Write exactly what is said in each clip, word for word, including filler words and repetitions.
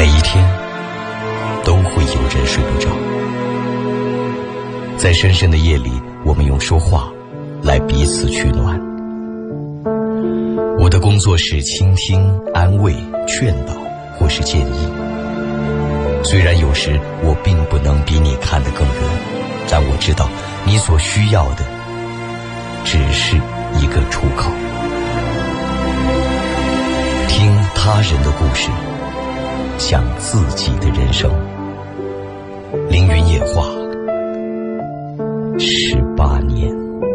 每一天都会有人睡不着，在深深的夜里，我们用说话来彼此取暖。我的工作是倾听、安慰、劝导或是建议。虽然有时我并不能比你看得更远，但我知道你所需要的只是一个出口。听他人的故事，想自己的人生。凌云夜话，十八年。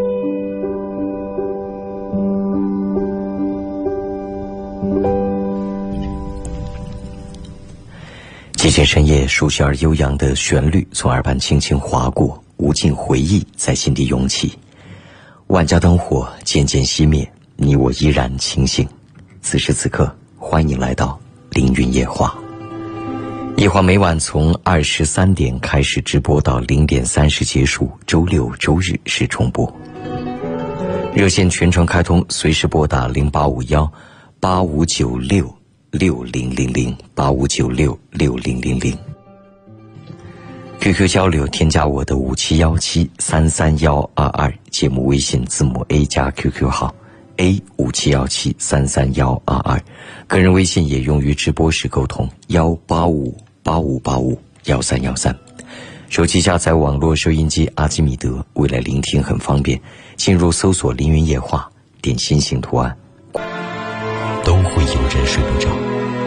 几间深夜熟悉而悠扬的旋律从耳畔轻轻划过，无尽回忆在心底涌起。万家灯火渐渐熄灭，你我依然清醒。此时此刻，欢迎来到凌云夜话。夜话每晚从二十三点开始直播到零点三十结束，周六周日是重播。热线全程开通，随时拨打零八五幺八五九六六零零零八五九六六零零零。Q Q 交流，添加我的五七幺七三三幺二二，节目微信字母 A 加 Q Q 号 A 五七幺七三三幺二二，个人微信也用于直播时沟通幺八五八五八五幺三幺三。手机下载网络收音机阿基米德，未来聆听很方便。进入搜索凌云夜话，点心形图案，都会有人睡不着。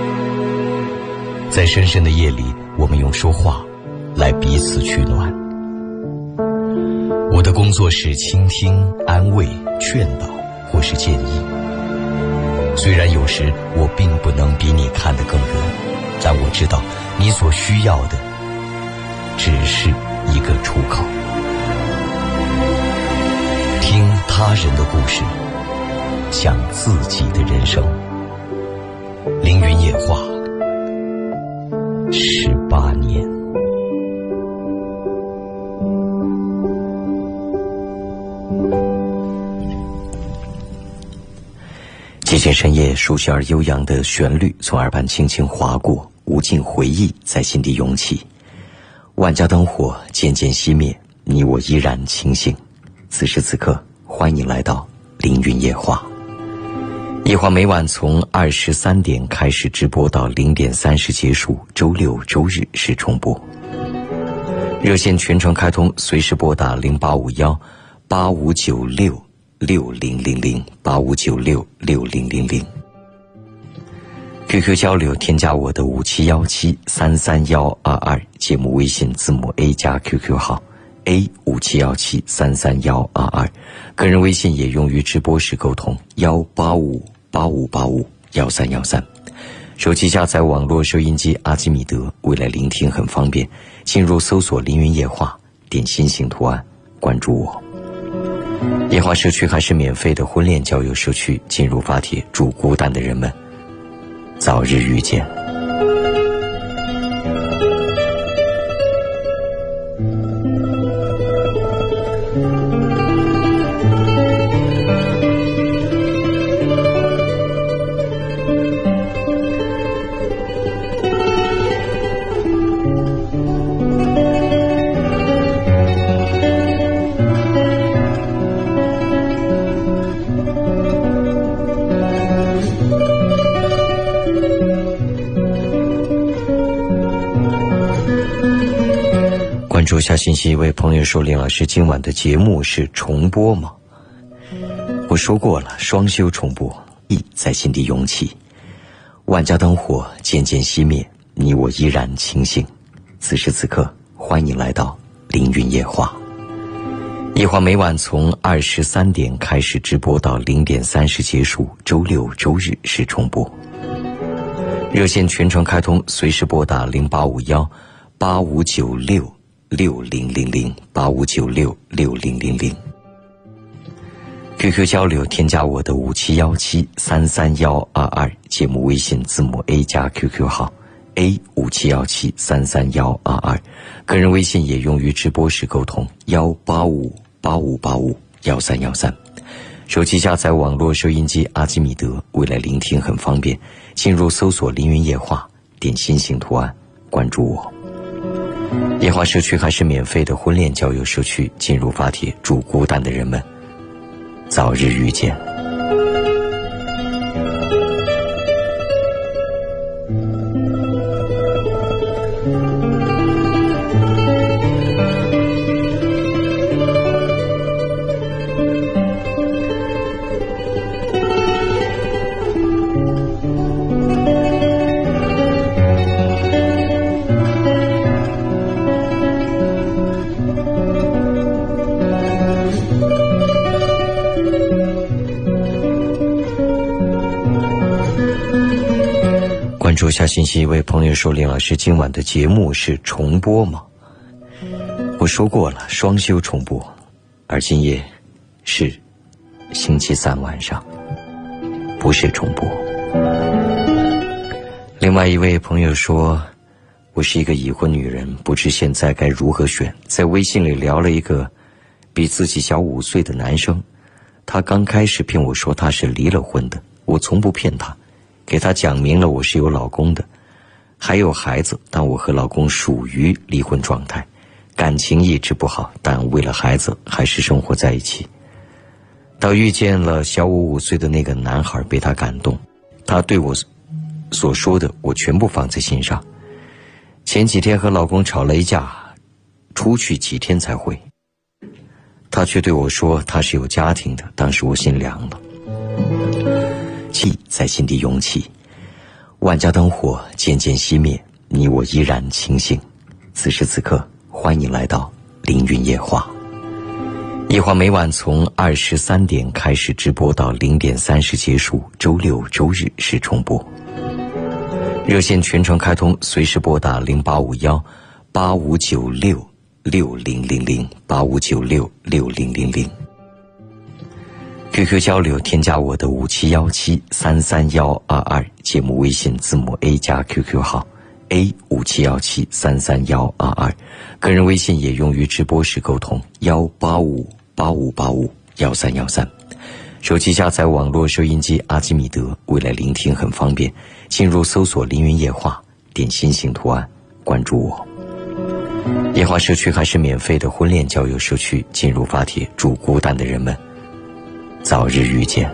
在深深的夜里，我们用说话来彼此取暖。我的工作是倾听、安慰、劝导或是建议。虽然有时我并不能比你看得更远，但我知道你所需要的只是一个出口。听他人的故事，想自己的人生。凌云夜话，十八年。几间深夜熟悉而悠扬的旋律从耳畔轻轻划过，无尽回忆在心底涌起。万家灯火渐渐熄灭，你我依然清醒。此时此刻，欢迎来到凌云夜话。夜话每晚从二十三点开始直播到零点三十结束，周六周日是重播。热线全程开通，随时拨打零八五幺八五九六六零零零八五九六六零零零。Q Q 交流，添加我的五七幺七三三幺二二，节目微信字母 A 加 Q Q 号 A 五七幺七三三幺二二，个人微信也用于直播时沟通幺八五八五八五幺三幺三。手机下载网络收音机阿基米德，未来聆听很方便。进入搜索凌云夜话，点心形图案，关注我。夜话社区还是免费的婚恋交友社区，进入发帖，祝孤单的人们早日遇见。关注下信息，一位朋友说：“林老师，今晚的节目是重播吗？”我说过了，双休重播，意在心底涌起。万家灯火渐渐熄灭，你我依然清醒。此时此刻，欢迎来到凌云夜话。夜话每晚从二十三点开始直播到零点三十结束，周六周日是重播。热线全程开通，随时拨打零八五幺八五九六六零零零八五九六六零零零。Q Q 交流，添加我的五七幺七三三幺二二，节目微信字母 A 加 Q Q 号 A 五七幺七三三幺二二，个人微信也用于直播时沟通幺八五八五八五幺三幺三。手机下载网络收音机阿基米德，未来聆听很方便。进入搜索凌云夜话， 点心形图案，关注我。夜华社区还是免费的婚恋交友社区，进入发帖，祝孤单的人们早日遇见。关注下信息，一位朋友说：“林老师，今晚的节目是重播吗？”我说过了，双休重播，而今夜是星期三晚上，不是重播。另外一位朋友说：“我是一个已婚女人，不知现在该如何选。在微信里聊了一个比自己小五岁的男生，他刚开始骗我说他是离了婚的，我从不骗他。”给他讲明了我是有老公的，还有孩子，但我和老公属于离婚状态，感情一直不好，但为了孩子还是生活在一起。到遇见了小我五岁的那个男孩，被他感动，他对我所说的我全部放在心上。前几天和老公吵了一架，出去几天才回，他却对我说他是有家庭的，当时我心凉了。气在心底涌起，万家灯火渐渐熄灭，你我依然清醒。此时此刻，欢迎来到凌云夜话。夜话每晚从二十三点开始直播到零点三十结束，周六周日是重播。热线全程开通，随时拨打零八五幺八五九六六零零零八五九六六零零零。Q Q 交流，添加我的五七幺七三三幺二二，节目微信字母 A 加 Q Q 号 A 五七幺七三三幺二二，个人微信也用于直播时沟通幺八五八五八五幺三幺三。手机下载网络收音机阿基米德，为了聆听很方便，进入搜索凌云夜话，点心形图案，关注我。夜话社区还是免费的婚恋交友社区，进入发帖，祝孤单的人们早日遇见。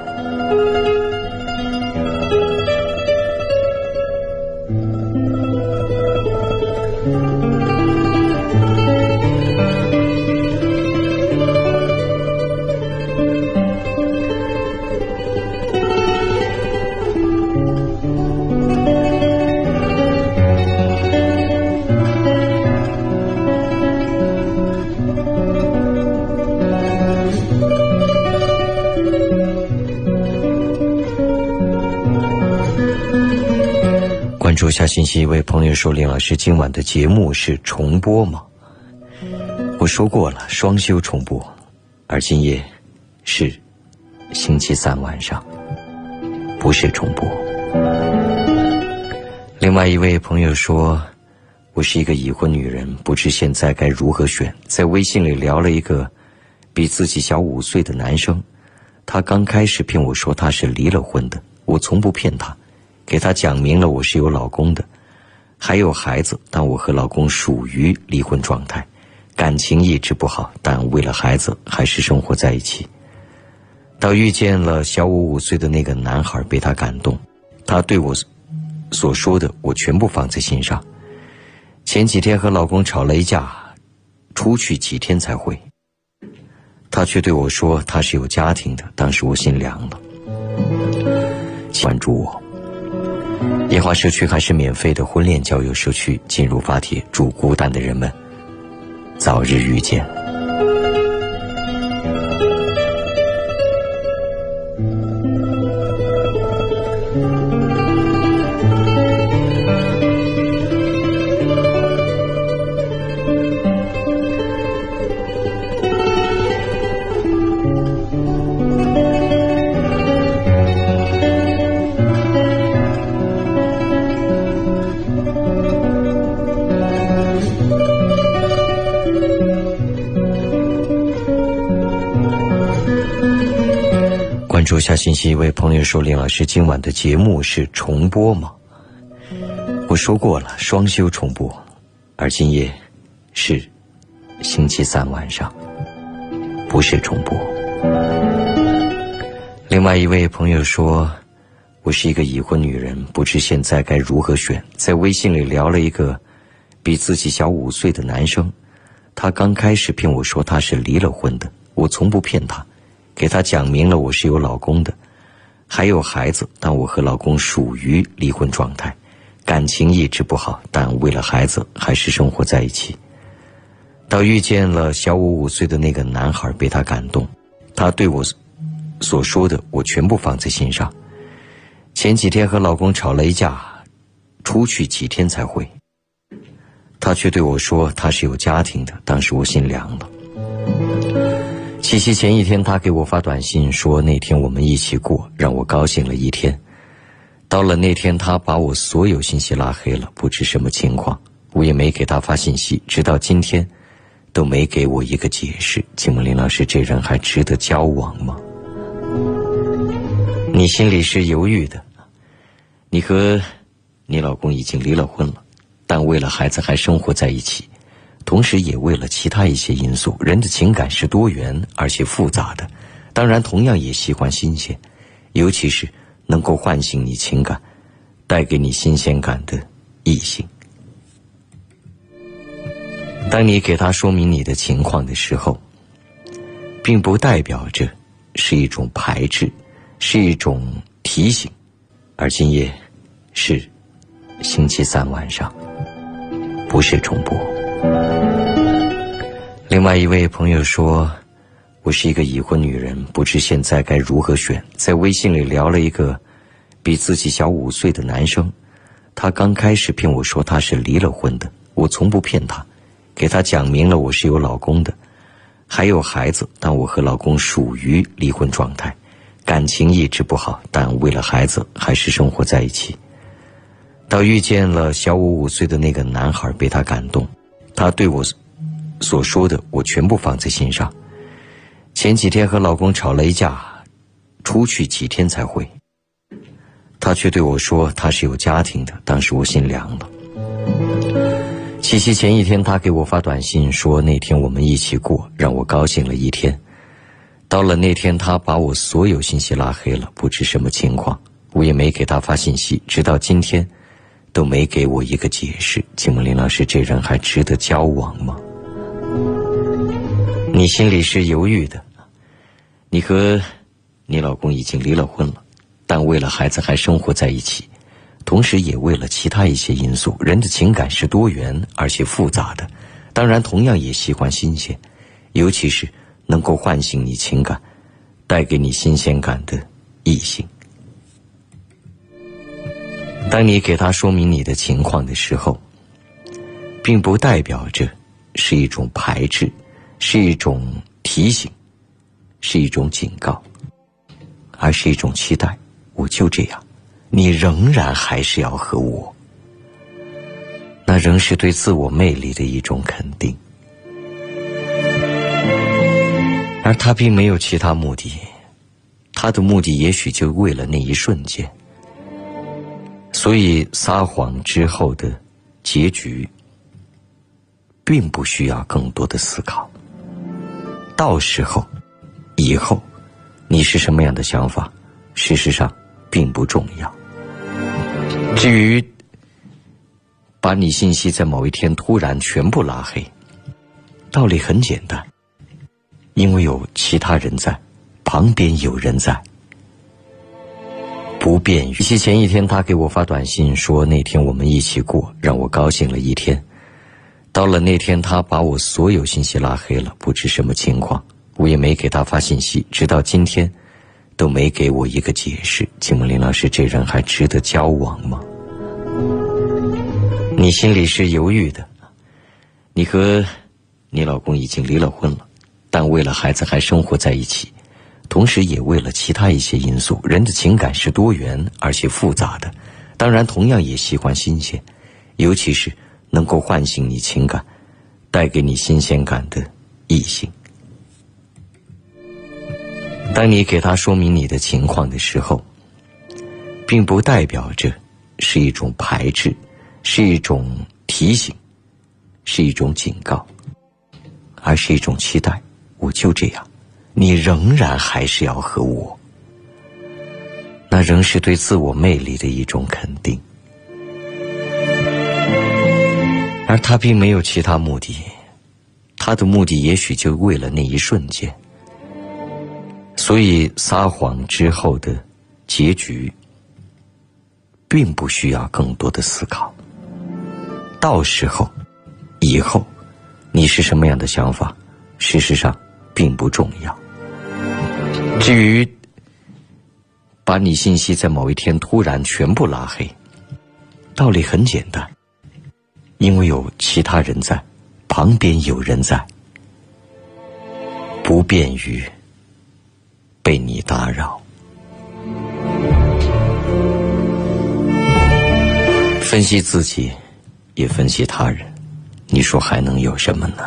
关注下信息，一位朋友说：“林老师，今晚的节目是重播吗？”我说过了，双休重播，而今夜是星期三晚上，不是重播。另外一位朋友说：“我是一个已婚女人，不知现在该如何选。在微信里聊了一个比自己小五岁的男生，他刚开始骗我说他是离了婚的，我从不骗他。给他讲明了我是有老公的，还有孩子，但我和老公属于离婚状态，感情一直不好，但为了孩子还是生活在一起。到遇见了小我五岁的那个男孩，被他感动，他对我所说的我全部放在心上。前几天和老公吵了一架，出去几天才回，他却对我说他是有家庭的，当时我心凉了。关注我。夜话社区还是免费的婚恋交友社区，进入发帖，祝孤单的人们早日遇见。关注下信息，一位朋友说：“林老师，今晚的节目是重播吗？”我我说过了，双休重播，而今夜是星期三晚上，不是重播。另外一位朋友说，我是一个已婚女人，不知现在该如何选。在微信里聊了一个比自己小五岁的男生，他刚开始骗我说他是离了婚的，我从不骗他，给他讲明了我是有老公的，还有孩子，但我和老公属于离婚状态，感情一直不好，但为了孩子还是生活在一起。到遇见了小我五岁的那个男孩，被他感动，他对我所说的我全部放在心上。前几天和老公吵了一架，出去几天才回，他却对我说他是有家庭的，当时我心凉了。七夕前一天，他给我发短信说那天我们一起过，让我高兴了一天。到了那天，他把我所有信息拉黑了，不知什么情况，我也没给他发信息，直到今天都没给我一个解释。请问林老师，这人还值得交往吗？你心里是犹豫的，你和你老公已经离了婚了，但为了孩子还生活在一起，同时也为了其他一些因素。人的情感是多元而且复杂的，当然同样也喜欢新鲜，尤其是能够唤醒你情感，带给你新鲜感的异性。当你给他说明你的情况的时候，并不代表着是一种排斥，是一种提醒。而今夜是星期三晚上，不是重播。另外一位朋友说，我是一个已婚女人，不知现在该如何选。在微信里聊了一个比自己小五岁的男生，他刚开始骗我说他是离了婚的，我从不骗他，给他讲明了我是有老公的，还有孩子，但我和老公属于离婚状态，感情一直不好，但为了孩子还是生活在一起。到遇见了小我五岁的那个男孩，被他感动，他对我所说的我全部放在心上。前几天和老公吵了一架，出去几天才回，他却对我说他是有家庭的，当时我心凉了。七夕前一天，他给我发短信说那天我们一起过，让我高兴了一天。到了那天，他把我所有信息拉黑了，不知什么情况，我也没给他发信息，直到今天都没给我一个解释。请问林老师，这人还值得交往吗？你心里是犹豫的，你和你老公已经离了婚了，但为了孩子还生活在一起，同时也为了其他一些因素。人的情感是多元而且复杂的，当然同样也喜欢新鲜，尤其是能够唤醒你情感，带给你新鲜感的异性。当你给他说明你的情况的时候，并不代表着是一种排斥，是一种提醒，是一种警告，而是一种期待。我就这样，你仍然还是要和我，那仍是对自我魅力的一种肯定。而他并没有其他目的，他的目的也许就为了那一瞬间。所以撒谎之后的结局并不需要更多的思考，到时候以后你是什么样的想法，事实上并不重要。至于把你信息在某一天突然全部拉黑，道理很简单，因为有其他人在，旁边有人在，不便于。七夕前一天，他给我发短信说那天我们一起过，让我高兴了一天。到了那天，他把我所有信息拉黑了，不知什么情况，我也没给他发信息，直到今天都没给我一个解释。请问林老师，这人还值得交往吗？你心里是犹豫的，你和你老公已经离了婚了，但为了孩子还生活在一起，同时也为了其他一些因素。人的情感是多元而且复杂的，当然同样也喜欢新鲜，尤其是能够唤醒你情感，带给你新鲜感的异性。当你给他说明你的情况的时候，并不代表着是一种排斥， 是一种提醒，是一种警告，而是一种期待。我就这样，你仍然还是要和我，那仍是对自我魅力的一种肯定。而他并没有其他目的，他的目的也许就为了那一瞬间。所以撒谎之后的结局并不需要更多的思考，到时候以后你是什么样的想法，事实上并不重要。至于把你信息在某一天突然全部拉黑，道理很简单，因为有其他人在，旁边有人在，不便于被你打扰。分析自己，也分析他人，你说还能有什么呢？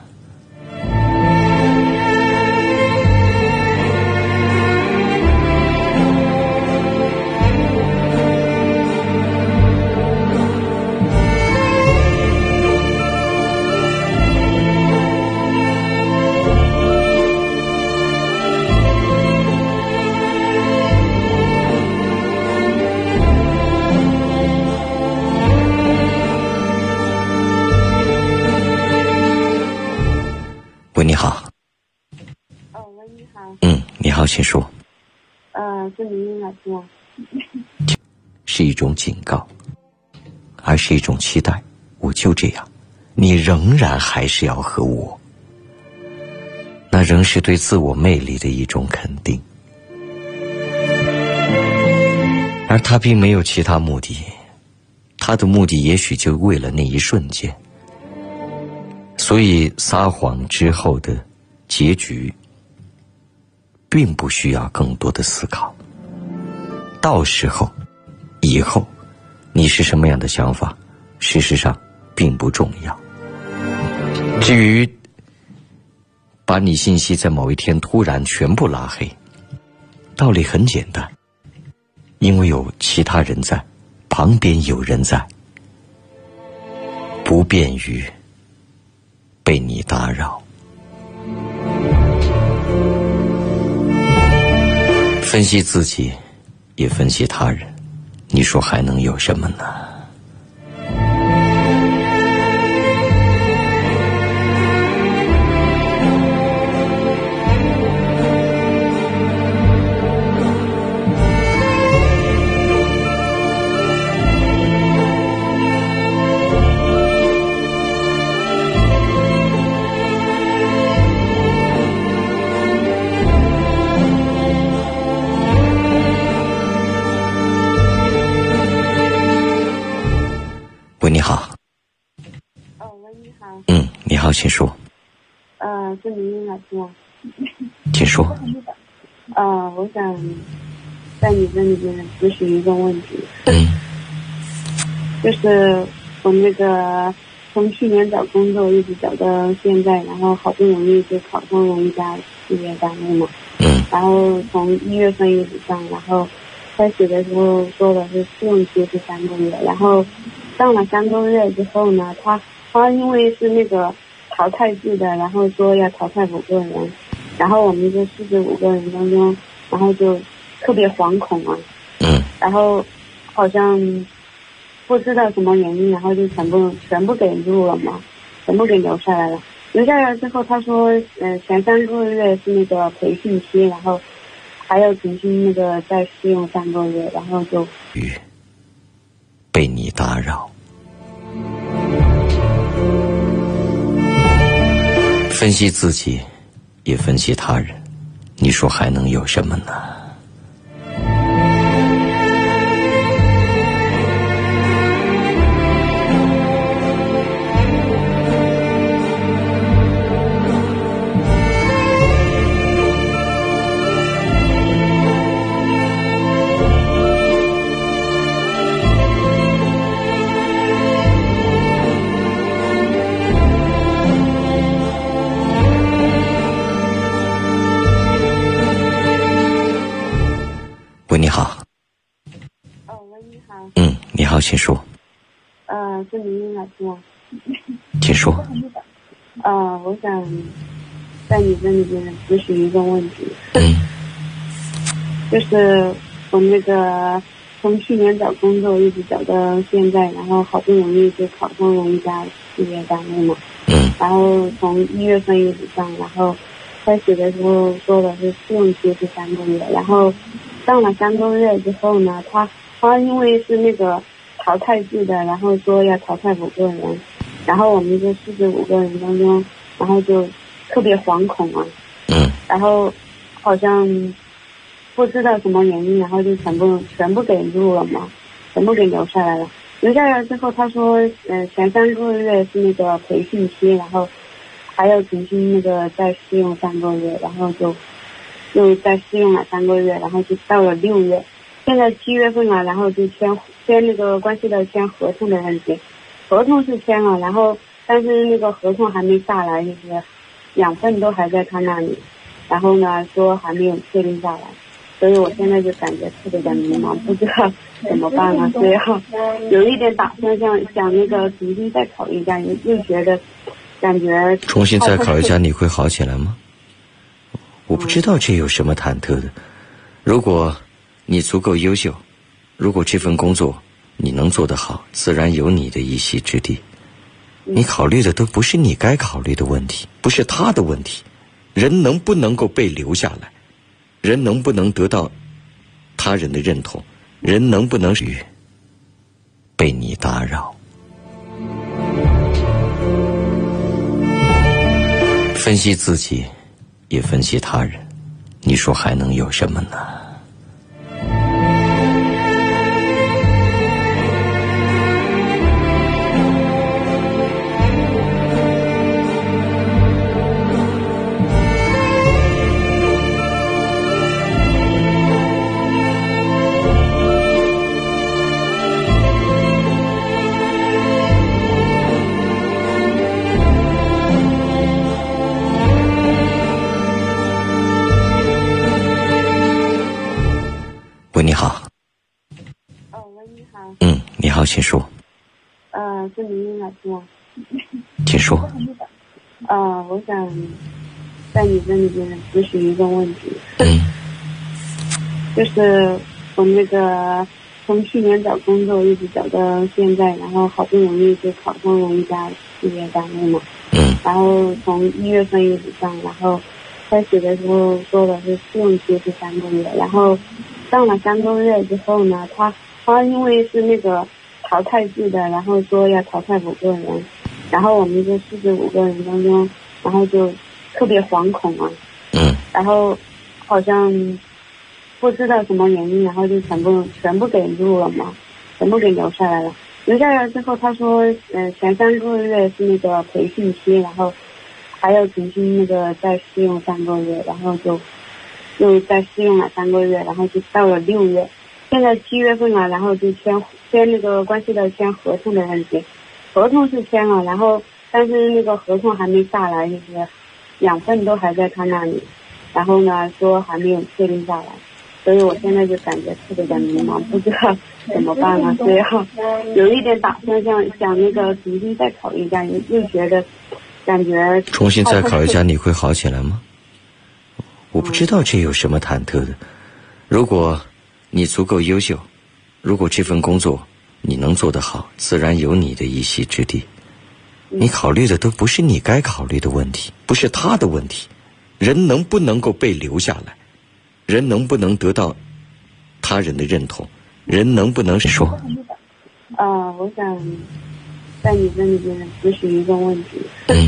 喂，你好。 哦，喂，你好。 嗯，你好，请说。 呃，是明明老师吗？ 是一种警告，而是一种期待。我就这样，你仍然还是要和我，那仍是对自我魅力的一种肯定。而他并没有其他目的，他的目的也许就为了那一瞬间。所以撒谎之后的结局并不需要更多的思考，到时候以后你是什么样的想法，事实上并不重要。至于把你信息在某一天突然全部拉黑，道理很简单，因为有其他人在，旁边有人在，不便于被你打扰。分析自己，也分析他人，你说还能有什么呢？喂，你好。 哦，喂，你好。 嗯，你好，请说。 呃，是明明老师吗？ 请说。 呃，我想在你这里边咨询一个问题。 嗯。 就是我那个从去年找工作一直找到现在，然后好不容易就考上了一家事业单位嘛。 嗯。 然后从一月份一直上，然后开始的时候说的是试用期是三个月，然后上了三个月之后呢，他他因为是那个淘汰制的，然后说要淘汰五个人，然后我们这四十五个人当中，然后就特别惶恐啊。 嗯。然后好像不知道什么原因，然后就全部全部给录了嘛，全部给留下来了。留下来之后，他说，嗯、呃，前三个月是那个培训期，然后还要重新那个再试用三个月，然后就被你打扰。分析自己，也分析他人，你说还能有什么呢？喂，你好。 哦，喂，你好。 嗯，你好，请说。 呃，是明英老师吗？ 请说。 呃，我想在你这里边咨询一个问题。 嗯。 就是我那个从去年找工作一直找到现在，然后好不容易就考上了一家事业单位嘛。 嗯。 然后从一月份一直上，然后开始的时候说的是试用期是三个月，然后上了三个月之后呢，他他因为是那个淘汰制的，然后说要淘汰五个人，然后我们这四十五个人当中，然后就特别惶恐啊。 嗯。 然后好像不知道什么原因，然后就全部全部给录了嘛，全部给留下来了。留下来之后，他说，嗯、呃，前三个月是那个培训期，然后还要重新那个再试用三个月，然后就又再试用了三个月，然后就到了六月，现在七月份了，然后就签签那个关系到签合同的问题，合同是签了，然后但是那个合同还没下来，就是养分都还在他那里，然后呢说还没有确定下来。所以我现在就感觉特别的迷茫，不知道怎么办了。所以有一点打算想想那个重新再考虑一下，又又觉得感觉重新再考一下，你会好起来吗？我不知道这有什么忐忑的。如果你足够优秀，如果这份工作你能做得好，自然有你的一席之地。你考虑的都不是你该考虑的问题，不是他的问题。人能不能够被留下来？人能不能得到他人的认同？人能不能被你打扰？分析自己，也分析他人，你说还能有什么呢？喂，你好。 哦，喂，你好。 嗯，你好，请说。 呃，是明英老师吗？ 请说。 呃，我想在你这里边咨询一个问题。 嗯。 就是我那个从去年找工作一直找到现在，然后好不容易就考上了一家事业单位嘛。 嗯。 然后从一月份一直上，然后开始的时候说的是试用期是三个月，然后上了三个月之后呢，他他因为是那个淘汰制的，然后说要淘汰五个人，然后我们这四十五个人当中，然后就特别惶恐啊。 嗯。然后好像不知道什么原因，然后就全部全部给录了嘛，全部给留下来了。留下来之后，他说，嗯、呃，前三个月是那个培训期，然后还要重新那个再试用三个月，然后就又再试用了三个月，然后就到了六月，现在七月份了，然后就签签那个关系到签合同的问题，合同是签了，然后但是那个合同还没下来，就是养分都还在他那里，然后呢说还没有确定下来。所以我现在就感觉特别的迷茫，不知道怎么办了。所以有一点打算想想那个重新再考虑一下，又觉得感觉重新再考虑一下，你会好起来吗？我不知道这有什么忐忑的。如果你足够优秀，如果这份工作你能做得好，自然有你的一席之地。你考虑的都不是你该考虑的问题，不是他的问题。人能不能够被留下来？人能不能得到他人的认同？人能不能说？ 呃，我想在你这里边咨询一个问题。 嗯。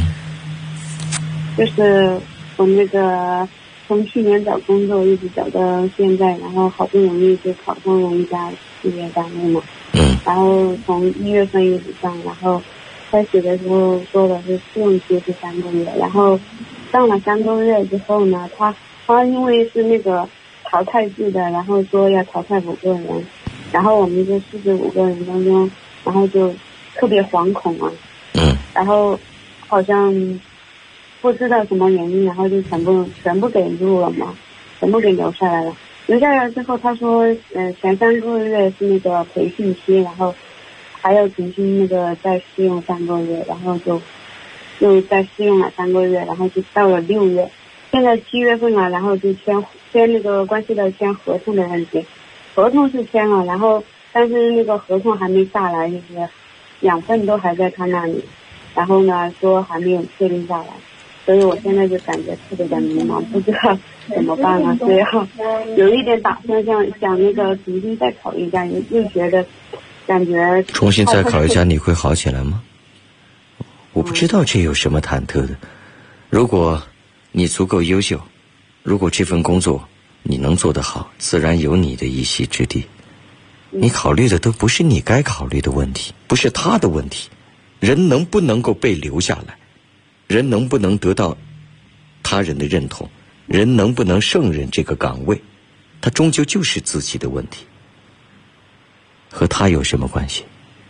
就是我那个从去年找工作一直找到现在，然后好不容易就考上了一家事业单位嘛。 嗯。 然后从一月份一直上，然后开始的时候说的是试用期是三个月，然后上了三个月之后呢，他他因为是那个淘汰制的，然后说要淘汰五个人，然后我们这四十五个人当中，然后就特别惶恐啊。 嗯。 然后好像不知道什么原因，然后就全部全部给录了嘛，全部给留下来了。留下来之后，他说，嗯、呃，前三个月是那个培训期，然后还要重新那个再试用三个月，然后就又再试用了三个月，然后就到了六月，现在七月份了，然后就签签那个关系到签合同的问题，合同是签了，然后但是那个合同还没下来，就是两份都还在他那里，然后呢说还没有确定下来，所以我现在就感觉特别的迷茫，不知道怎么办了，所以要有一点打算想想那个重新再考虑一下，又又觉得感觉重新再考虑一下，你会好起来吗？我不知道这有什么忐忑的。如果你足够优秀，如果这份工作你能做得好，自然有你的一席之地。你考虑的都不是你该考虑的问题，不是他的问题。人能不能够被留下来，人能不能得到他人的认同，人能不能胜任这个岗位，他终究就是自己的问题。和他有什么关系？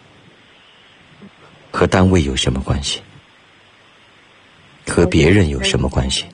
和单位有什么关系？和别人有什么关系？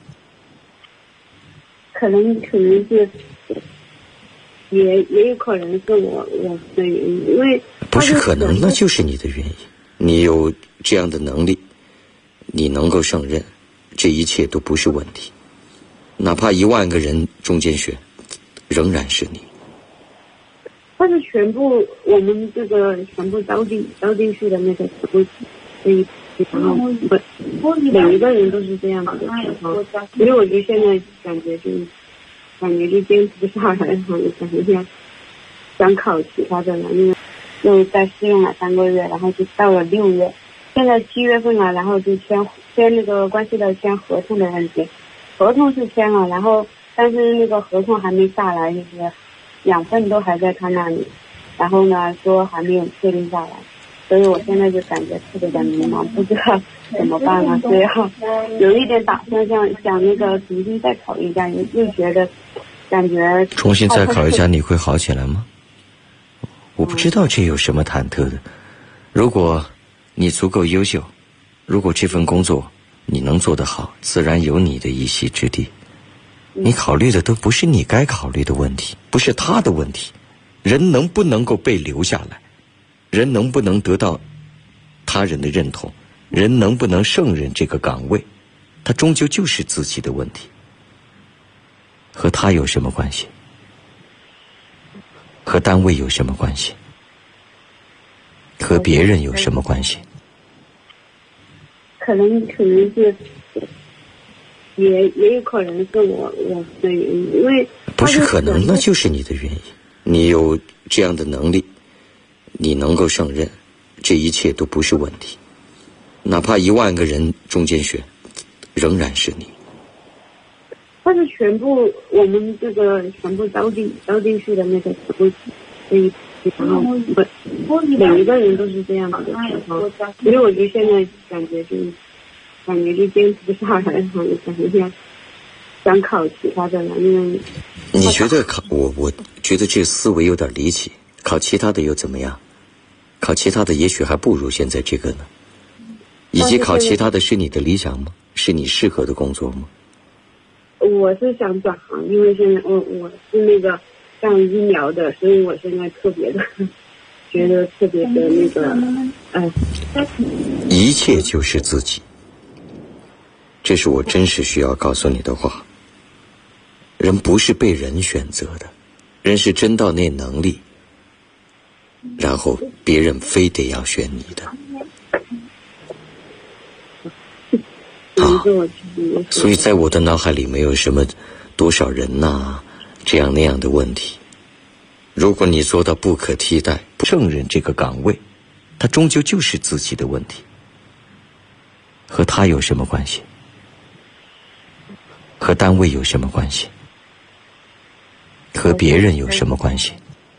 可能可能是也也有可能是我我的原因，因为不是可能，那就是你的原因。你有这样的能力，你能够胜任，这一切都不是问题。哪怕一万个人中间选，仍然是你。 它是全部我们这个全部招进招进去的那个职位，所以然后每每一个人都是这样的情况，所以我就现在感觉就感觉就坚持不下来，然后感觉想想考其他的了，因为又再试用了三个月，然后就到了六月，现在七月份了，然后就签签那个关系到签合同的问题，合同是签了，然后但是那个合同还没下来，就是两份都还在他那里，然后呢说还没有确定下来，所以我现在就感觉特别的迷茫，不知道怎么办了，所以要有一点打算想想那个重新再考虑一下，又又觉得感觉重新再考虑一下，你会好起来吗？我不知道这有什么忐忑的。如果你足够优秀，如果这份工作你能做得好，自然有你的一席之地。你考虑的都不是你该考虑的问题，不是他的问题。人能不能够被留下来，人能不能得到他人的认同，人能不能胜任这个岗位，他终究就是自己的问题。和他有什么关系？和单位有什么关系？和别人有什么关系？ 可能可能是也也有可能是我我的原因，因为不是可能，那就是你的原因。你有这样的能力，你能够胜任，这一切都不是问题。哪怕一万个人中间选，仍然是你。 它是全部我们这个全部招进招进去的那个职位，所以然后每每一个人都是这样的情况，所以我就现在感觉就感觉就坚持不下来，然后感觉想想考其他的了，因为你觉得考我我觉得这思维有点离奇，考其他的又怎么样？考其他的也许还不如现在这个呢。以及考其他的是你的理想吗？是你适合的工作吗？ 我是想转行，因为现在我我是那个干医疗的，所以我现在特别的觉得特别的那个，哎， 一切就是自己，这是我真实需要告诉你的话。人不是被人选择的，人是真到那能力，然后别人非得要选你的。 啊， 所以在我的脑海里没有什么多少人呐、啊、这样那样的问题。如果你做到不可替代，不胜任这个岗位，他终究就是自己的问题。和他有什么关系？和单位有什么关系？和别人有什么关系？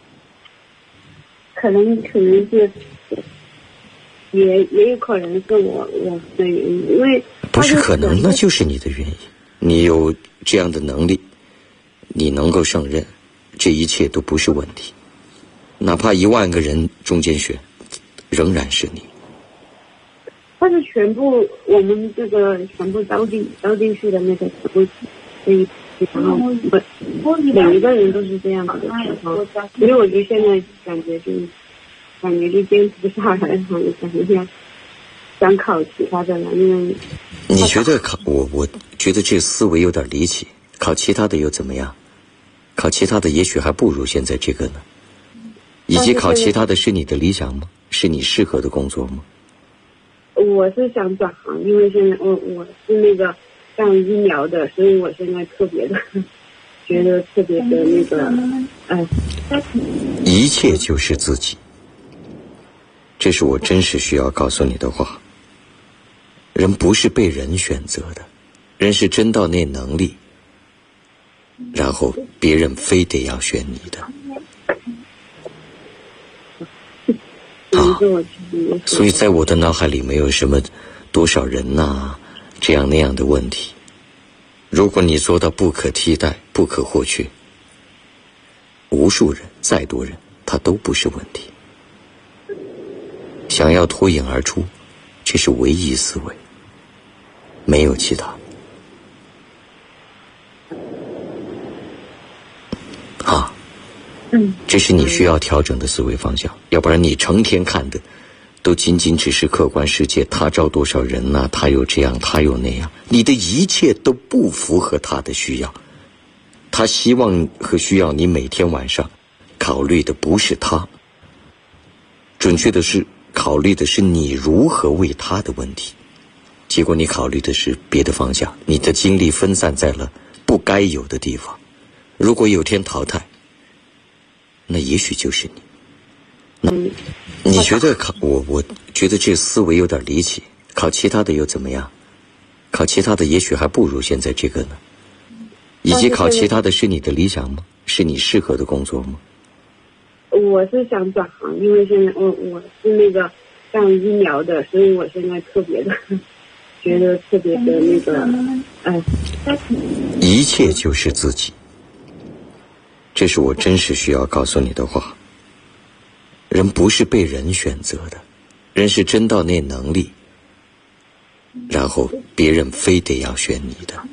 可能可能是也也有可能是我我的原因，因为不是可能，那就是你的原因。你有这样的能力，你能够胜任，这一切都不是问题。哪怕一万个人中间选，仍然是你。 它是全部我们这个全部招进招进去的那个职位，所以然后每每一个人都是这样的情况，所以我就现在感觉就感觉就坚持不下来，然后感觉想想考其他的了，因为你觉得考我我觉得这思维有点离奇，考其他的又怎么样？考其他的也许还不如现在这个呢。以及考其他的是你的理想吗？是你适合的工作吗？ 我是想转行，因为现在我我是那个干医疗的，所以我现在特别的觉得特别的那个，哎， 一切就是自己，这是我真实需要告诉你的话。人不是被人选择的，人是真到那能力，然后别人非得要选你的。啊，所以在我的脑海里没有什么多少人呐、啊、这样那样的问题。如果你做到不可替代、不可或缺，无数人、再多人，他都不是问题。想要脱颖而出，这是唯一思维，没有其他。啊。 嗯， 这是你需要调整的思维方向，要不然你成天看的都仅仅只是客观世界，他招多少人呐、啊，他又这样，他又那样，你的一切都不符合他的需要。他希望和需要你每天晚上考虑的不是他，准确的是考虑的是你如何为他的问题。结果你考虑的是别的方向，你的精力分散在了不该有的地方。如果有天淘汰，那也许就是你。那你觉得考我我觉得这思维有点离奇，考其他的又怎么样？考其他的也许还不如现在这个呢。以及考其他的是你的理想吗？是你适合的工作吗？ 我是想转行，因为现在我我是那个干医疗的，所以我现在特别的觉得特别的那个，哎， 一切就是自己。这是我真实需要告诉你的话。人不是被人选择的，人是真到那能力，然后别人非得要选你的。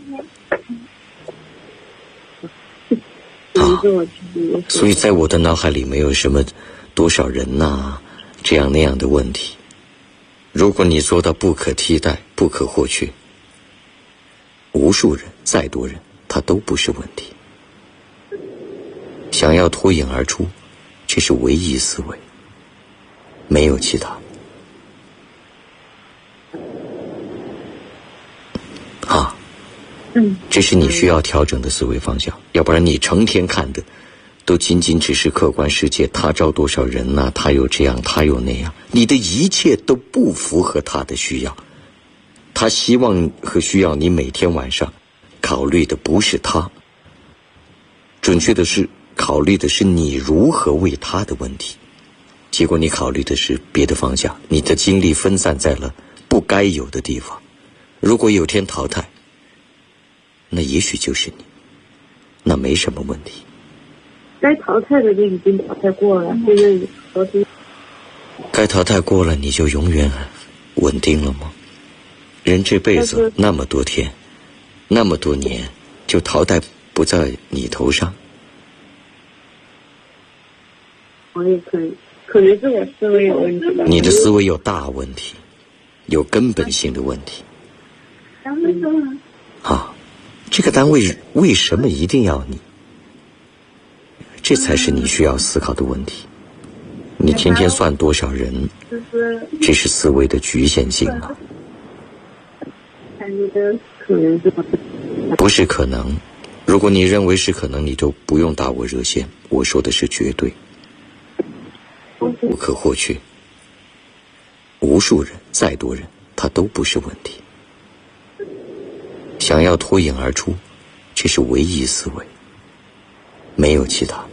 啊，所以在我的脑海里没有什么多少人呐、啊、这样那样的问题。如果你做到不可替代、不可或缺，无数人、再多人，他都不是问题。想要脱颖而出，这是唯一思维，没有其他。啊， 嗯， 这是你需要调整的思维方向，要不然你成天看的都仅仅只是客观世界，他招多少人呐、啊，他又这样，他又那样，你的一切都不符合他的需要。他希望和需要你每天晚上考虑的不是他，准确的是考虑的是你如何为他的问题。结果你考虑的是别的方向，你的精力分散在了不该有的地方。如果有天淘汰，那也许就是你，那没什么问题。 该淘汰的就已经淘汰过了，现在淘汰。 该淘汰过了，你就永远稳定了吗？人这辈子那么多天，那么多年，就淘汰不在你头上？ 我也可能，可能是我思维有问题吧。 你的思维有大问题，有根本性的问题。 嗯、 啊，这个单位为什么一定要你？这才是你需要思考的问题。你天天算多少人，这是思维的局限性啊。 可能是不是可能，如果你认为是可能，你就不用打我热线。我说的是绝对，不可或缺。无数人，再多人，他都不是问题。想要脱颖而出，这是唯一思维，没有其他。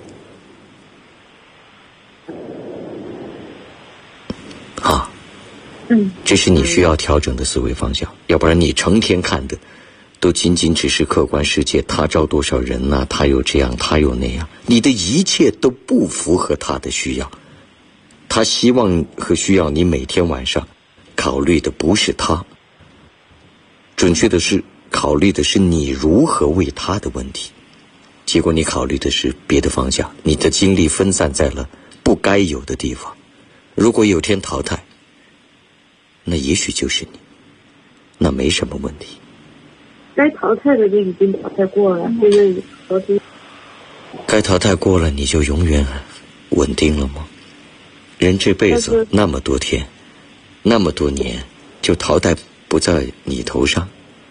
啊， 嗯， 这是你需要调整的思维方向，要不然你成天看的都仅仅只是客观世界，他招多少人呐、啊，他又这样，他又那样，你的一切都不符合他的需要。他希望和需要你每天晚上考虑的不是他，准确的是考虑的是你如何为他的问题。结果你考虑的是别的方向，你的精力分散在了不该有的地方。 如果有天淘汰，那也许就是你，那没什么问题。 该淘汰的就已经淘汰过了，现在和平。 该淘汰过了，你就永远稳定了吗？人这辈子那么多天，那么多年，就淘汰不在你头上？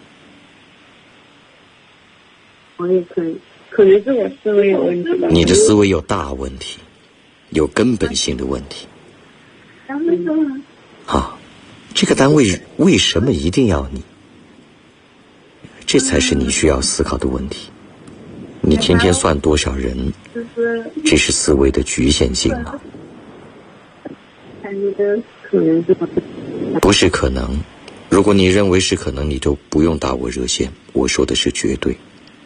我也可以，可能是我思维有问题吧。 你的思维有大问题，有根本性的问题。 嗯、 啊，这个单位为什么一定要你？这才是你需要思考的问题。你天天算多少人，这是思维的局限性吗？ 可能是不是可能。如果你认为是可能，你就不用打我热线。我说的是绝对。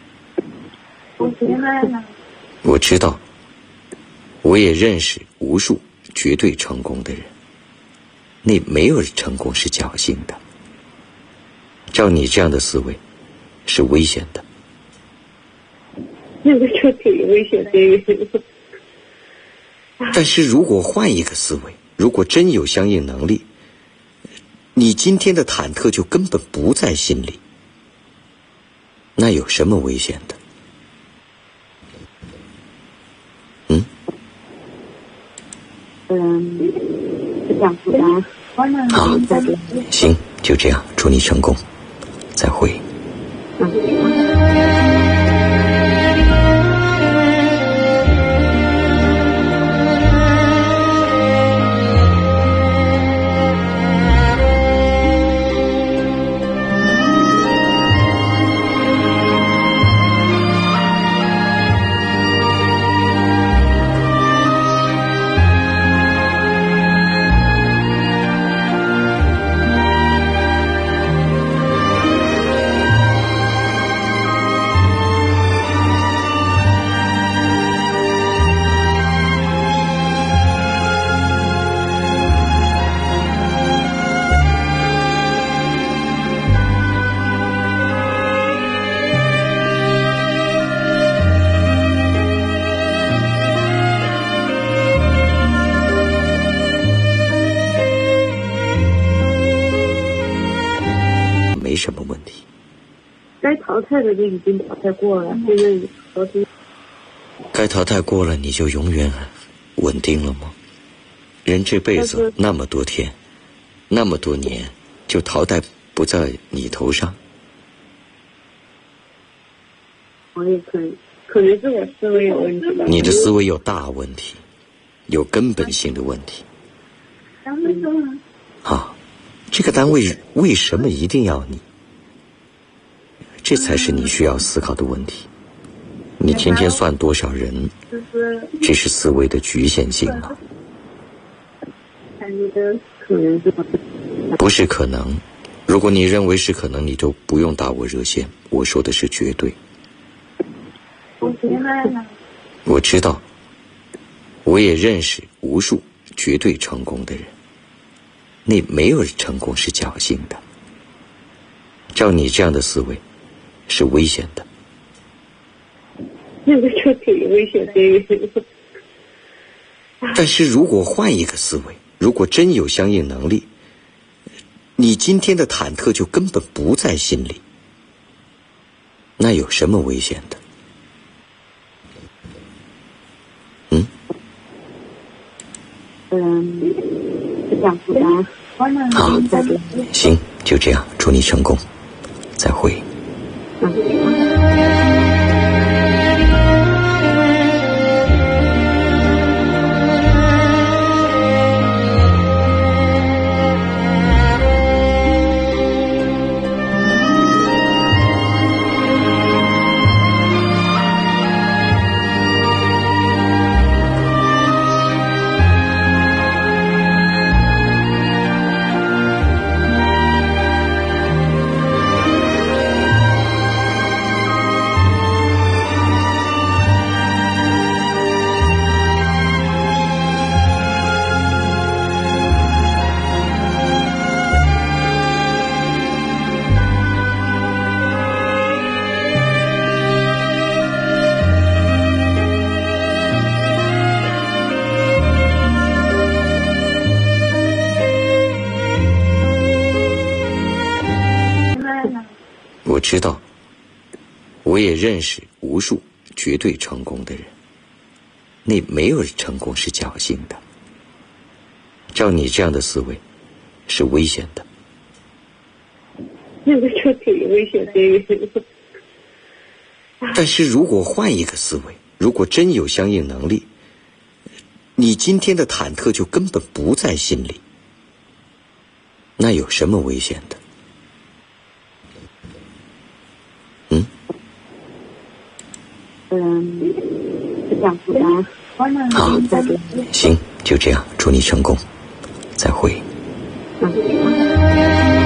我知道，我也认识无数绝对成功的人，那没有成功是侥幸的。照你这样的思维，是危险的。 那个就挺危险的。 但是如果换一个思维，如果真有相应能力，你今天的忐忑就根本不在心里，那有什么危险的？嗯？ 嗯，这样子吧。 好，行，就这样，祝你成功，再会。 嗯。 没什么问题。 该淘汰的就已经淘汰过了，现在和平。 该淘汰过了，你就永远稳定了吗？人这辈子那么多天，那么多年，就淘汰不在你头上？ 我也可以，可能是我思维有问题吧。 你的思维有大问题，有根本性的问题。 嗯、 啊，这个单位为什么一定要你？这才是你需要思考的问题。你天天算多少人，这是思维的局限性吗？ 可能是不是可能。如果你认为是可能，你就不用打我热线。我说的是绝对。我知道，我也认识无数绝对成功的人，那没有成功是侥幸的。照你这样的思维，是危险的。 那个就挺危险的。 但是如果换一个思维，如果真有相应能力，你今天的忐忑就根本不在心里，那有什么危险的？嗯？ 嗯，这样子吧。 好，行，就这样，祝你成功，再会。 嗯。 我知道，我也认识无数绝对成功的人，那没有成功是侥幸的。照你这样的思维是危险的。 那个就挺危险的。 但是如果换一个思维，如果真有相应能力，你今天的忐忑就根本不在心里，那有什么危险的？嗯？ 嗯，是这样子的。 好，行，就这样，祝你成功，再会。 嗯。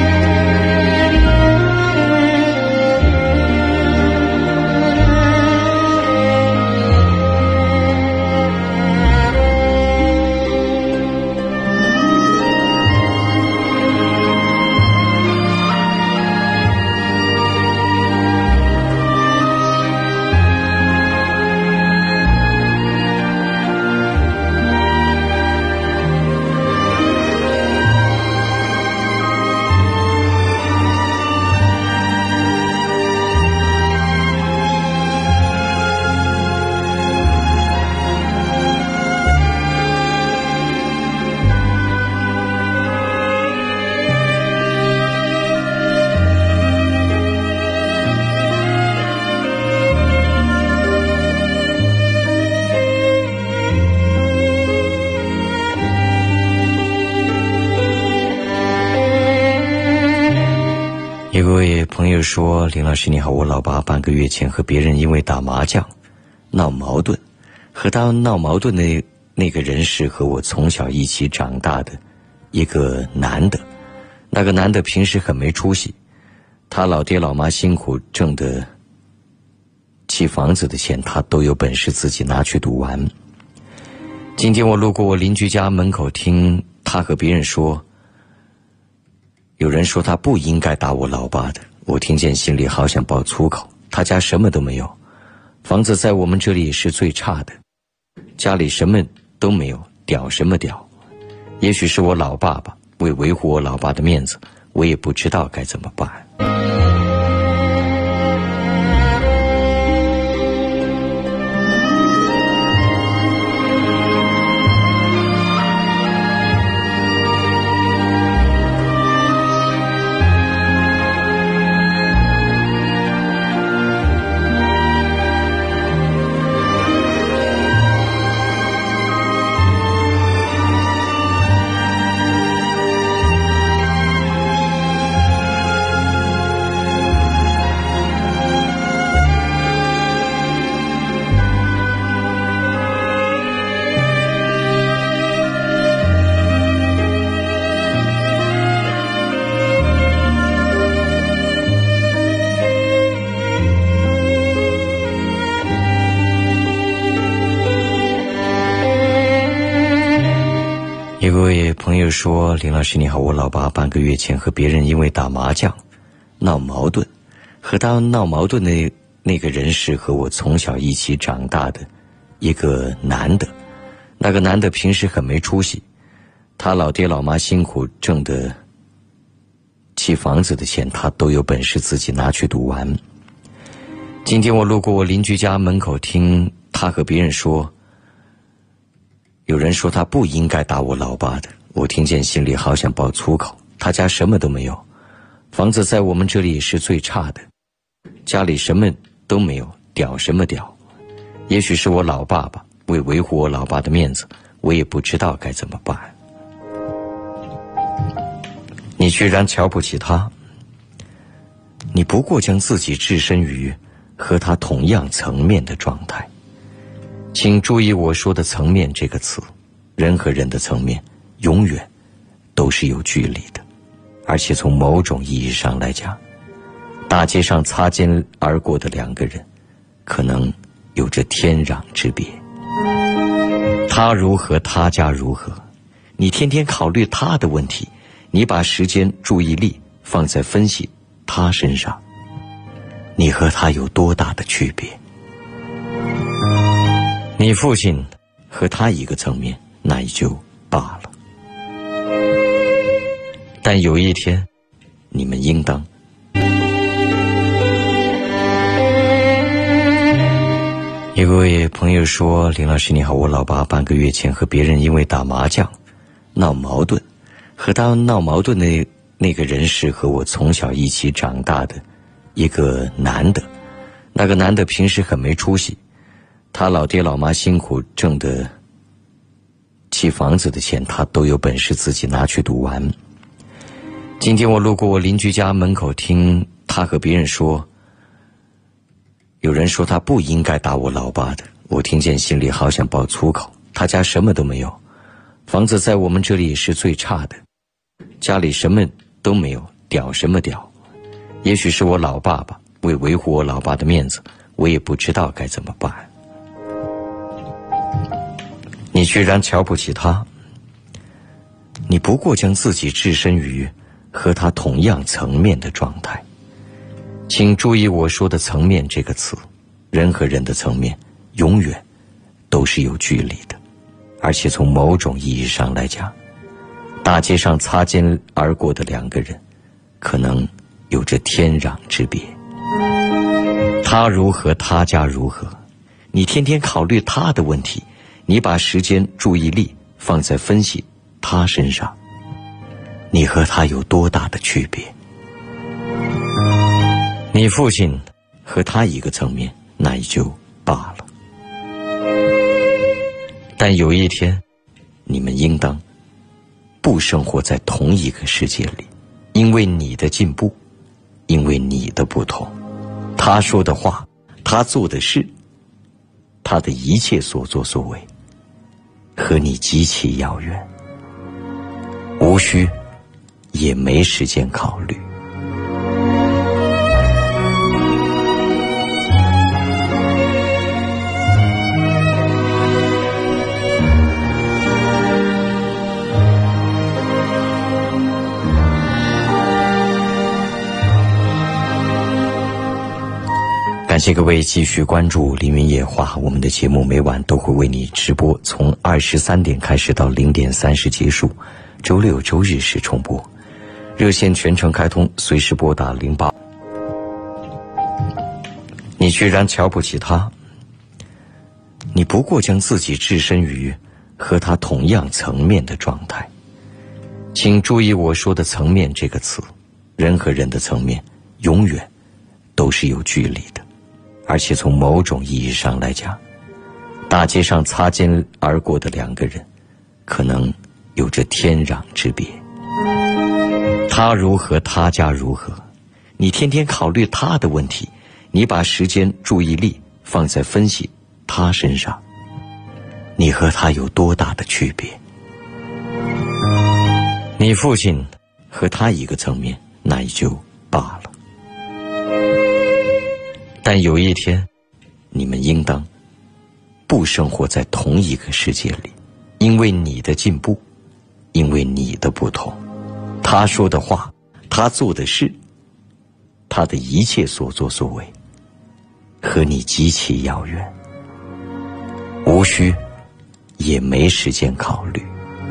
有位朋友说，林老师你好，我老爸半个月前和别人因为打麻将闹矛盾，和他闹矛盾的那个人是和我从小一起长大的一个男的，那个男的平时很没出息，他老爹老妈辛苦挣的砌房子的钱他都有本事自己拿去赌完。今天我路过我邻居家门口，听他和别人说，有人说他不应该打我老爸的，我听见心里好想爆粗口。他家什么都没有，房子在我们这里是最差的，家里什么都没有，屌什么屌。也许是我老爸爸，为维护我老爸的面子，我也不知道该怎么办。有位朋友说，林老师你好，我老爸半个月前和别人因为打麻将闹矛盾，和他闹矛盾的那个人是和我从小一起长大的一个男的，那个男的平时很没出息，他老爹老妈辛苦挣的砌房子的钱他都有本事自己拿去赌完。今天我路过我邻居家门口，听他和别人说，有人说他不应该打我老爸的，我听见心里好想爆粗口。他家什么都没有，房子在我们这里是最差的，家里什么都没有，屌什么屌。也许是我老爸爸，为维护我老爸的面子，我也不知道该怎么办。你居然瞧不起他，你不过将自己置身于和他同样层面的状态。请注意我说的层面这个词，人和人的层面永远都是有距离的，而且从某种意义上来讲，大街上擦肩而过的两个人可能有着天壤之别。他如何，他家如何，你天天考虑他的问题，你把时间注意力放在分析他身上，你和他有多大的区别？你父亲和他一个层面，那也就罢了，但有一天你们应当有位朋友说，林老师你好，我老爸半个月前和别人因为打麻将闹矛盾，和他闹矛盾的那个人是和我从小一起长大的一个男的，那个男的平时很没出息，他老爹老妈辛苦挣的砌房子的钱他都有本事自己拿去赌完。今天我路过我邻居家门口，听他和别人说，有人说他不应该打我老爸的，我听见心里好想爆粗口。他家什么都没有，房子在我们这里也是最差的，家里什么都没有，屌什么屌。也许是我老爸吧，为维护我老爸的面子，我也不知道该怎么办。你居然瞧不起他，你不过将自己置身于和他同样层面的状态。请注意我说的层面这个词，人和人的层面永远都是有距离的，而且从某种意义上来讲，大街上擦肩而过的两个人可能有着天壤之别。他如何，他家如何，你天天考虑他的问题，你把时间注意力放在分析他身上，你和他有多大的区别？你父亲和他一个层面，那也就罢了，但有一天你们应当不生活在同一个世界里，因为你的进步，因为你的不同，他说的话，他做的事，他的一切所作所为和你极其遥远，无需也没时间考虑。感谢各位继续关注凌云夜话，我们的节目每晚都会为你直播，从二十三点开始到零点三十结束，周六周日是重播，热线全程开通，随时拨打零八。你居然瞧不起他，你不过将自己置身于和他同样层面的状态。请注意我说的层面这个词，人和人的层面永远都是有距离的，而且从某种意义上来讲，大街上擦肩而过的两个人可能有着天壤之别。他如何，他家如何，你天天考虑他的问题，你把时间注意力放在分析他身上，你和他有多大的区别？你父亲和他一个层面，那也就罢了，但有一天你们应当不生活在同一个世界里，因为你的进步，因为你的不同，他说的话，他做的事，他的一切所作所为和你极其遥远，无需也没时间考虑。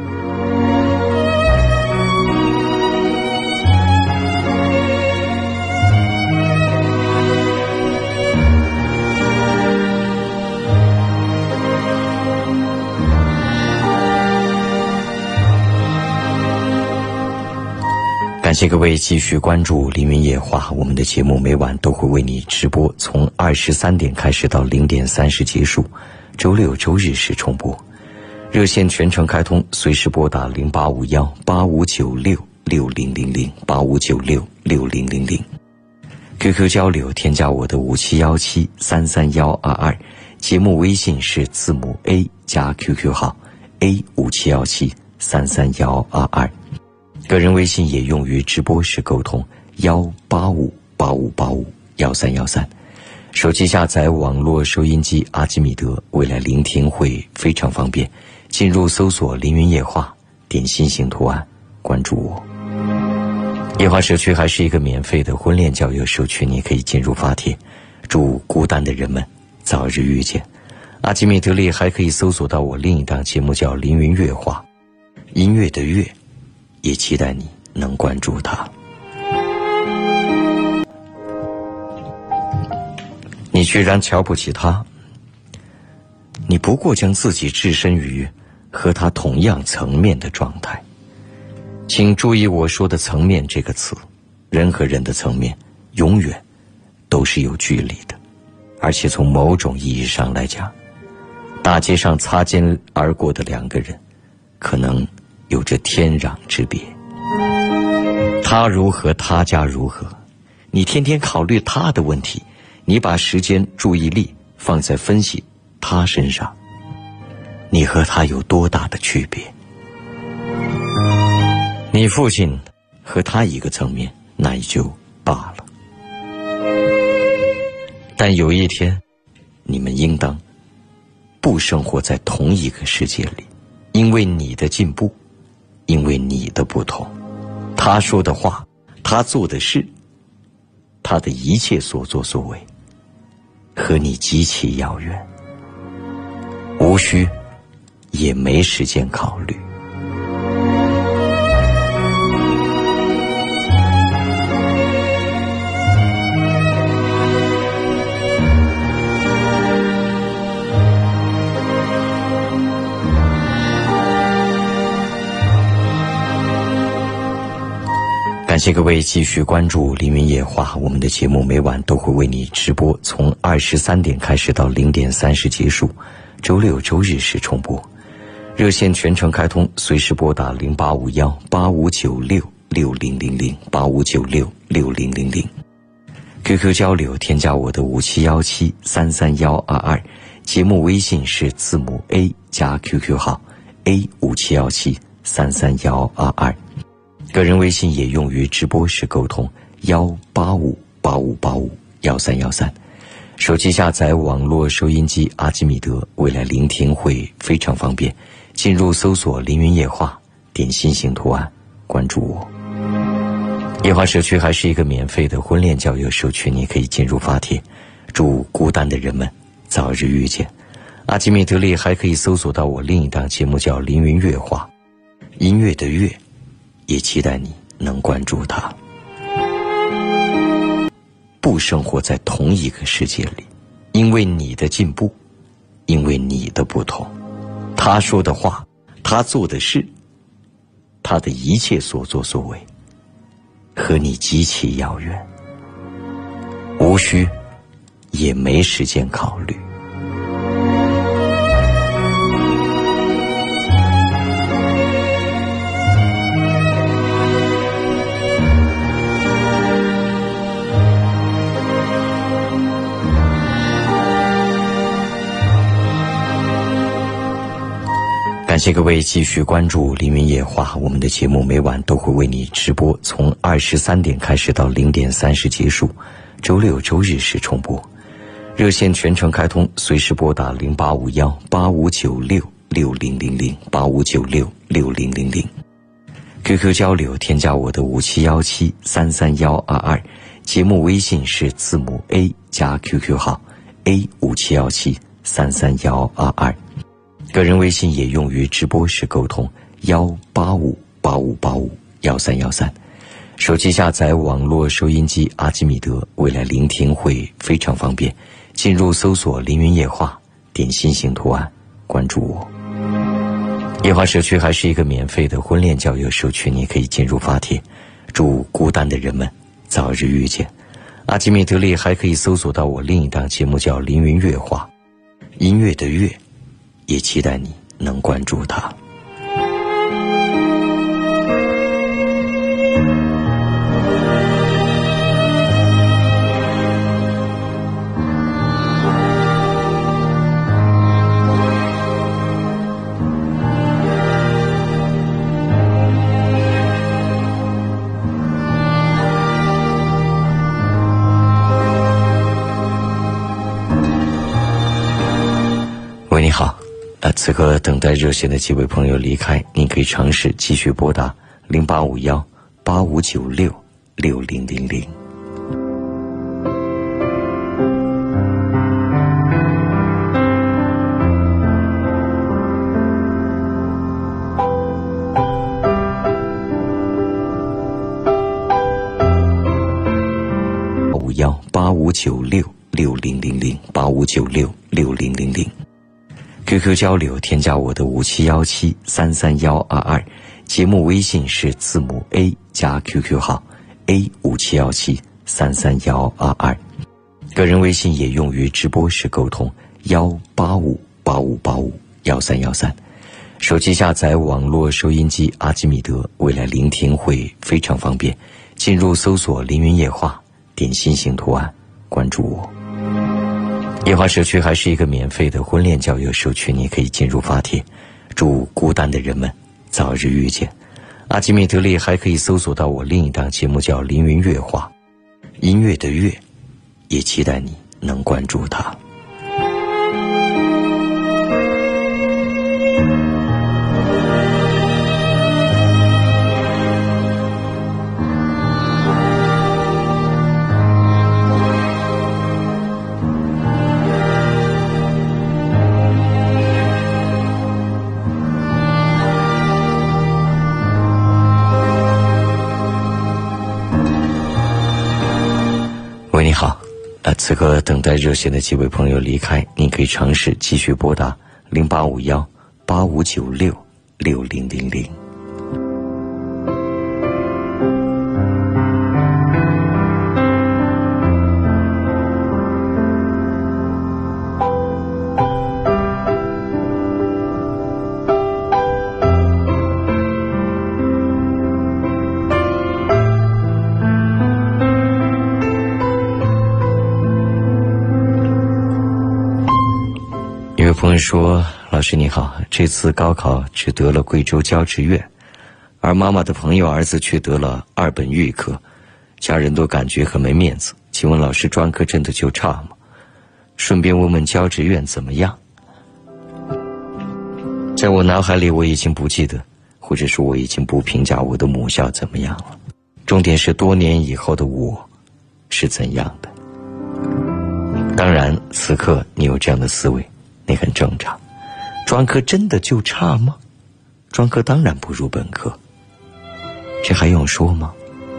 感谢各位继续关注凌云夜话，我们的节目每晚都会为你直播，从二十三点开始到零点三十结束，周六周日是重播，热线全程开通，随时拨打零八五幺八五九六六零零零八五九六六零零零。Q Q 交流添加我的五七幺七三三幺二二，节目微信是字母 A 加 Q Q 号 A 五七幺七三三幺二二。个人微信也用于直播时沟通，幺八五八五八五幺三幺三。手机下载网络收音机阿基米德，未来聆听会非常方便。进入搜索凌云夜话，点心形图案，关注我。夜话社区还是一个免费的婚恋交友社区，你可以进入发帖。祝孤单的人们早日遇见。阿基米德里还可以搜索到我另一档节目叫凌云乐话，音乐的乐，也期待你能关注它。你居然瞧不起他， 你不过将自己置身于和他同样层面的状态。请注意我说的层面这个词，人和人的层面永远都是有距离的，而且从某种意义上来讲，大街上擦肩而过的两个人可能有着天壤之别。他如何，他家如何，你天天考虑他的问题，你把时间注意力放在分析他身上，你和他有多大的区别？你父亲和他一个层面，那也就罢了。但有一天，你们应当不生活在同一个世界里，因为你的进步，因为你的不同，他说的话，他做的事，他的一切所作所为，和你极其遥远，无需也没时间考虑。感谢各位继续关注凌云夜话，我们的节目每晚都会为你直播，从二十三点开始到零点三十结束，周六周日是重播。热线全程开通，随时拨打零八五幺八五九六六零零零八五九六六零零零。Q Q 交流添加我的五七幺七三三幺二二，节目微信是字母 A 加 Q Q 号 A 五七幺七三三幺二二。个人微信也用于直播时沟通，幺八五八五八五幺三幺三。手机下载网络收音机阿基米德，未来聆听会非常方便。进入搜索凌云夜话，点心形图案，关注我。夜话社区还是一个免费的婚恋交友社区，你可以进入发帖。祝孤单的人们早日遇见。阿基米德里还可以搜索到我另一档节目叫凌云乐话，音乐的乐，也期待你能关注它。不生活在同一个世界里，因为你的进步，因为你的不同，他说的话，他做的事，他的一切所作所为，和你极其遥远，无需也没时间考虑。感谢各位继续关注凌云夜话，我们的节目每晚都会为你直播，从二十三点开始到零点三十结束，周六周日是重播。热线全程开通，随时拨打零八五幺八五九六六零零零八五九六六零零零。Q Q 交流添加我的五七幺七三三幺二二，节目微信是字母 A 加 Q Q 号 A 五七幺七三三幺二二。个人微信也用于直播时沟通，幺八五八五八五幺三幺三。手机下载网络收音机阿基米德，未来聆听会非常方便。进入搜索凌云夜话，点心形图案，关注我。夜话社区还是一个免费的婚恋交友社区，你可以进入发帖。祝孤单的人们早日遇见。阿基米德里还可以搜索到我另一档节目叫凌云乐话，音乐的乐，也期待你能关注它。喂，你好。呃，此刻等待热线的几位朋友离开，您可以尝试继续拨打零八五幺八五九六六零零零。五幺八五九六六零零零八五九六六零零零。 Q Q 交流添加我的五七幺七三三幺二二，节目微信是字母 A 加 Q Q 号 A 五七幺七三三幺二二，个人微信也用于直播时沟通幺八五八五八五幺三幺三。手机下载网络收音机阿基米德，未来聆听会非常方便。进入搜索凌云夜话，点心形图案，关注我。夜话社区还是一个免费的婚恋交友社区，你可以进入发帖。祝孤单的人们早日遇见。阿基米德里还可以搜索到我另一档节目叫凌云乐话，音乐的乐，也期待你能关注它。喂，你好，呃，此刻等待热线的几位朋友离开，您可以尝试继续拨打零八五幺八五九六六零零零。有朋友说，老师你好，这次高考只得了贵州交志愿，而妈妈的朋友儿子却得了二本预科，家人都感觉很没面子，请问老师，专科真的就差吗？顺便问问交志愿怎么样？在我脑海里我已经不记得，或者说我已经不评价我的母校怎么样了，重点是多年以后的我是怎样的。当然此刻你有这样的思维，那很正常。专科真的就差吗？专科当然不如本科，这还用说吗？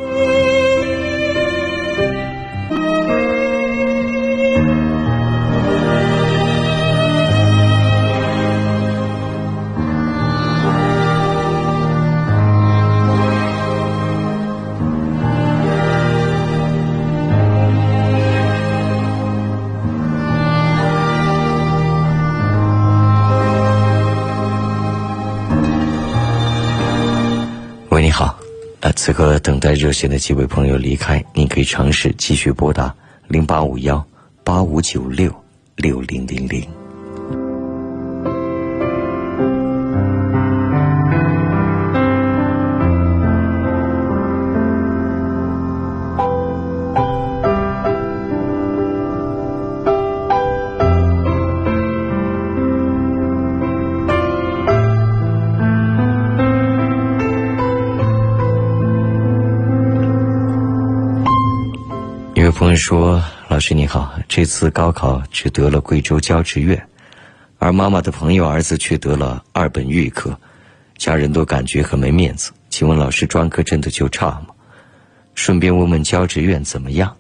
喂，你好，呃，此刻等待热线的几位朋友离开，您可以尝试继续拨打零八五幺八五九六六零零零。有朋友说，老师你好，这次高考只得了贵州交志愿，而妈妈的朋友儿子却得了二本预科，家人都感觉很没面子，请问老师，专科真的就差吗？顺便问问交志愿怎么样？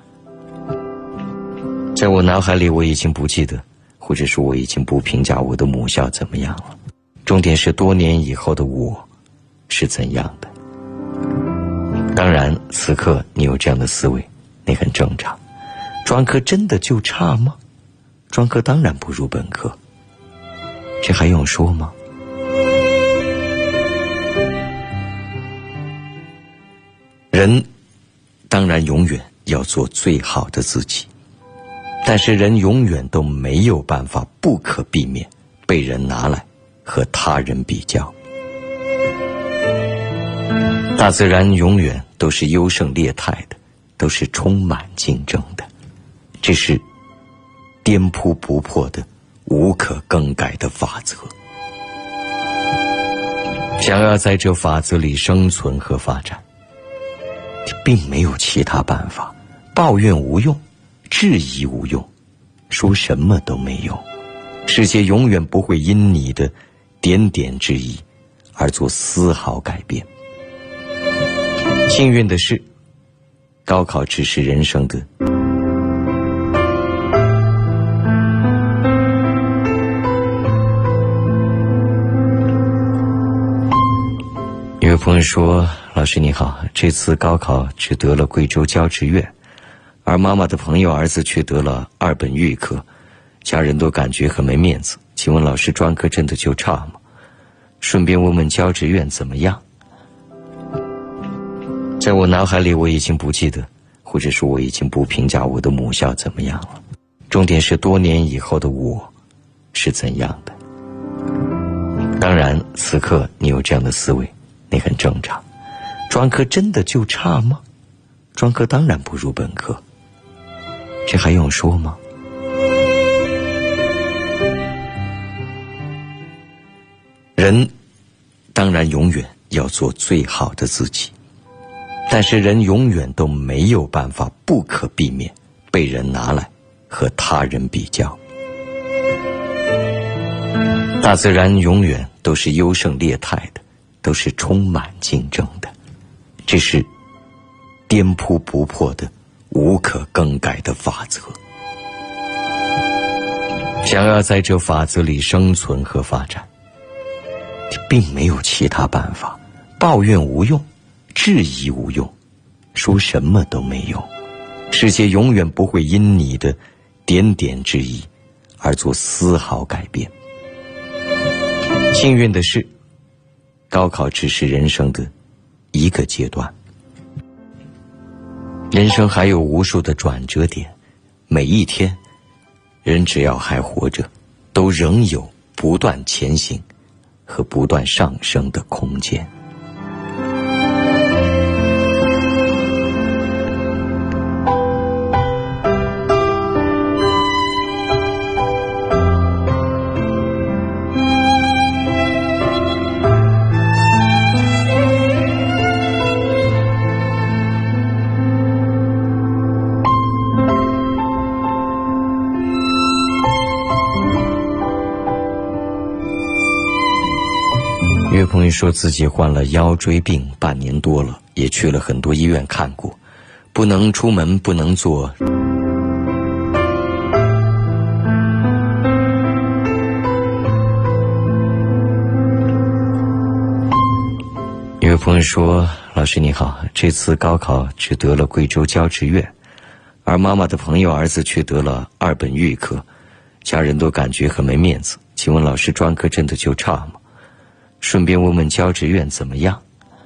在我脑海里我已经不记得，或者说我已经不评价我的母校怎么样了，重点是多年以后的我是怎样的。当然此刻你有这样的思维，那很正常。专科真的就差吗？专科当然不如本科，这还用说吗？人当然永远要做最好的自己，但是人永远都没有办法不可避免被人拿来和他人比较。大自然永远都是优胜劣汰的，都是充满竞争的，这是颠扑不破的无可更改的法则。想要在这法则里生存和发展，并没有其他办法。抱怨无用，质疑无用，说什么都没用。世界永远不会因你的点点质疑而做丝毫改变。幸运的是，高考只是人生的有朋友说，老师你好，这次高考只得了贵州教职院，而妈妈的朋友儿子却得了二本预科，家人都感觉很没面子。请问老师，专科真的就差吗？顺便问问教职院怎么样？在我脑海里，我已经不记得，或者说我已经不评价我的母校怎么样了。重点是多年以后的我是怎样的。当然，此刻你有这样的思维，那很正常。专科真的就差吗？专科当然不如本科，这还用说吗？人当然永远要做最好的自己，但是人永远都没有办法不可避免被人拿来和他人比较。大自然永远都是优胜劣汰的，都是充满竞争的，这是颠扑不破的无可更改的法则。想要在这法则里生存和发展，并没有其他办法，抱怨无用，质疑无用，说什么都没用。世界永远不会因你的点点质疑而做丝毫改变。幸运的是，高考只是人生的一个阶段，人生还有无数的转折点，每一天，人只要还活着，都仍有不断前行和不断上升的空间。有朋友说自己患了腰椎病半年多了，也去了很多医院看过，不能出门，不能做有朋友说，老师你好，这次高考只得了贵州教职院，而妈妈的朋友儿子却得了二本预科，家人都感觉很没面子。请问老师，专科真的就差吗？顺便问问教职院怎么样？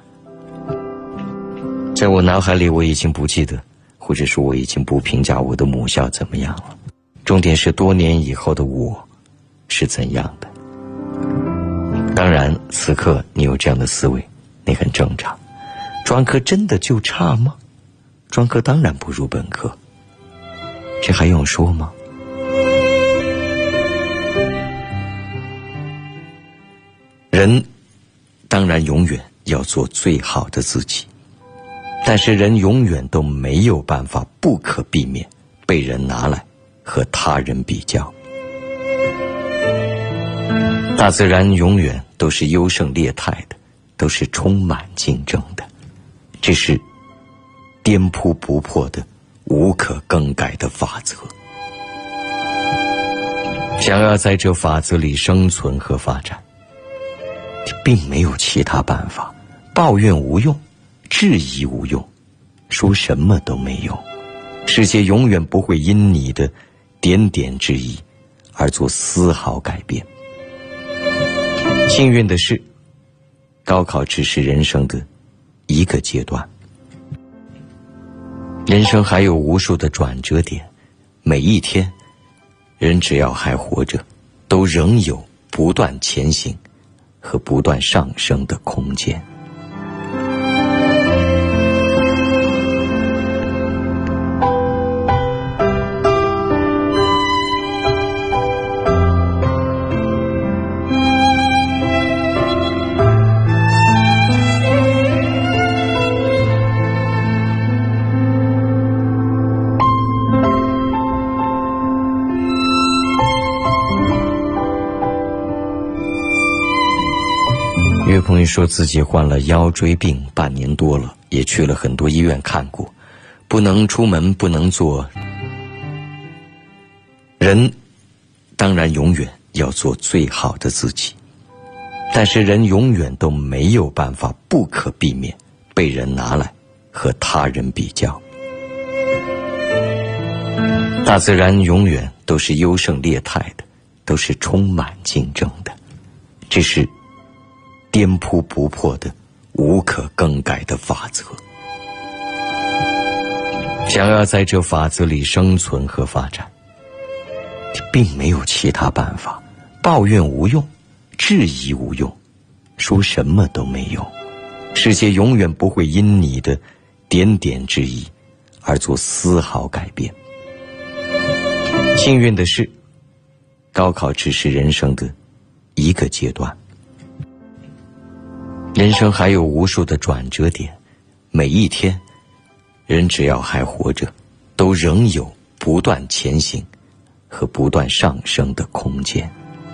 在我脑海里，我已经不记得，或者说我已经不评价我的母校怎么样了。重点是多年以后的我是怎样的。当然，此刻你有这样的思维，那很正常。专科真的就差吗？专科当然不如本科，这还用说吗？人当然永远要做最好的自己，但是人永远都没有办法不可避免被人拿来和他人比较。大自然永远都是优胜劣汰的，都是充满竞争的，这是颠扑不破的无可更改的法则。想要在这法则里生存和发展，并没有其他办法，抱怨无用，质疑无用，说什么都没用。世界永远不会因你的点点质疑而做丝毫改变。幸运的是，高考只是人生的一个阶段，人生还有无数的转折点，每一天，人只要还活着，都仍有不断前行和不断上升的空间。有朋友说自己患了腰椎病半年多了，也去了很多医院看过，不能出门，不能做。人当然永远要做最好的自己， 但是人永远都没有办法不可避免被人拿来和他人比较。大自然永远都是优胜劣汰的，都是充满竞争的，这是颠扑不破的无可更改的法则。想要在这法则里生存和发展，并没有其他办法。抱怨无用，质疑无用，说什么都没用。世界永远不会因你的点点质疑而做丝毫改变。幸运的是，高考只是人生的一个阶段，人生还有无数的转折点，每一天人只要还活着，都仍有不断前行和不断上升的空间。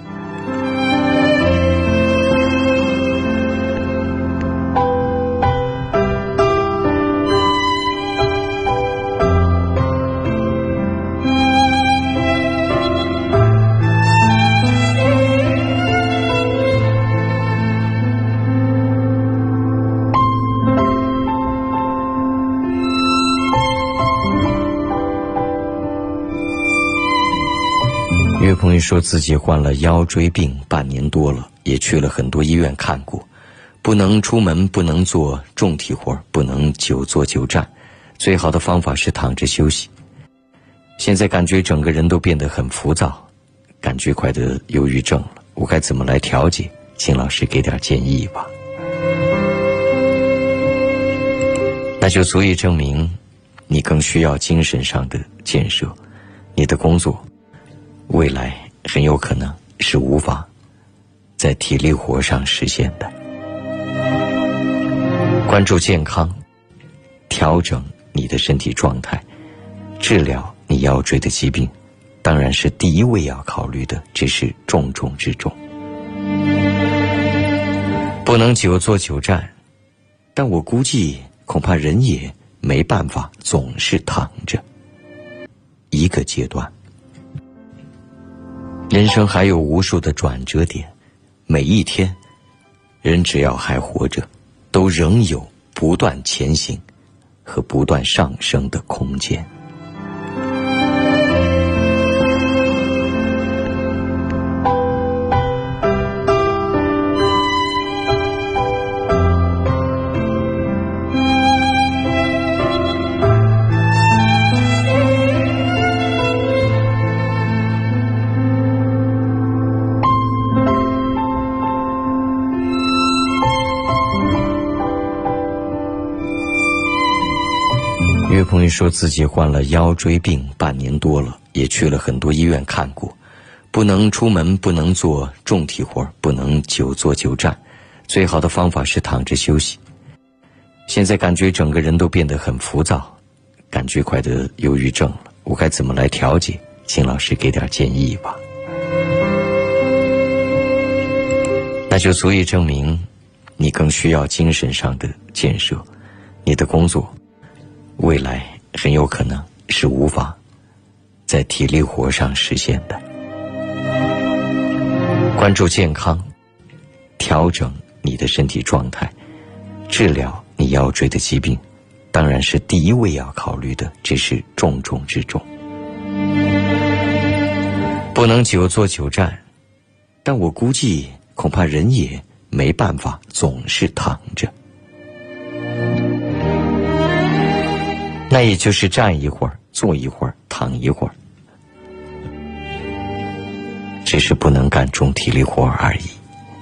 一位朋友说自己患了腰椎病半年多了，也去了很多医院看过，不能出门，不能做重体活，不能久坐久站，最好的方法是躺着休息。现在感觉整个人都变得很浮躁，感觉快得忧郁症了，我该怎么来调节？请老师给点建议吧。那就足以证明你更需要精神上的建设，你的工作未来很有可能是无法在体力活上实现的。关注健康，调整你的身体状态，治疗你腰椎的疾病，当然是第一位要考虑的，这是重中之重。不能久坐久站，但我估计恐怕人也没办法总是躺着。一个阶段，人生还有无数的转折点，每一天人只要还活着，都仍有不断前行和不断上升的空间。一位朋友说自己患了腰椎病半年多了，也去了很多医院看过，不能出门，不能做重体活，不能久坐久站，最好的方法是躺着休息。现在感觉整个人都变得很浮躁，感觉快得忧郁症了，我该怎么来调节？请老师给点建议吧。那就足以证明你更需要精神上的建设，你的工作未来很有可能是无法在体力活上实现的。关注健康，调整你的身体状态，治疗你腰椎的疾病，当然是第一位要考虑的，这是重中之重。不能久坐久站，但我估计恐怕人也没办法总是躺着。那也就是站一会儿，坐一会儿，躺一会儿，只是不能干重体力活而已。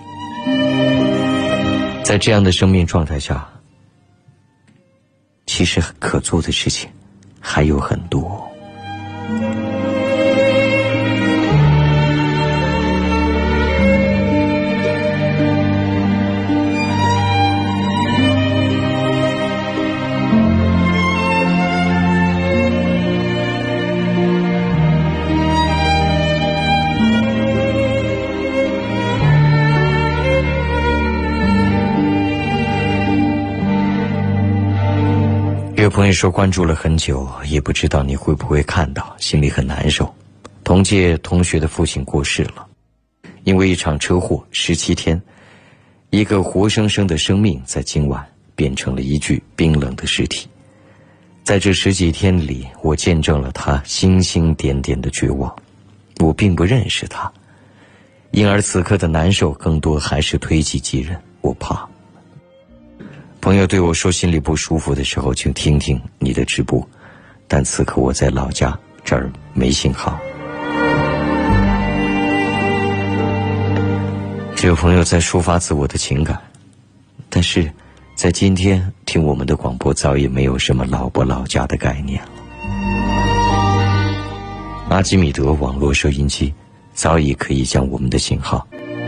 在这样的生命状态下，其实可做的事情还有很多。有朋友说关注了很久，也不知道你会不会看到，心里很难受。同届同学的父亲过世了，因为一场车祸，十七天一个活生生的生命在今晚变成了一具冰冷的尸体。在这十几天里，我见证了他星星点点的绝望。我并不认识他，因而此刻的难受更多还是推己及人。我怕朋友对我说心里不舒服的时候，请听听你的直播，但此刻我在老家，这儿没信号。只有朋友在抒发自我的情感，但是在今天听我们的广播早已没有什么老伯老家的概念了。阿基米德网络收音机早已可以将我们的信号，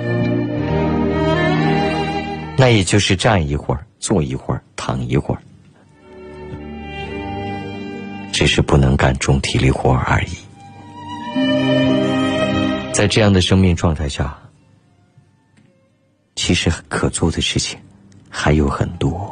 那也就是站一会儿，坐一会儿，躺一会儿，只是不能干重体力活而已。在这样的生命状态下，其实可做的事情还有很多。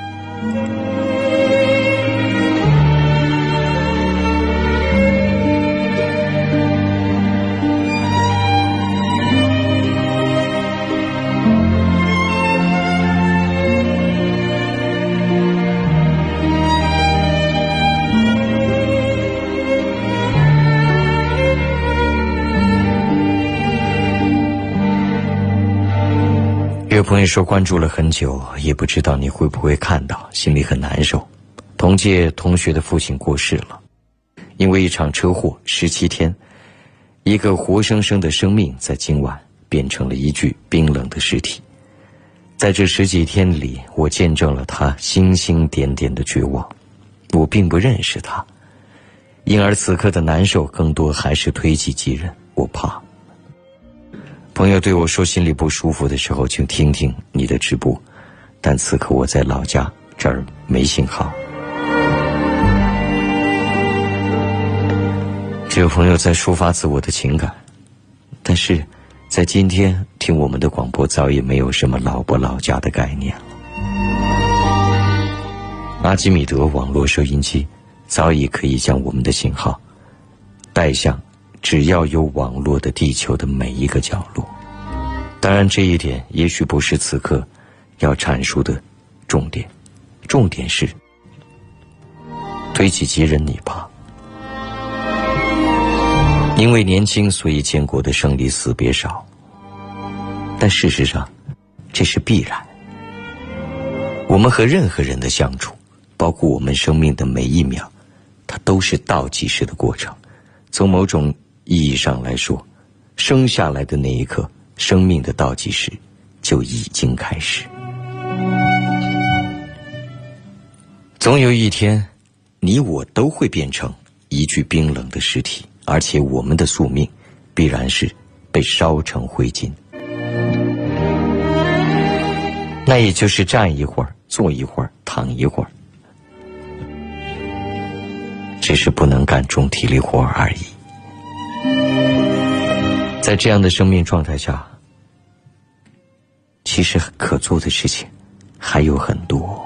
有朋友说关注了很久，也不知道你会不会看到，心里很难受。同届同学的父亲过世了，因为一场车祸，十七天，一个活生生的生命在今晚变成了一具冰冷的尸体。在这十几天里，我见证了他星星点点的绝望。我并不认识他，因而此刻的难受更多还是推己及人。我怕朋友对我说心里不舒服的时候，请听听你的直播，但此刻我在老家，这儿没信号。只有朋友在抒发自我的情感，但是在今天听我们的广播早已没有什么老伯老家的概念了。阿基米德网络收音机早已可以将我们的信号带向只要有网络的地球的每一个角落。当然这一点也许不是此刻要阐述的重点，重点是推己及人你怕。因为年轻，所以见过的生离死别少，但事实上这是必然。我们和任何人的相处，包括我们生命的每一秒，它都是倒计时的过程。从某种意义上来说，生下来的那一刻，生命的倒计时就已经开始。总有一天，你我都会变成一具冰冷的尸体，而且我们的宿命必然是被烧成灰烬。那也就是站一会儿，坐一会儿，躺一会儿，只是不能干重体力活而已。在这样的生命状态下，其实可做的事情还有很多。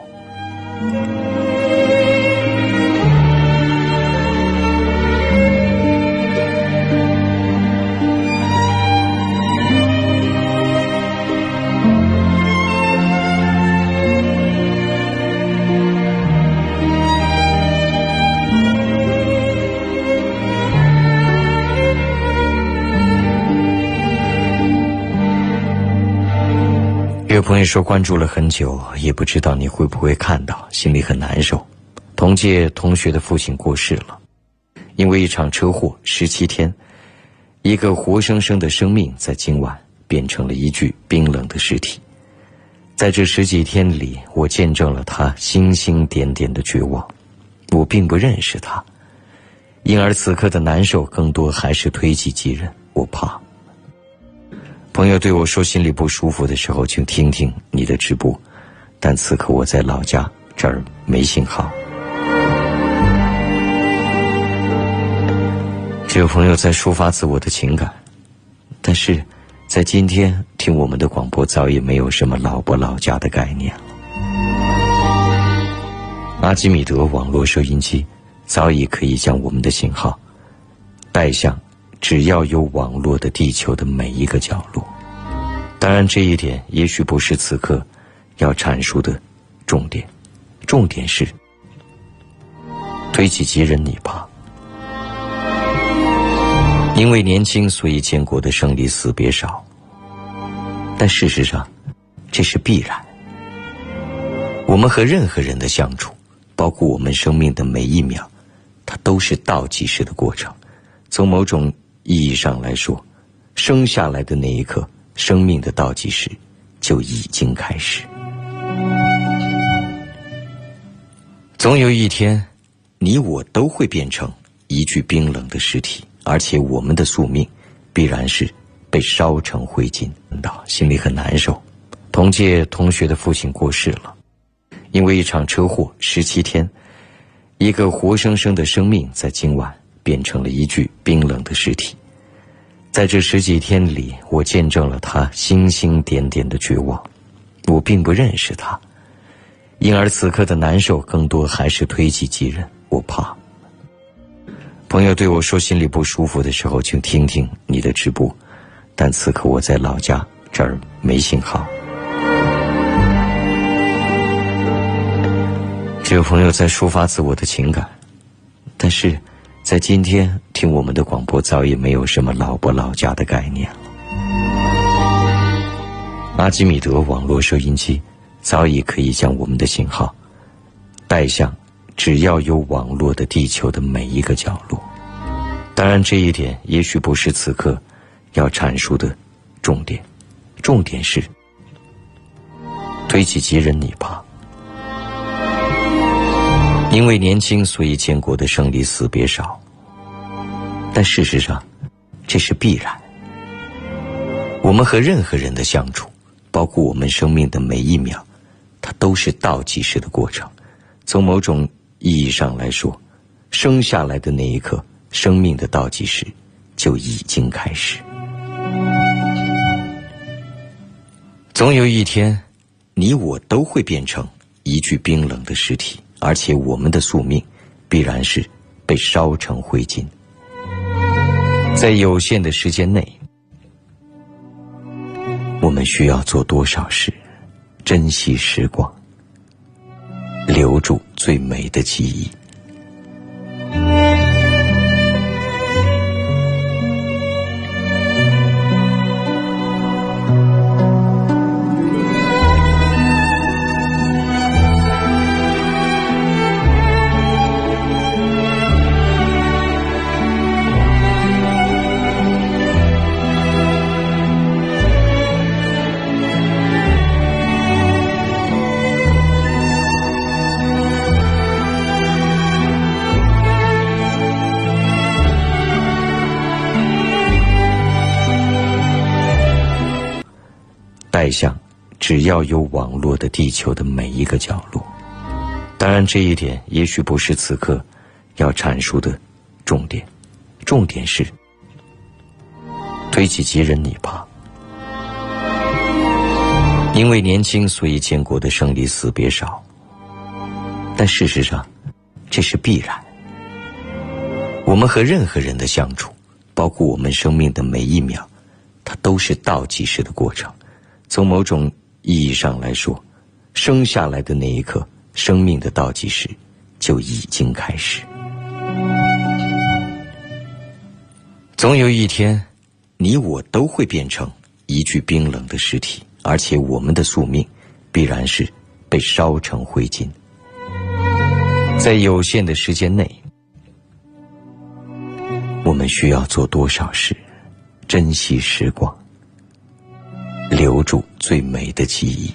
有朋友说关注了很久，也不知道你会不会看到，心里很难受。同届同学的父亲过世了，因为一场车祸，十七天，一个活生生的生命在今晚变成了一具冰冷的尸体。在这十几天里，我见证了他星星点点的绝望。我并不认识他，因而此刻的难受更多还是推己及人。我怕朋友对我说心里不舒服的时候，请听听你的直播，但此刻我在老家，这儿没信号。只有朋友在抒发自我的情感，但是在今天听我们的广播早已没有什么老伯老家的概念了。阿基米德网络收音机早已可以将我们的信号带向只要有网络的地球的每一个角落。 当然，这一点也许不是此刻要阐述的重点，重点是推己及人你吧。因为年轻，所以见过的生离死别少，但事实上，这是必然。我们和任何人的相处，包括我们生命的每一秒，它都是倒计时的过程。从某种意义上来说，生下来的那一刻，生命的倒计时就已经开始。总有一天，你我都会变成一具冰冷的尸体，而且我们的宿命必然是被烧成灰烬。心里很难受。同届同学的父亲过世了，因为一场车祸，十七天，一个活生生的生命在今晚变成了一具冰冷的尸体。在这十几天里，我见证了他星星点点的绝望。我并不认识他，因而此刻的难受更多还是推己及人。我怕朋友对我说心里不舒服的时候，请听听你的直播，但此刻我在老家，这儿没信号。只有朋友在抒发自我的情感，但是在今天听我们的广播早已没有什么老伯老家的概念了。阿基米德网络收音机早已可以将我们的信号带向只要有网络的地球的每一个角落。当然，这一点也许不是此刻要阐述的重点，重点是推己及人你吧。因为年轻，所以见过的生离死别少，但事实上，这是必然。我们和任何人的相处，包括我们生命的每一秒，它都是倒计时的过程。从某种意义上来说，生下来的那一刻，生命的倒计时就已经开始。总有一天，你我都会变成一具冰冷的尸体，而且我们的宿命必然是被烧成灰烬。在有限的时间内，我们需要做多少事？珍惜时光，留住最美的记忆。带向只要有网络的地球的每一个角落。当然，这一点也许不是此刻要阐述的重点，重点是推己及人你吧。因为年轻，所以见过的生离死别少，但事实上，这是必然。我们和任何人的相处，包括我们生命的每一秒，它都是倒计时的过程。从某种意义上来说，生下来的那一刻，生命的倒计时就已经开始。总有一天，你我都会变成一具冰冷的尸体，而且我们的宿命必然是被烧成灰烬。在有限的时间内，我们需要做多少事？珍惜时光，留住最美的记忆。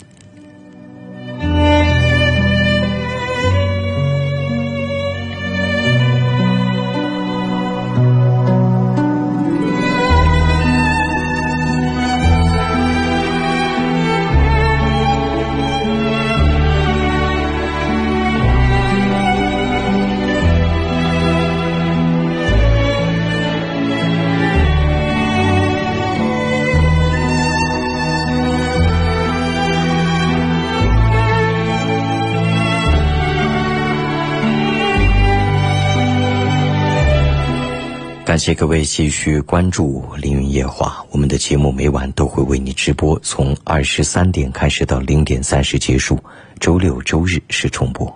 感谢各位继续关注凌云夜话，我们的节目每晚都会为你直播，从二十三点开始到零点三十结束，周六周日是重播。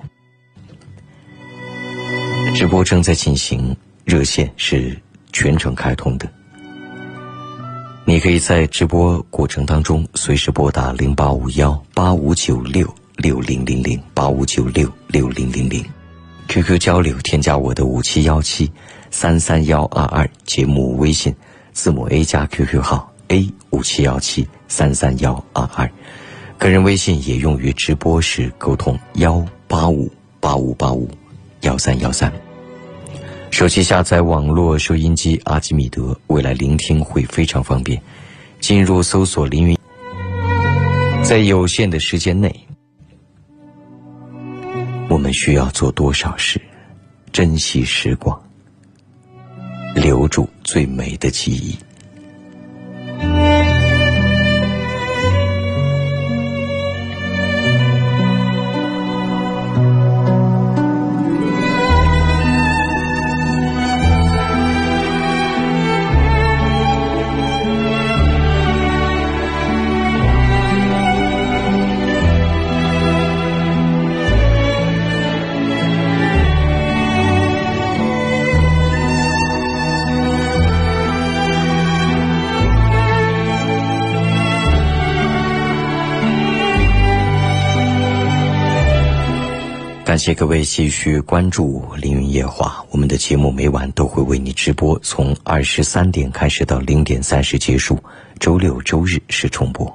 直播正在进行，热线是全程开通的，你可以在直播过程当中随时拨打零八五幺八五九六六零零零八五九六六零零零 Q Q 交流添加我的五七幺七三三幺二二节目微信字母 A 加 Q Q 号 A 五七幺七三三幺二二，个人微信也用于直播时沟通幺八五八五八五幺三幺三。手机下载网络收音机阿基米德，未来聆听会非常方便。进入搜索凌云，在有限的时间内，我们需要做多少事？珍惜时光，留住最美的记忆。感谢各位继续关注凌云夜话，我们的节目每晚都会为你直播，从二十三点开始到零点三十结束，周六周日是重播。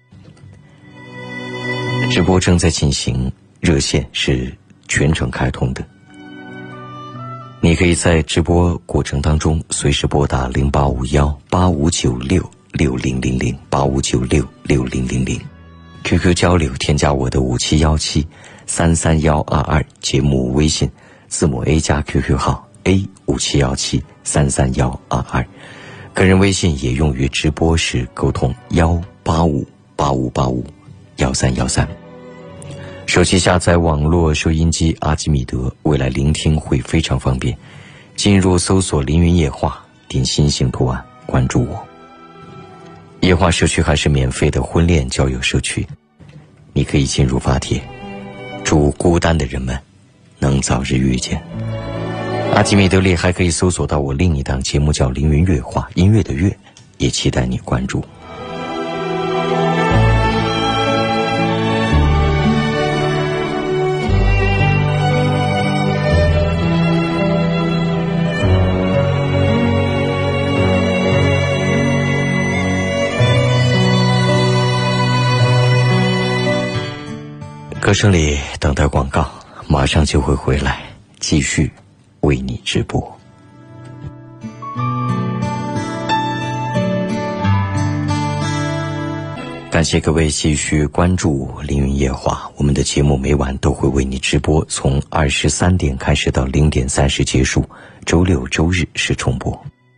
直播正在进行，热线是全程开通的，你可以在直播过程当中随时拨打零八五幺八五九六六零零零八五九六六零零零 Q Q 交流添加我的五七幺七三三幺二二节目微信字母 A 加 Q Q 号 A 五七幺七三三幺二二，个人微信也用于直播时沟通幺八五八五八五幺三幺三。手机下载网络收音机阿基米德，未来聆听会非常方便。进入搜索凌云夜话，点心形图案关注我。夜话社区还是免费的婚恋交友社区，你可以进入发帖，祝孤单的人们能早日遇见。阿基米德里还可以搜索到我另一档节目叫凌云乐话，音乐的乐，也期待你关注。歌声里等待广告，马上就会回来，继续为你直播。感谢各位继续关注凌云夜话，我们的节目每晚都会为你直播，从二十三点开始到零点三十结束，周六周日是重播。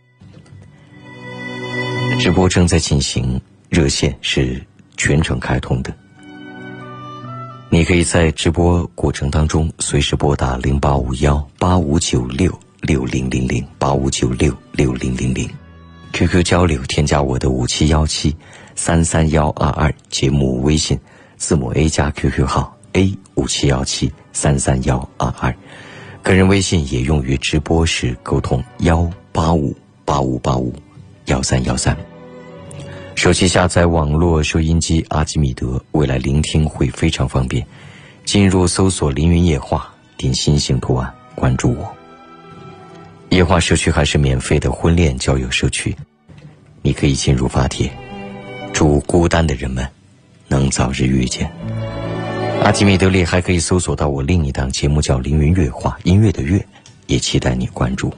直播正在进行，热线是全程开通的，你可以在直播过程当中随时拨打零八五幺八五九六六零零零八五九六六零零零 Q Q 交流添加我的五七幺七三三幺二二节目微信字母 A 加 Q Q 号 A 五七幺七三三幺二二，个人微信也用于直播时沟通幺八五八五八五幺三幺三。手机下载网络收音机阿基米德，未来聆听会非常方便。进入搜索凌云夜话，点心形图案关注我。夜话社区还是免费的婚恋交友社区，你可以进入发帖，祝孤单的人们能早日遇见。阿基米德里还可以搜索到我另一档节目叫凌云乐话，音乐的乐，也期待你关注。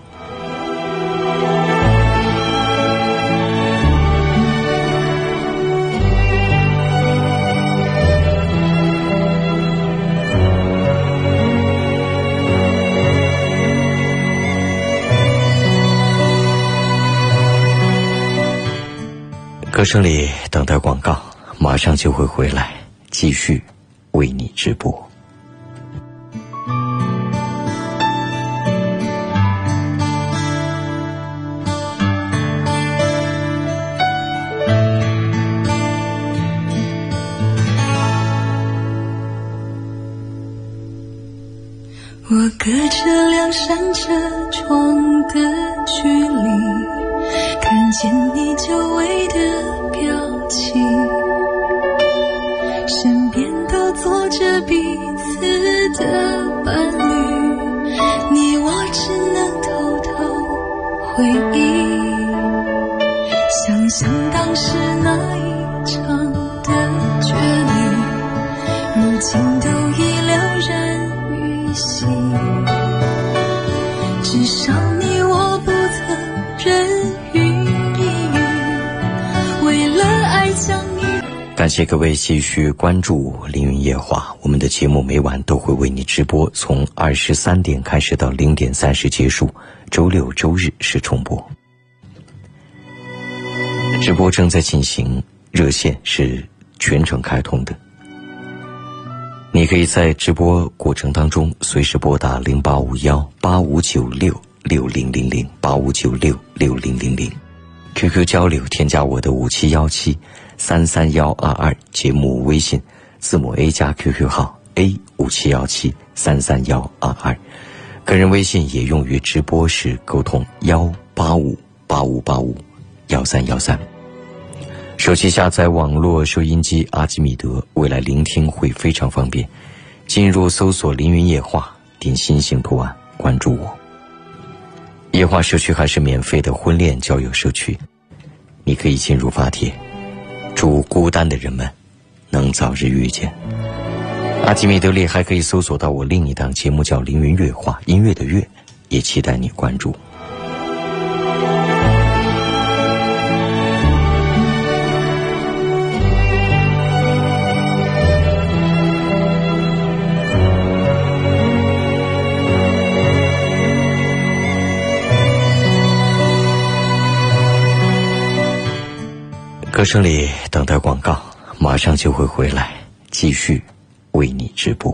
歌声里等待广告，马上就会回来，继续为你直播。 我隔着两扇车窗的距离，看见你久违的表情，身边都坐着彼此的伴侣，你我只能偷偷回忆，想想当时那一场的决离，如今都已了然于心，至少你我不曾人云亦云，为了爱将你。 感谢各位继续关注凌云夜话，我们的节目每晚都会为你直播，从二十三点开始到零点三十结束，周六周日是重播。直播正在进行，热线是全程开通的，你可以在直播过程当中随时拨打零八五幺八五九六六零零零八五九六六零零零 Q Q 交流，添加我的五七幺七三三幺二二节目微信字母 A 加 Q Q 号 A 五七幺七三三幺二二，个人微信也用于直播时沟通幺八五八五八五幺三幺三。手机下载网络收音机阿基米德，未来聆听会非常方便。进入搜索凌云夜话，点心形图案关注我。夜话社区还是免费的婚恋交友社区，你可以进入发帖，祝孤单的人们能早日遇见。阿基米德里还可以搜索到我另一档节目叫凌云乐话，音乐的乐，也期待你关注。歌声里等待广告，马上就会回来，继续为你直播。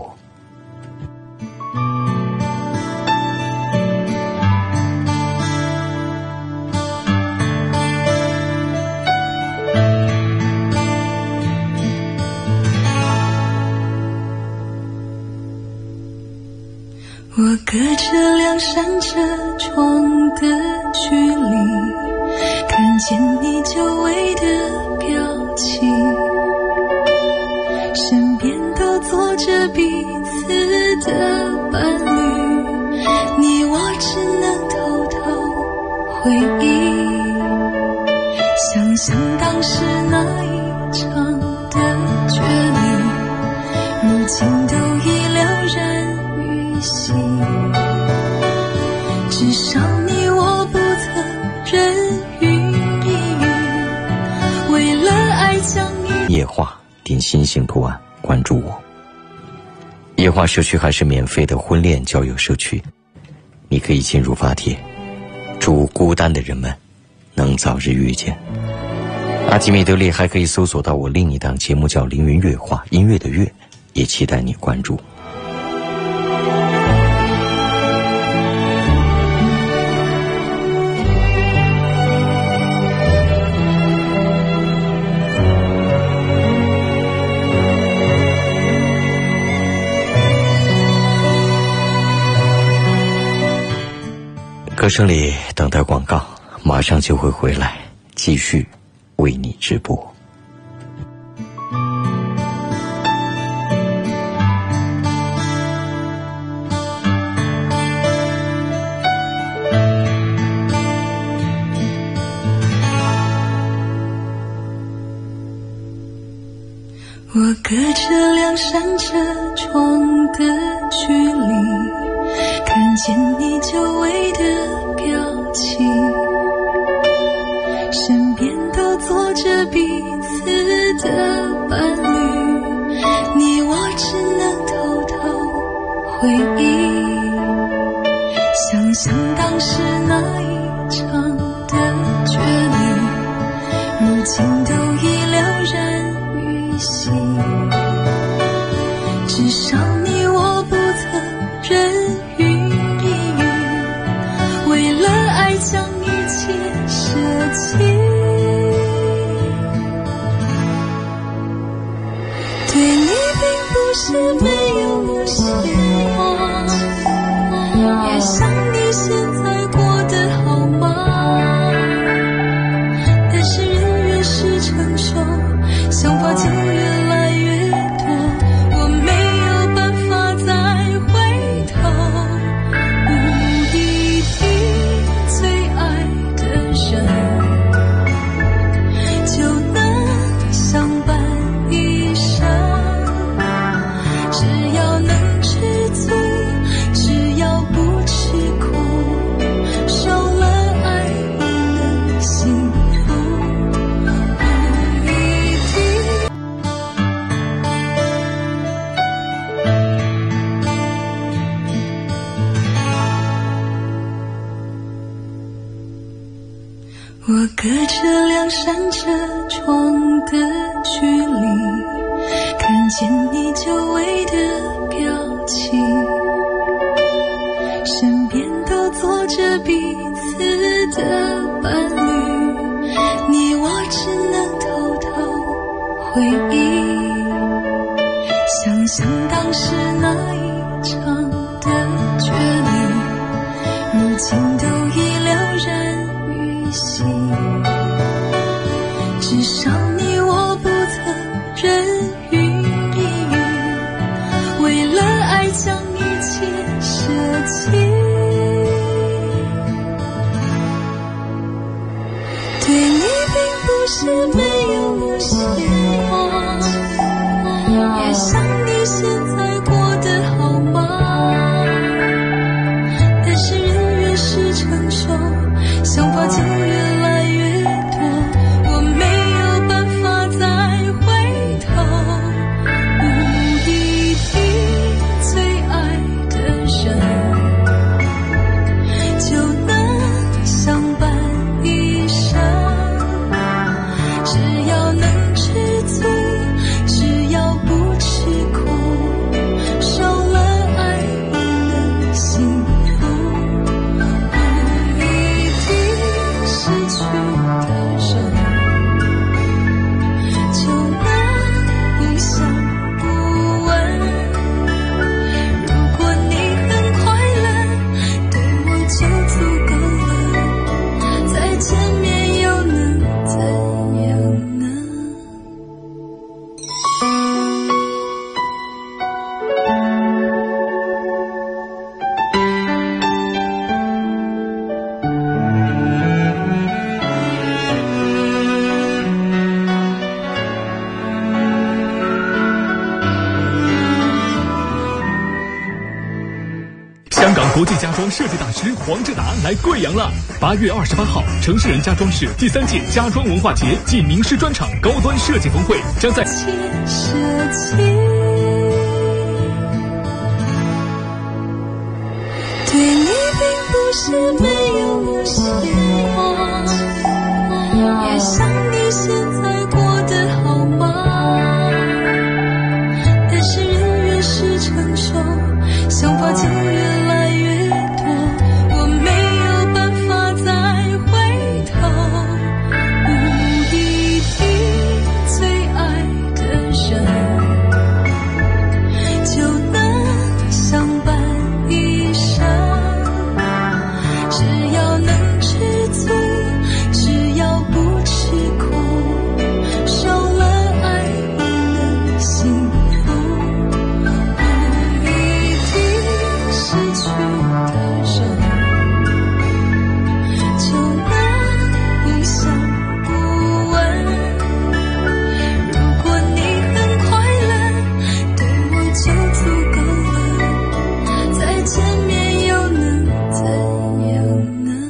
我隔着两扇车窗的距离，看见你久违的表情，身边都坐着彼此的伴侣，你我只能偷偷回忆，想想当时那一场的决离，如今都已了然于心，至少你我不曾人云亦云，为了爱将你。 夜话点心形图案关注我。夜话社区还是免费的婚恋交友社区，你可以进入发帖，祝孤单的人们能早日遇见。阿基米德里还可以搜索到我另一档节目叫凌云乐话，音乐的乐，也期待你关注。歌声里等待广告，马上就会回来，继续为你直播。 我隔着两扇车窗的距离，看见你久违的表情，身边都坐着彼此的伴侣，你我只能偷偷回忆，想想当时那一场的决离，如今都已了然于心，至少你我不曾人云亦云，为了爱将一切舍弃，对你并不是没有希望， 现在过得好吗？但是人越是成熟，想法就越来越多，我没有办法再回头。不一定最爱的人就能相伴一生，只要能知足，只要不吃苦，少了爱不能幸福。不一定。我隔着两扇车窗的距离，看见你久违的表情，身边都坐着彼此的伴侣，你我只能偷偷回忆，想想当时那一场的决离，如今都已了然于心，至少你我不曾人云亦云，为了爱将一切舍弃。对你并不是没有希望，也想你现在过得好吗？但是人越是成熟，想法就越来越多，我没有办法再回头。不一定最爱的人就能相伴一生，只要能知足，只要不吃苦，少了爱不能幸福。不一定失去的人就能不想不问。如果你很快乐，对我就足够了，再见面又能怎样呢？ 香港国际家装设计大师黄志达来贵阳了。八月二十八号，城市人家装饰第三届家装文化节暨名师专场高端设计峰会将在切舍弃。对你并不是没有希望，也想你现在过得好吗？但是人越是成熟，想法就越来越多，我没有办法再回头。不一定最爱的人就能相伴一生，只要能知足，只要不吃苦，少了爱不能幸福。不一定失去的人就能不想不问。如果你很快乐，对我就足够了，再见面又能怎样呢？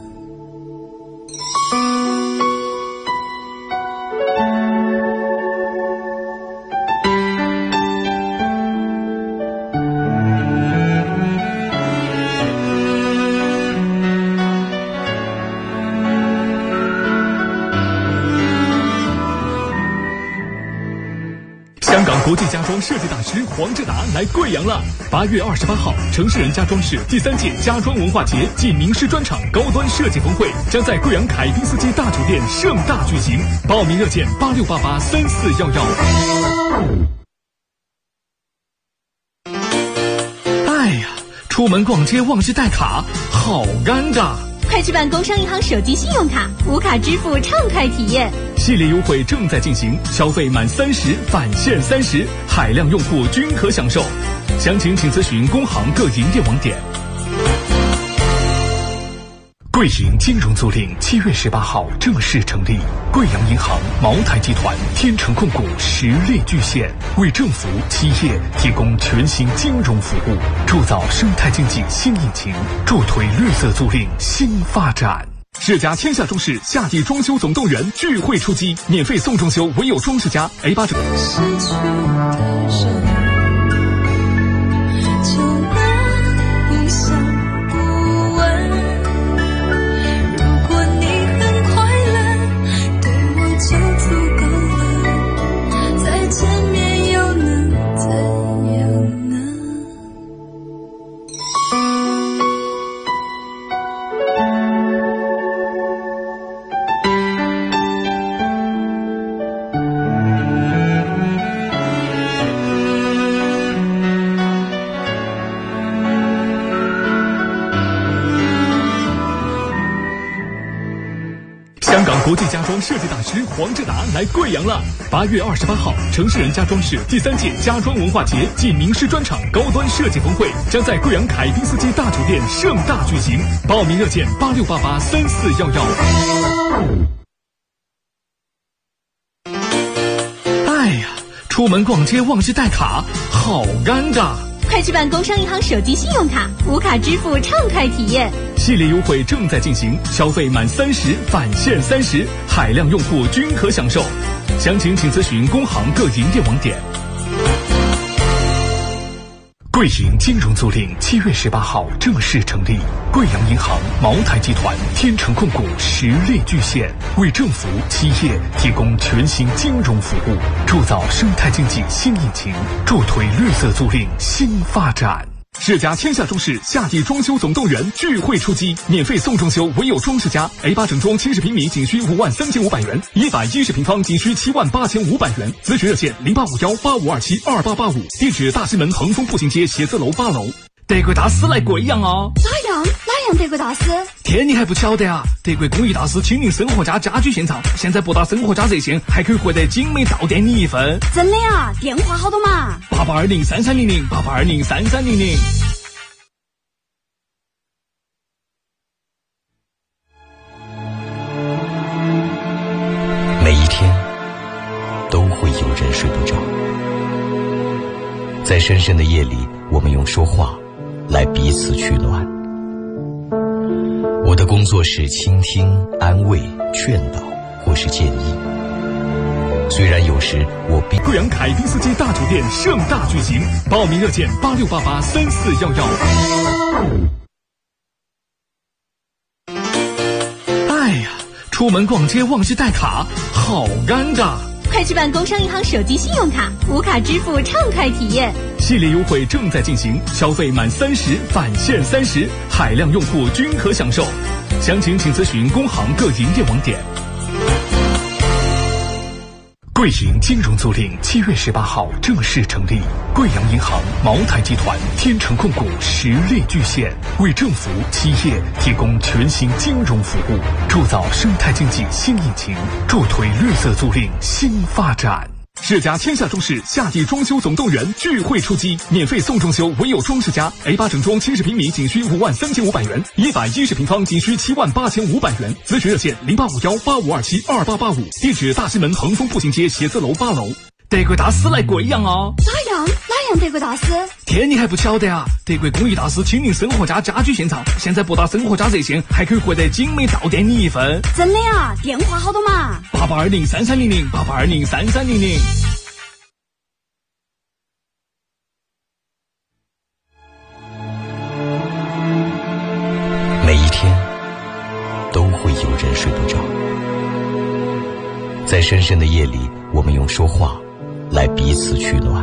香港国际家装设计大师黄志达来贵阳了。八月二十八号，城市人家装饰第三届家装文化节暨名师专场高端设计峰会将在贵阳凯宾斯基大酒店盛大举行，报名热线八六八八三四幺幺。哎呀， 出门逛街忘记带卡，好尴尬。 快去办工商银行手机信用卡，无卡支付畅快体验。 系列优惠正在进行，消费满三十返现三十，海量用户均可享受。详情请咨询工行各营业网点。贵银金融租赁七月十八号正式成立，贵阳银行、茅台集团、天成控股实力巨献，为政府、企业提供全新金融服务，铸造生态经济新引擎，助推绿色租赁新发展。世嘉天下装饰夏季装修总动员聚会出击，免费送装修，唯有装饰家 A 八折。 失去的人就能一想不问，如果你很快乐，对我就足够了，再见面又能怎样呢？ 香港国际家装设计大师黄志达来贵阳了。八月二十八号，城市人家装饰第三届家装文化节暨名师专场高端设计峰会将在贵阳凯宾斯基大酒店盛大举行，报名热线八六八八三四幺幺。哎呀，出门逛街忘记带卡，好尴尬。 快去办工商银行手机信用卡，无卡支付畅快体验。 系列优惠正在进行，消费满三十返现三十，海量用户均可享受。详情请咨询工行各营业网点。贵银金融租赁七月十八号正式成立，贵阳银行、茅台集团、天成控股实力巨献，为政府、企业提供全新金融服务，铸造生态经济新引擎，助推绿色租赁新发展。世嘉天下装饰夏季装修总动员聚会出击，免费送装修，唯有装饰家 A 八整装七十平米仅需五万三千五百元，一百一十平方仅需七万八千五百元。咨询热线零八五幺八五二七二八八五，地址大西门恒丰步行街写字楼八楼。德国大师来贵阳啊！ 哪样哪样德国大师？ 天你还不晓得啊？德国工艺大师亲临生活家家居现场，现在拨打生活家热线还可以获得精美到店礼一份。 真的呀？电话好多嘛？ 八八二零三三零零八八二零三三零零。 每一天都会有人睡不着，在深深的夜里，我们用说话来彼此取暖。我的工作是倾听、安慰、劝导或是建议。虽然有时我并贵阳凯宾斯基大酒店盛大举行，报名热线八六八八三四幺幺。哎呀，出门逛街忘记带卡，好尴尬。 快去办工商银行手机信用卡，无卡支付畅快体验。 系列优惠正在进行，消费满三十返现三十，海量用户均可享受。详情请咨询工行各营业网点。贵银金融租赁七月十八号正式成立，贵阳银行、茅台集团、天成控股实力巨献，为政府、企业提供全新金融服务，铸造生态经济新引擎，助推绿色租赁新发展。世嘉天下装饰夏季装修总动员聚会出击，免费送装修，唯有装饰家 A 八整装七十平米仅需五万三千五百元，一百一十平方仅需七万八千五百元。咨询热线零八五幺八五二七二八八五，地址大西门恒丰步行街写字楼八楼。德国大师来贵阳啊！ 哪样哪样德国大师？ 天你还不晓得啊？德国工艺大师亲临生活家家居现场，现在拨打生活家热线还可以获得精美到店礼一份。 真的呀？电话好多嘛？ 八八二零三三零零八八二零三三零零。 每一天都会有人睡不着，在深深的夜里，我们用说话来彼此取暖。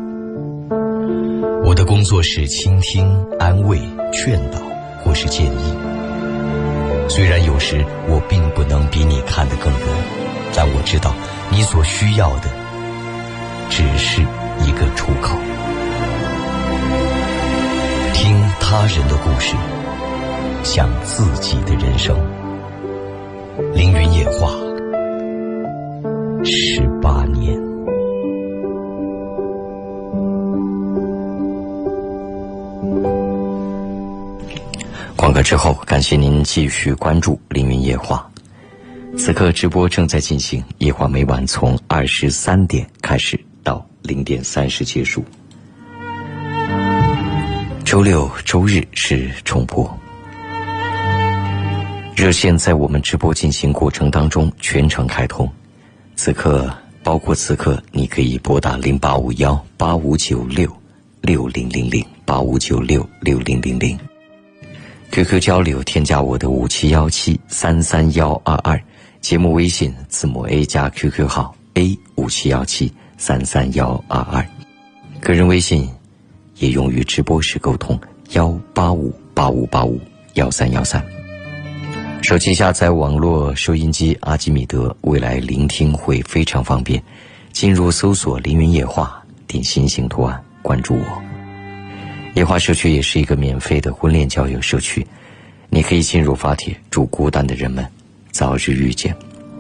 我的工作是倾听、安慰、劝导或是建议。虽然有时我并不能比你看得更远，但我知道你所需要的只是一个出口。 听他人的故事，想自己的人生。凌云夜话，十八年。广告之后，感谢您继续关注凌云夜话。此刻直播正在进行，夜话每晚从二十三点开始到零点三十结束。周六、周日是重播。热线在我们直播进行过程当中全程开通，此刻包括此刻你可以拨打零八五幺八五九六六零零零八五九六六零零零。Q Q 交流添加我的五七幺七三三幺二二，节目微信字母 A 加 Q Q 号 A 五七幺七三三幺二二，个人微信也用于直播时沟通幺八五八五八五幺三幺三。手机下载网络收音机阿基米德，未来聆听会非常方便。进入搜索凌云夜话，点心形图案关注我。夜话社区也是一个免费的婚恋交友社区，你可以进入发帖，祝孤单的人们早日遇见。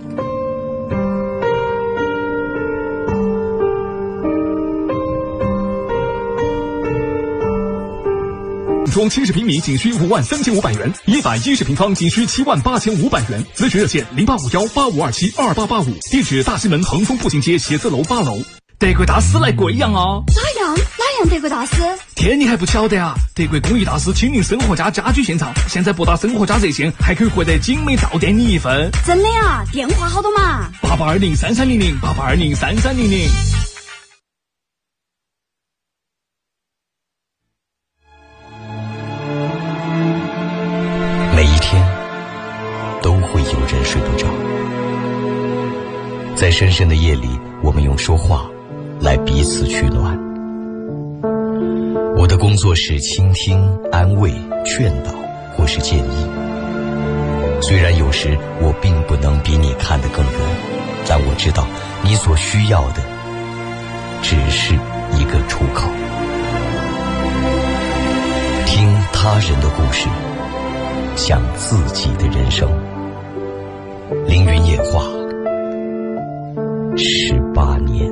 装七十平米仅需五万三千五百元，一百一十平方仅需七万八千五百元。咨询热线零八五幺八五二七二八八五，地址大西门恒丰步行街写字楼八楼。德国大师来贵阳啊！ 哪样哪样德国大师？ 天，你还不晓得啊？德国工艺大师亲临生活家家居现场，现在拨打生活家热线还可以获得精美到店礼一份。 真的啊？电话好多嘛？ 八八二零三三零零八八二零三三零零。 每一天都会有人睡不着，在深深的夜里，我们用说话来彼此取暖。我的工作是倾听、安慰、劝导或是建议。虽然有时我并不能比你看得更远，但我知道你所需要的只是一个出口。听他人的故事，想自己的人生。凌云夜话，十八年。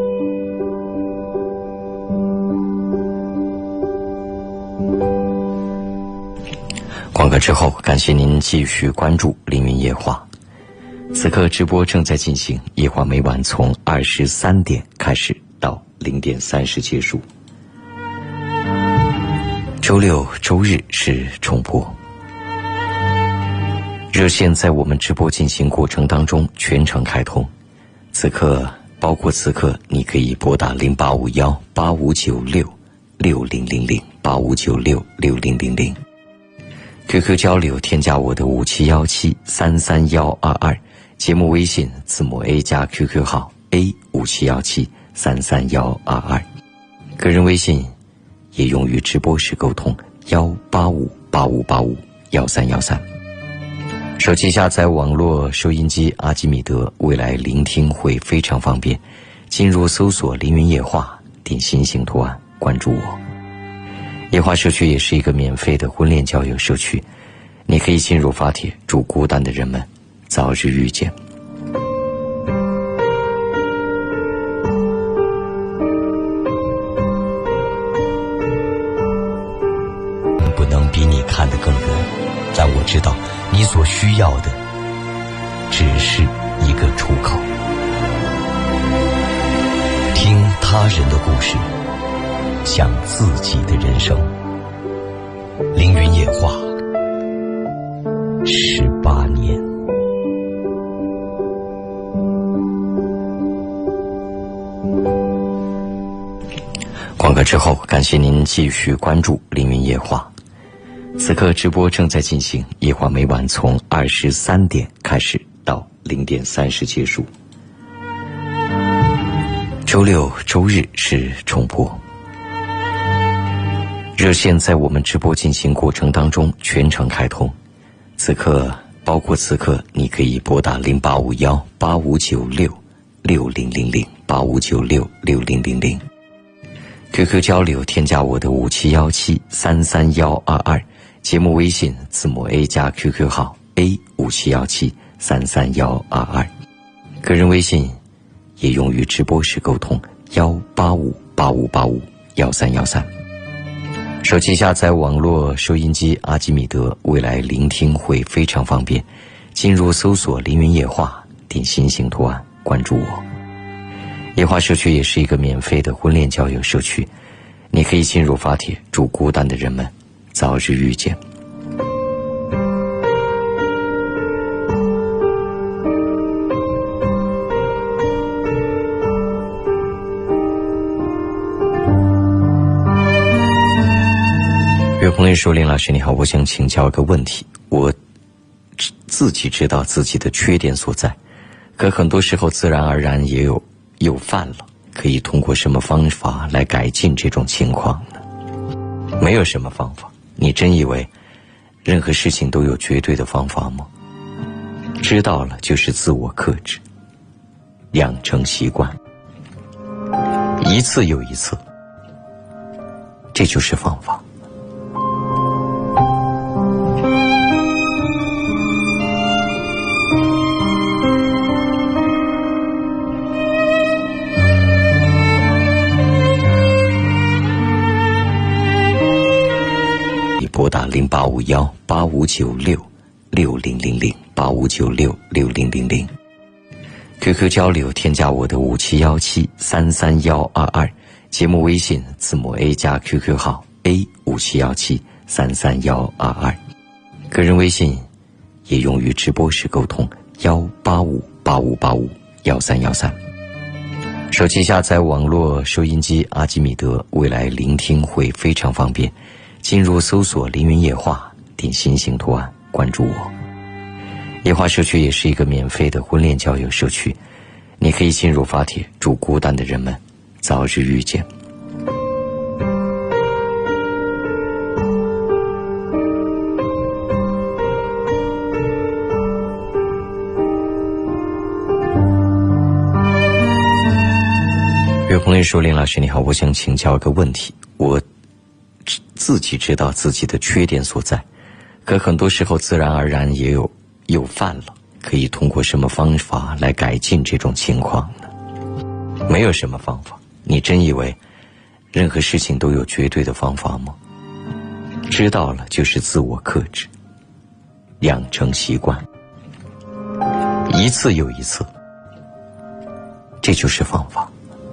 广告之后，感谢您继续关注凌云夜话。此刻直播正在进行，夜话每晚从二十三点开始到零点三十结束。周六、周日是重播。热线在我们直播进行过程当中全程开通，此刻包括此刻你可以拨打零八五幺八五九六六零零零八五九六六零零零。Q Q 交流添加我的五七幺七三三幺二二，节目微信字母 A 加 Q Q 号 A 五七幺七三三幺二二，个人微信也用于直播时沟通幺八五八五八五幺三幺三。手机下载网络收音机阿基米德，未来聆听会非常方便。进入搜索凌云夜话，点心形图案关注我。夜话社区也是一个免费的婚恋交友社区，你可以进入发帖，祝孤单的人们早日遇见。不能比你看得更远，但我知道你所需要的只是一个出口。听他人的故事，想自己的人生。凌云夜话，十八年。广告之后，感谢您继续关注凌云夜话。此刻直播正在进行，夜话每晚从二十三点开始到零点三十结束。周六、周日是重播。热线在我们直播进行过程当中全程开通，此刻包括此刻你可以拨打零八五幺八五九六六零零零八五九六六零零零。 Q Q 交流添加我的五七幺七三三幺二二，节目微信字母 A 加 Q Q 号 A 五七幺七三三幺二二，个人微信也用于直播时沟通幺八五八五八五幺三幺三。手机下载网络收音机阿基米德，未来聆听会非常方便。进入搜索凌云夜话，点心形图案关注我。夜话社区也是一个免费的婚恋交友社区，你可以进入发帖，祝孤单的人们早日遇见。有朋友说，林老师你好，我想请教一个问题，我自己知道自己的缺点所在，可很多时候自然而然也有又犯了，可以通过什么方法来改进这种情况呢？没有什么方法，你真以为任何事情都有绝对的方法吗？知道了就是自我克制，养成习惯，一次又一次，这就是方法。拨打零八五幺八五九六六零零零八五九六六零零零 ，Q Q 交流添加我的五七幺七三三幺二二，节目微信字母 A 加 Q Q 号 A 五七幺七三三幺二二，个人微信也用于直播时沟通幺八五八五八五幺三幺三。手机下载网络收音机阿基米德，未来聆听会非常方便。进入搜索凌云夜话，点心形图案关注我。夜话社区也是一个免费的婚恋交友社区，你可以进入发帖，祝孤单的人们早日遇见。有朋友说，林老师你好，我想请教一个问题，我自己知道自己的缺点所在，可很多时候自然而然也有又犯了，可以通过什么方法来改进这种情况呢？没有什么方法，你真以为任何事情都有绝对的方法吗？知道了就是自我克制，养成习惯，一次又一次，这就是方法。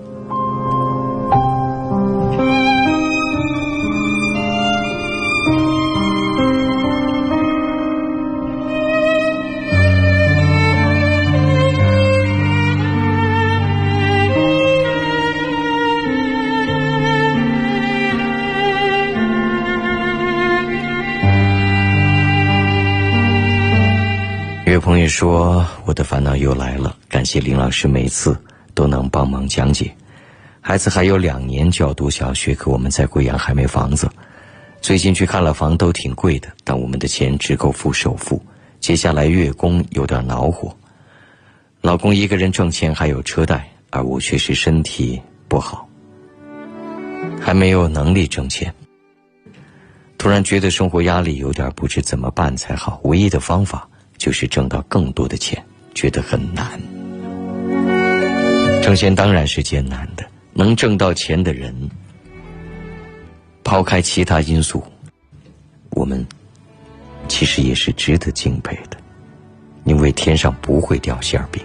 有朋友说，我的烦恼又来了，感谢林老师每次都能帮忙讲解。孩子还有两年就要读小学，可我们在贵阳还没房子，最近去看了房，都挺贵的，但我们的钱只够付首付，接下来月供有点恼火。老公一个人挣钱还有车贷，而我却是身体不好，还没有能力挣钱，突然觉得生活压力有点不知怎么办才好，唯一的方法就是挣到更多的钱，觉得很难。挣钱当然是艰难的，能挣到钱的人，抛开其他因素，我们其实也是值得敬佩的，因为天上不会掉馅饼。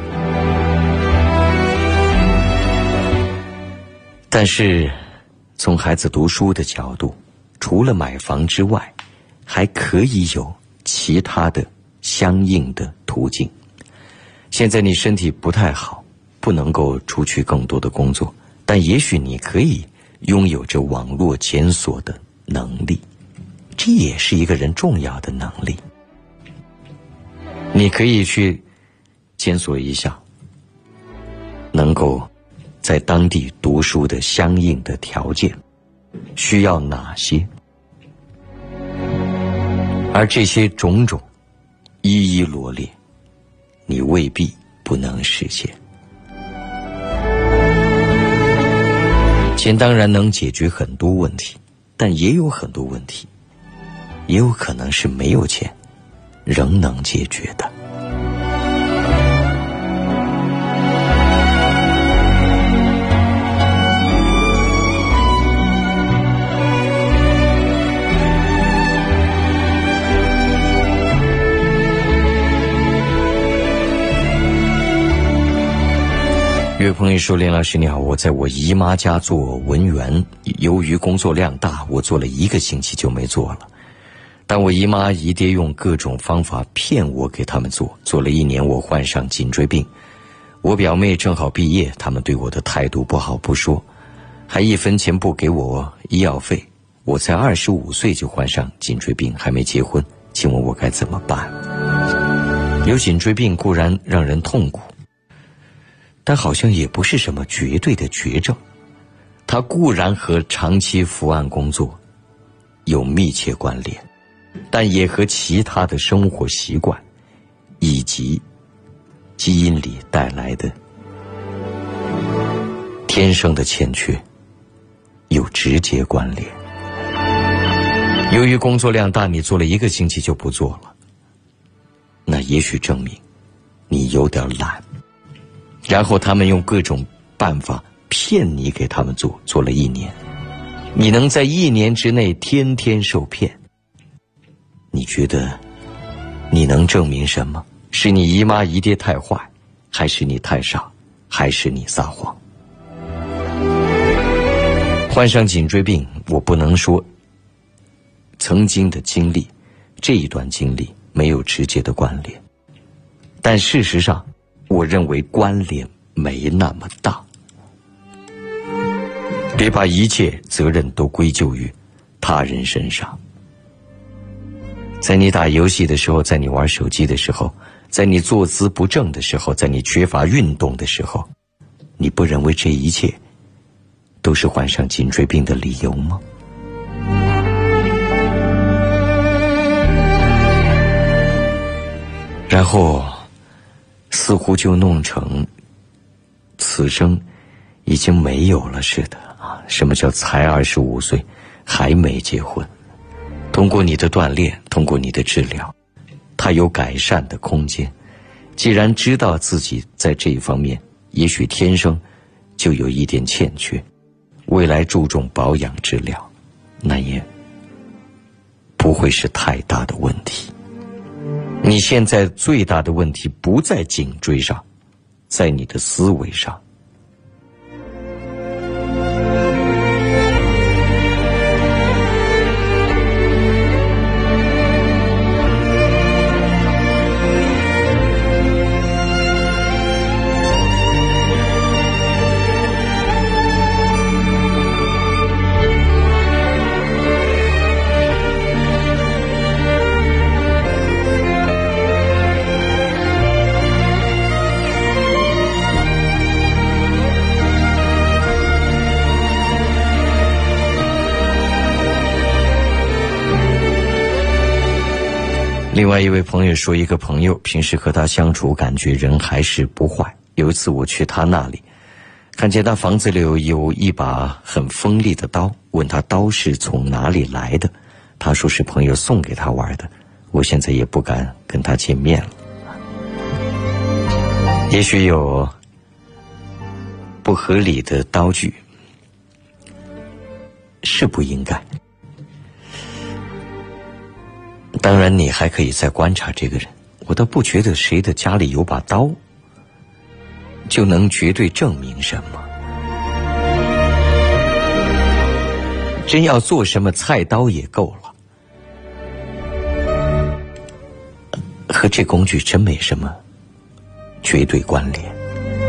但是从孩子读书的角度，除了买房之外，还可以有其他的相应的途径。现在你身体不太好，不能够出去更多的工作，但也许你可以拥有着网络检索的能力，这也是一个人重要的能力。你可以去检索一下能够在当地读书的相应的条件需要哪些，而这些种种一一罗列，你未必不能实现。 钱当然能解决很多问题，但也有很多问题，也有可能是没有钱仍能解决的。有位朋友说：“林老师你好，我在我姨妈家做文员，由于工作量大，我做了一个星期就没做了。但我姨妈姨爹用各种方法骗我给他们做，做了一年，我患上颈椎病。我表妹正好毕业，他们对我的态度不好不说，还一分钱不给我医药费。我才二十五岁就患上颈椎病，还没结婚，请问我该怎么办？有颈椎病固然让人痛苦，但好像也不是什么绝对的绝症，它固然和长期伏案工作有密切关联，但也和其他的生活习惯以及基因里带来的天生的欠缺有直接关联。由于工作量大，你做了一个星期就不做了，那也许证明你有点懒。然后他们用各种办法骗你给他们做，做了一年，你能在一年之内天天受骗，你觉得你能证明什么？是你姨妈姨爹太坏，还是你太傻，还是你撒谎？患上颈椎病，我不能说曾经的经历，这一段经历没有直接的关联，但事实上我认为关联没那么大。别把一切责任都归咎于他人身上。在你打游戏的时候，在你玩手机的时候，在你坐姿不正的时候，在你缺乏运动的时候，你不认为这一切都是患上颈椎病的理由吗？然后似乎就弄成此生已经没有了似的啊！什么叫才二十五岁还没结婚？通过你的锻炼，通过你的治疗，他有改善的空间。既然知道自己在这一方面也许天生就有一点欠缺，未来注重保养治疗，那也不会是太大的问题。你现在最大的问题不在颈椎上，在你的思维上。另外一位朋友说，一个朋友平时和他相处，感觉人还是不坏。有一次我去他那里，看见他房子里有有一把很锋利的刀，问他刀是从哪里来的，他说是朋友送给他玩的。我现在也不敢跟他见面了。也许有不合理的刀具，是不应该。当然你还可以再观察这个人，我倒不觉得谁的家里有把刀就能绝对证明什么。真要做什么，菜刀也够了，和这工具真没什么绝对关联。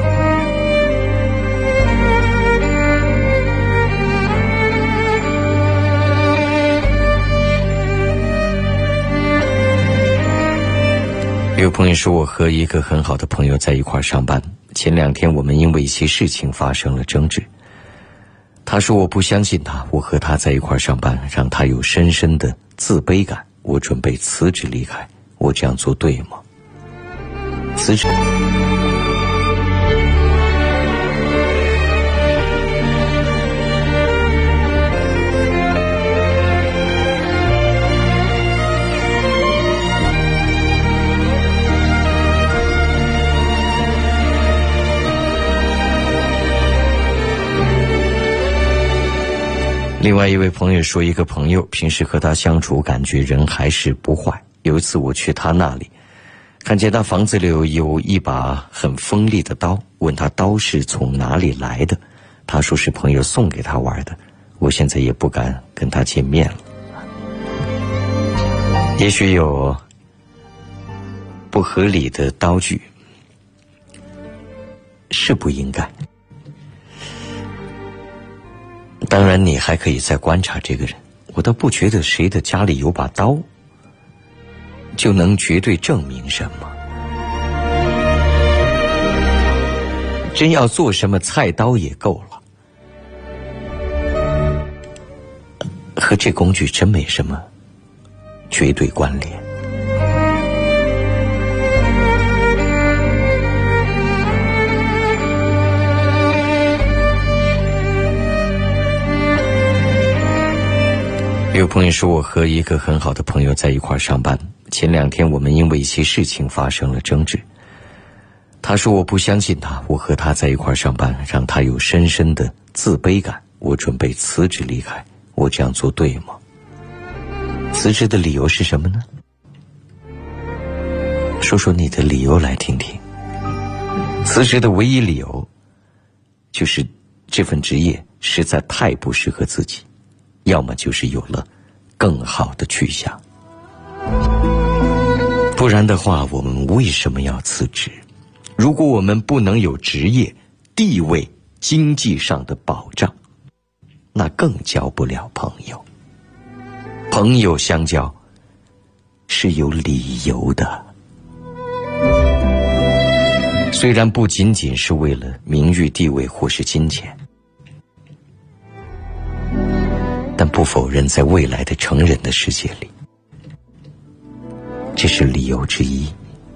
有朋友说，我和一个很好的朋友在一块上班，前两天我们因为一些事情发生了争执。他说我不相信他，我和他在一块上班让他有深深的自卑感，我准备辞职离开，我这样做对吗？辞职另外一位朋友说，一个朋友平时和他相处，感觉人还是不坏。有一次我去他那里，看见他房子里有一把很锋利的刀，问他刀是从哪里来的，他说是朋友送给他玩的。我现在也不敢跟他见面了。也许有不合理的刀具，是不应该。当然你还可以再观察这个人，我倒不觉得谁的家里有把刀就能绝对证明什么。真要做什么，菜刀也够了，和这工具真没什么绝对关联。有朋友说，我和一个很好的朋友在一块上班，前两天我们因为一些事情发生了争执。他说我不相信他，我和他在一块上班让他有深深的自卑感，我准备辞职离开，我这样做对吗？辞职的理由是什么呢？说说你的理由来听听。辞职的唯一理由就是这份职业实在太不适合自己，要么就是有了更好的去向。不然的话，我们为什么要辞职？如果我们不能有职业、地位、经济上的保障，那更交不了朋友。朋友相交是有理由的，虽然不仅仅是为了名誉、地位或是金钱，但不否认在未来的成人的世界里，这是理由之一。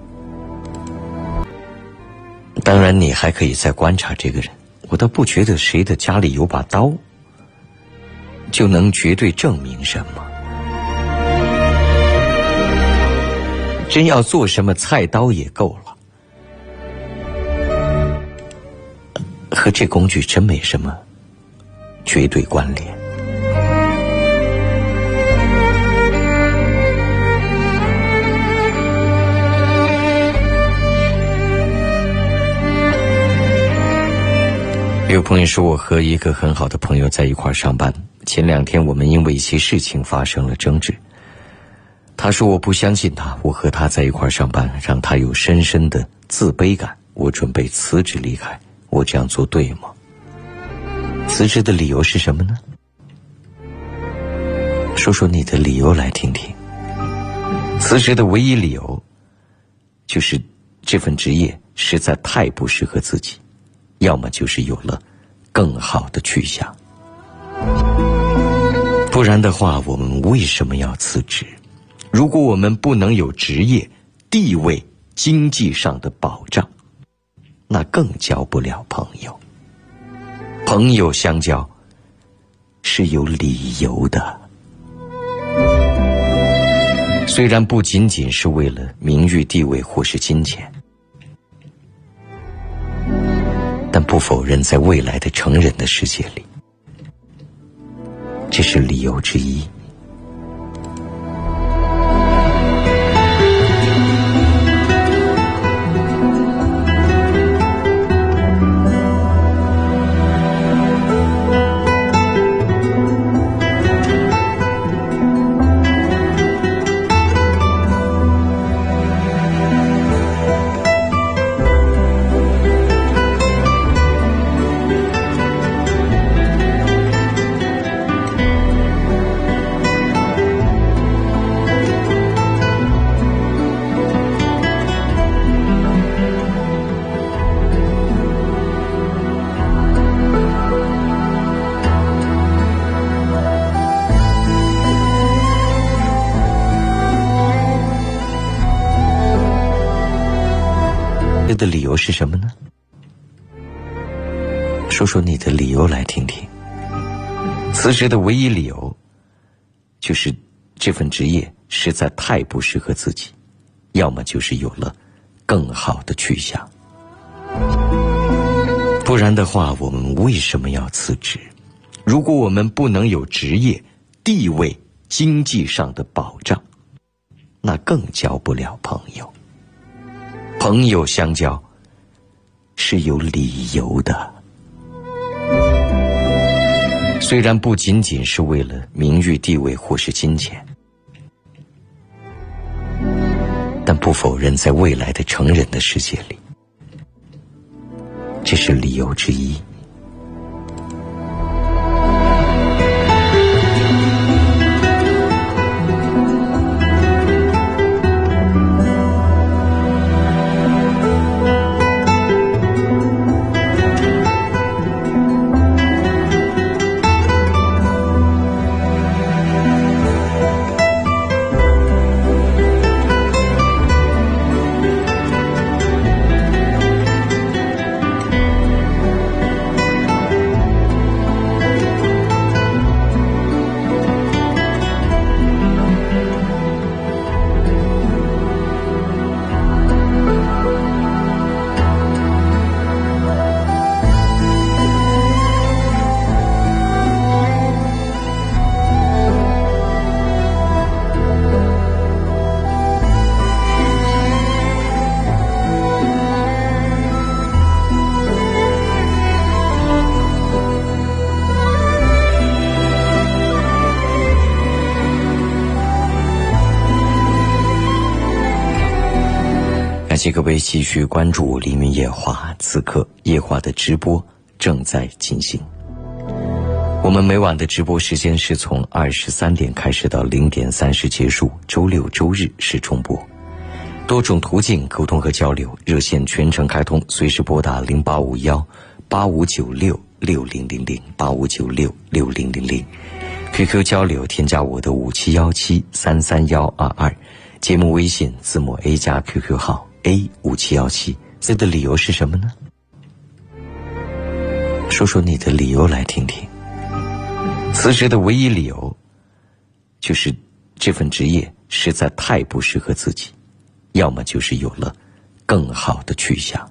当然你还可以再观察这个人，我倒不觉得谁的家里有把刀就能绝对证明什么。真要做什么，菜刀也够了，和这工具真没什么绝对关联。有朋友说，我和一个很好的朋友在一块上班，前两天我们因为一些事情发生了争执。他说我不相信他，我和他在一块上班让他有深深的自卑感，我准备辞职离开，我这样做对吗？辞职的理由是什么呢？说说你的理由来听听。辞职的唯一理由就是这份职业实在太不适合自己，要么就是有了更好的去向。不然的话，我们为什么要辞职？如果我们不能有职业、地位、经济上的保障，那更交不了朋友。朋友相交是有理由的，虽然不仅仅是为了名誉、地位或是金钱，但不否认在未来的成人的世界里，这是理由之一。的理由是什么呢？说说你的理由来听听。辞职的唯一理由就是这份职业实在太不适合自己，要么就是有了更好的去向。不然的话，我们为什么要辞职？ 如果我们不能有职业、地位、经济上的保障，那更交不了朋友。朋友相交是有理由的，虽然不仅仅是为了名誉、地位或是金钱，但不否认在未来的成人的世界里，这是理由之一。感谢各位继续关注黎明夜话，此刻夜话的直播正在进行。我们每晚的直播时间是从二十三点开始到零点三十结束，周六周日是重播。多种途径沟通和交流，热线全程开通，随时拨打零八五幺八五九六六零零零八五九六六零零零。Q Q 交流添加我的五七幺七三三幺二二，节目微信字母 A 加 Q Q 号 A 五七幺七。这的理由是什么呢？说说你的理由来听听。辞职的唯一理由就是这份职业实在太不适合自己，要么就是有了更好的去向。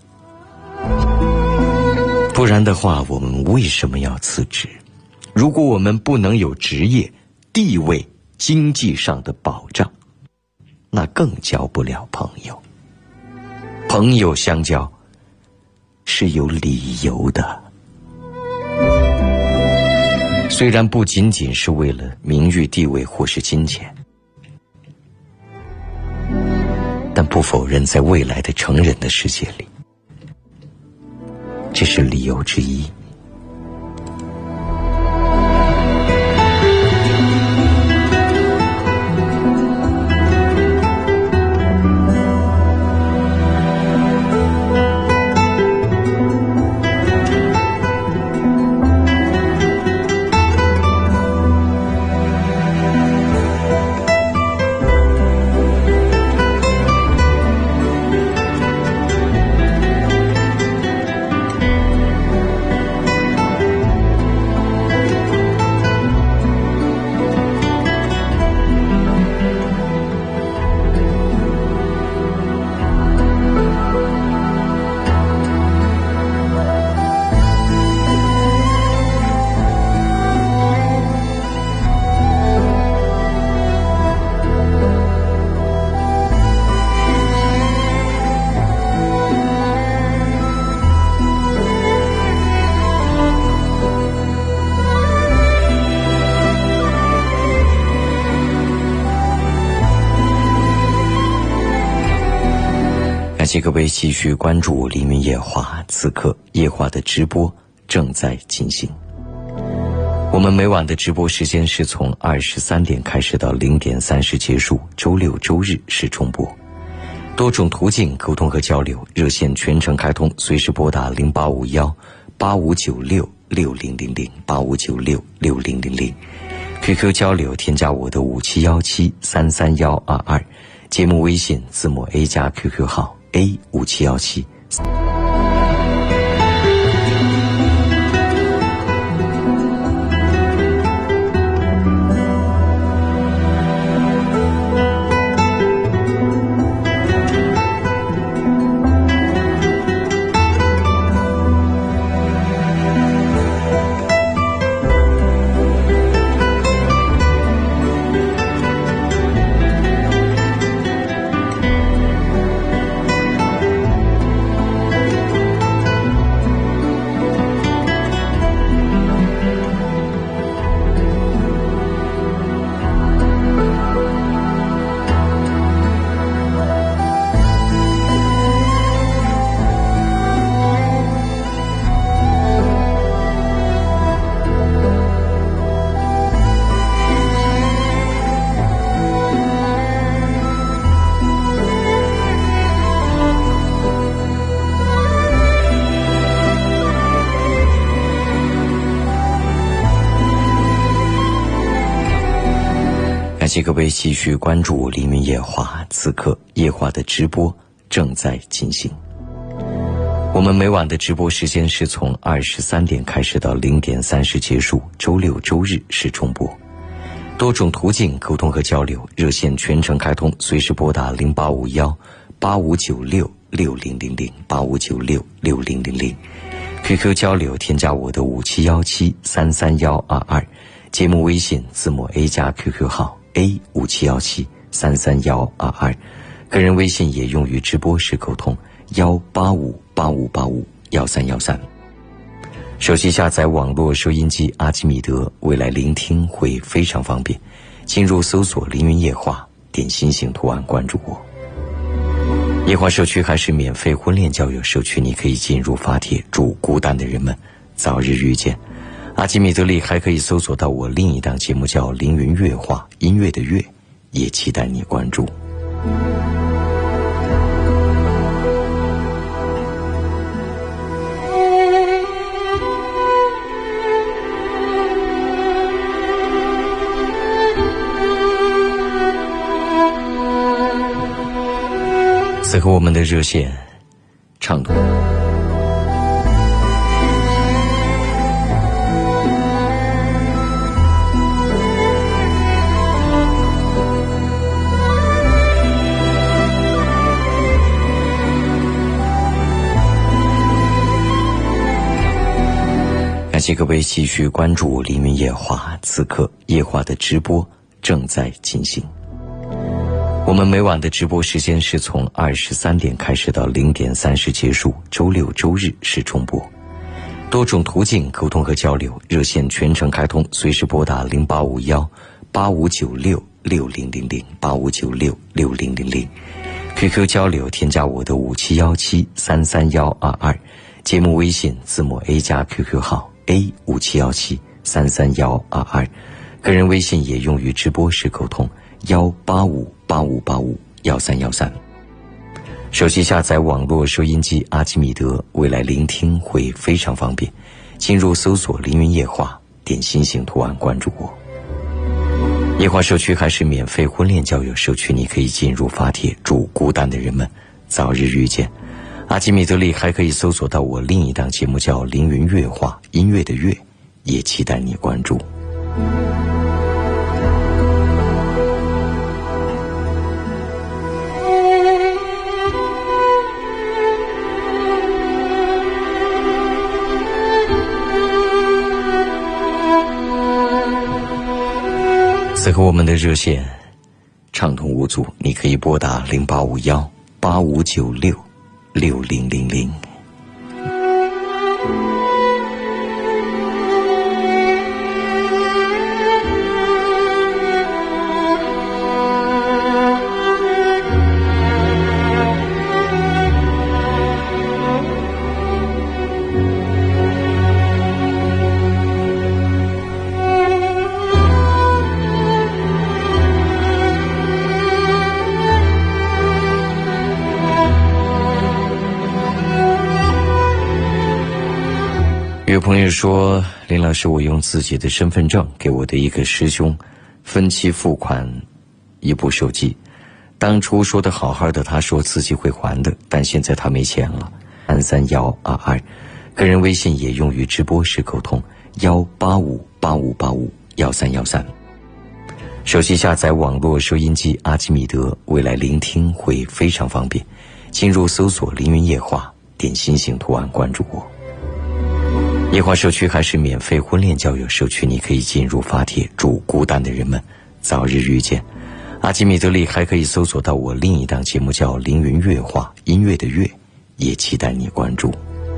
不然的话，我们为什么要辞职？如果我们不能有职业、地位、经济上的保障，那更交不了朋友。朋友相交是有理由的，虽然不仅仅是为了名誉、地位或是金钱，但不否认在未来的成人的世界里，这是理由之一。感谢各位继续关注黎明夜话，此刻夜话的直播正在进行。我们每晚的直播时间是从二十三点开始到零点三十结束，周六周日是重播。多种途径沟通和交流，热线全程开通，随时拨打零八五幺八五九六六零零零八五九六六零零零。Q Q 交流添加我的五七幺七三三幺二二，节目微信字母 A 加 Q Q 号 A 五七幺七。 谢各位继续关注凌云夜话，此刻夜话的直播正在进行。我们每晚的直播时间是从二十三点开始到零点三十结束，周六周日是重播。多种途径沟通和交流，热线全程开通，随时拨打零八五幺八五九六六零零零八五九六六零零零。Q Q 交流添加我的五七幺七三三幺二二，节目微信字母 A 加 Q Q 号 A 五七幺七三三幺二二，个人微信也用于直播时沟通幺八五八五八五幺三幺三。手机下载网络收音机阿基米德，未来聆听会非常方便。进入搜索凌云夜话，点星星图案关注我。夜话社区还是免费婚恋交友社区，你可以进入发帖，祝孤单的人们早日遇见。阿基米德里还可以搜索到我另一档节目叫凌云乐话，音乐的乐，也期待你关注。此刻我们的热线畅通。感谢各位继续关注凌云夜话，此刻夜话的直播正在进行。我们每晚的直播时间是从二十三点开始到零点三十结束，周六周日是重播。多种途径沟通和交流，热线全程开通，随时拨打零八五幺八五九六六零零零八五九六六零零零。Q Q 交流添加我的五七幺七三三幺二二，节目微信字母 A 加 Q Q 号 A 五七幺七三三幺二二，个人微信也用于直播时沟通幺八五八五八五幺三幺三。手机下载网络收音机阿基米德，未来聆听会非常方便。进入搜索凌云夜话，点星星图案关注我。夜话社区还是免费婚恋交友社区，你可以进入发帖，祝孤单的人们早日遇见。阿基米德里还可以搜索到我另一档节目叫凌云乐话，音乐的乐，也期待你关注。此刻我们的热线畅通无阻，你可以拨打零八五幺八五九六六零零零。有朋友说，林老师，我用自己的身份证给我的一个师兄分期付款一部手机，当初说的好好的，他说自己会还的，但现在他没钱了。三三幺二二，个人微信也用于直播时沟通幺八五八五八五幺三幺三。手机下载网络收音机阿基米德，未来聆听会非常方便。进入搜索凌云夜话，点星星图案关注我。夜话社区还是免费婚恋交友社区，你可以进入发帖，祝孤单的人们早日遇见。阿基米德里还可以搜索到我另一档节目叫凌云乐话，音乐的乐，也期待你关注。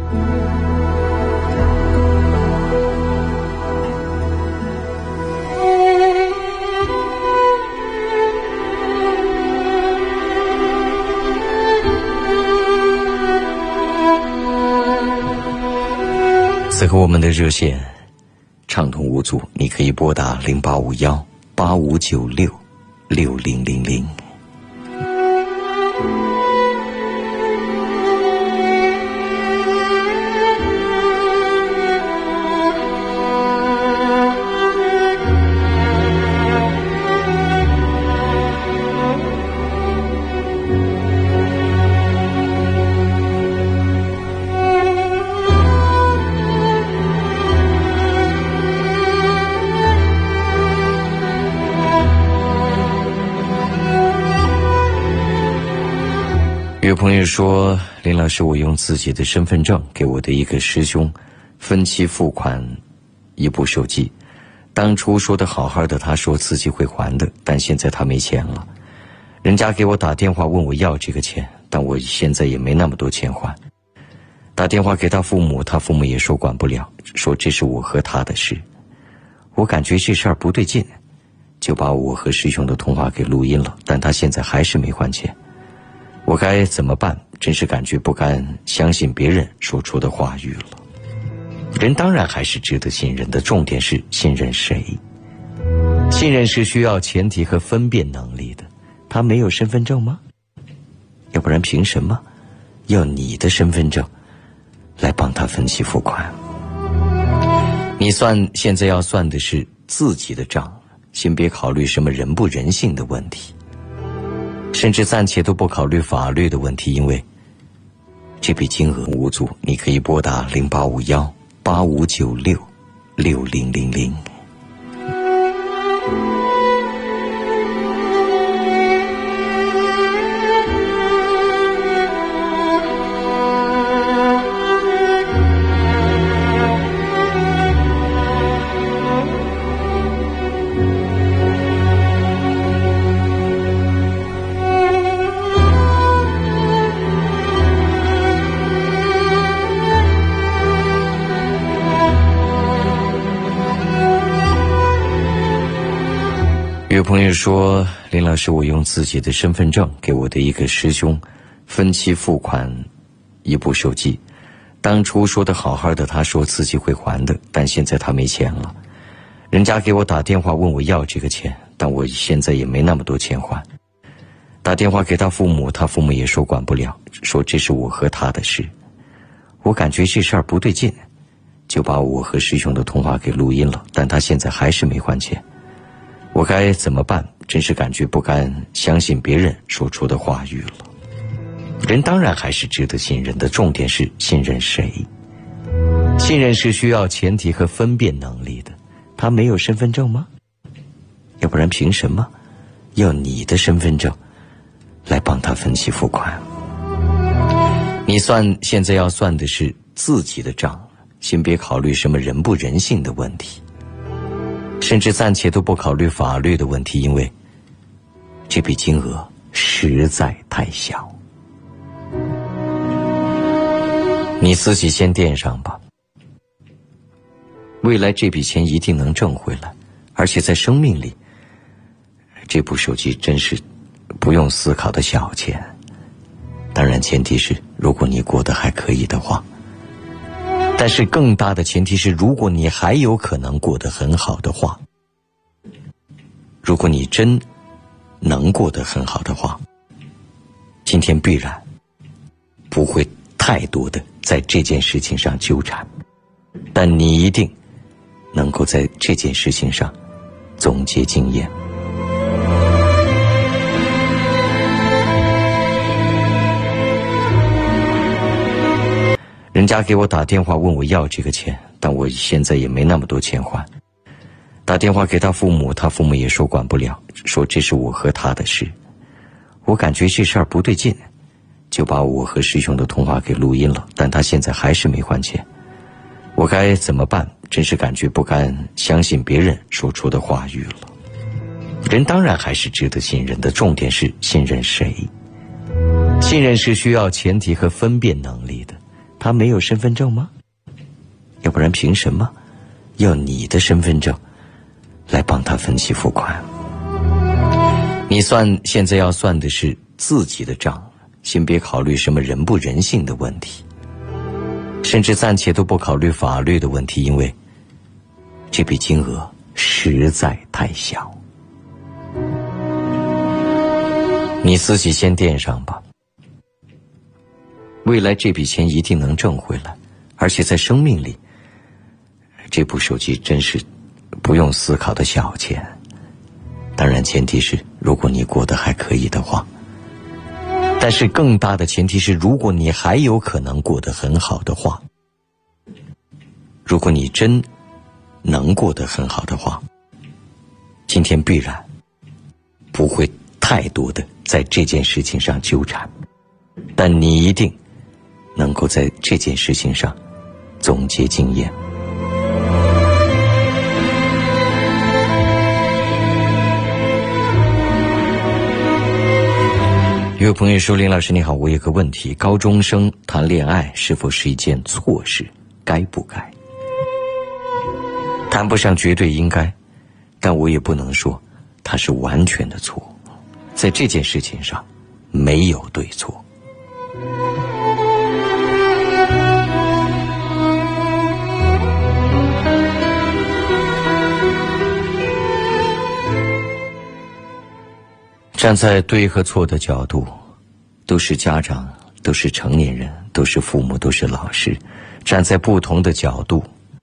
此刻我们的热线畅通无阻，你可以拨打零八五幺八五九六六零零零。 有朋友说，林老师，我用自己的身份证给我的一个师兄分期付款一部手机，当初说的好好的，他说自己会还的，但现在他没钱了。人家给我打电话问我要这个钱，但我现在也没那么多钱还。打电话给他父母，他父母也说管不了，说这是我和他的事。我感觉这事儿不对劲，就把我和师兄的通话给录音了，但他现在还是没还钱。我该怎么办？真是感觉不敢相信别人说出的话语了。人当然还是值得信任的，重点是信任谁？信任是需要前提和分辨能力的。他没有身份证吗？要不然凭什么要你的身份证来帮他分期付款？你算现在要算的是自己的账，先别考虑什么人不人性的问题，甚至暂且都不考虑法律的问题，因为这笔金额无足。你可以拨打零八五幺八五九六六零零零。有朋友说，林老师，我用自己的身份证给我的一个师兄分期付款一部手机，当初说的好好的，他说自己会还的，但现在他没钱了。人家给我打电话问我要这个钱，但我现在也没那么多钱还。打电话给他父母，他父母也说管不了，说这是我和他的事。我感觉这事儿不对劲，就把我和师兄的通话给录音了，但他现在还是没还钱。我该怎么办？真是感觉不敢相信别人说出的话语了。人当然还是值得信任的，重点是信任谁？信任是需要前提和分辨能力的。他没有身份证吗？要不然凭什么要你的身份证来帮他分期付款？你算现在要算的是自己的账，先别考虑什么人不人性的问题，甚至暂且都不考虑法律的问题，因为这笔金额实在太小。你自己先垫上吧，未来这笔钱一定能挣回来，而且在生命里，这部手机真是不用思考的小钱。当然前提是如果你过得还可以的话，但是更大的前提是如果你还有可能过得很好的话，如果你真能过得很好的话，今天必然不会太多的在这件事情上纠缠，但你一定能够在这件事情上总结经验。人家给我打电话问我要这个钱，但我现在也没那么多钱还。打电话给他父母，他父母也说管不了，说这是我和他的事。我感觉这事儿不对劲，就把我和师兄的通话给录音了，但他现在还是没还钱。我该怎么办？真是感觉不敢相信别人说出的话语了。人当然还是值得信任的，重点是信任谁？信任是需要前提和分辨能力的。他没有身份证吗？要不然凭什么要你的身份证来帮他分期付款？你算现在要算的是自己的账，先别考虑什么人不人性的问题，甚至暂且都不考虑法律的问题，因为这笔金额实在太小。你自己先垫上吧，未来这笔钱一定能挣回来，而且在生命里，这部手机真是不用思考的小钱。当然前提是如果你过得还可以的话，但是更大的前提是如果你还有可能过得很好的话，如果你真能过得很好的话，今天必然不会太多的在这件事情上纠缠， 但你一定能够在这件事情上总结经验。有朋友说，林老师你好，我有个问题，高中生谈恋爱是否是一件错事，该不该？谈不上绝对应该，但我也不能说它是完全的错。在这件事情上没有对错。站在对和错的角度，都是家长，都是成年人，都是父母，都是老师，站在不同的角度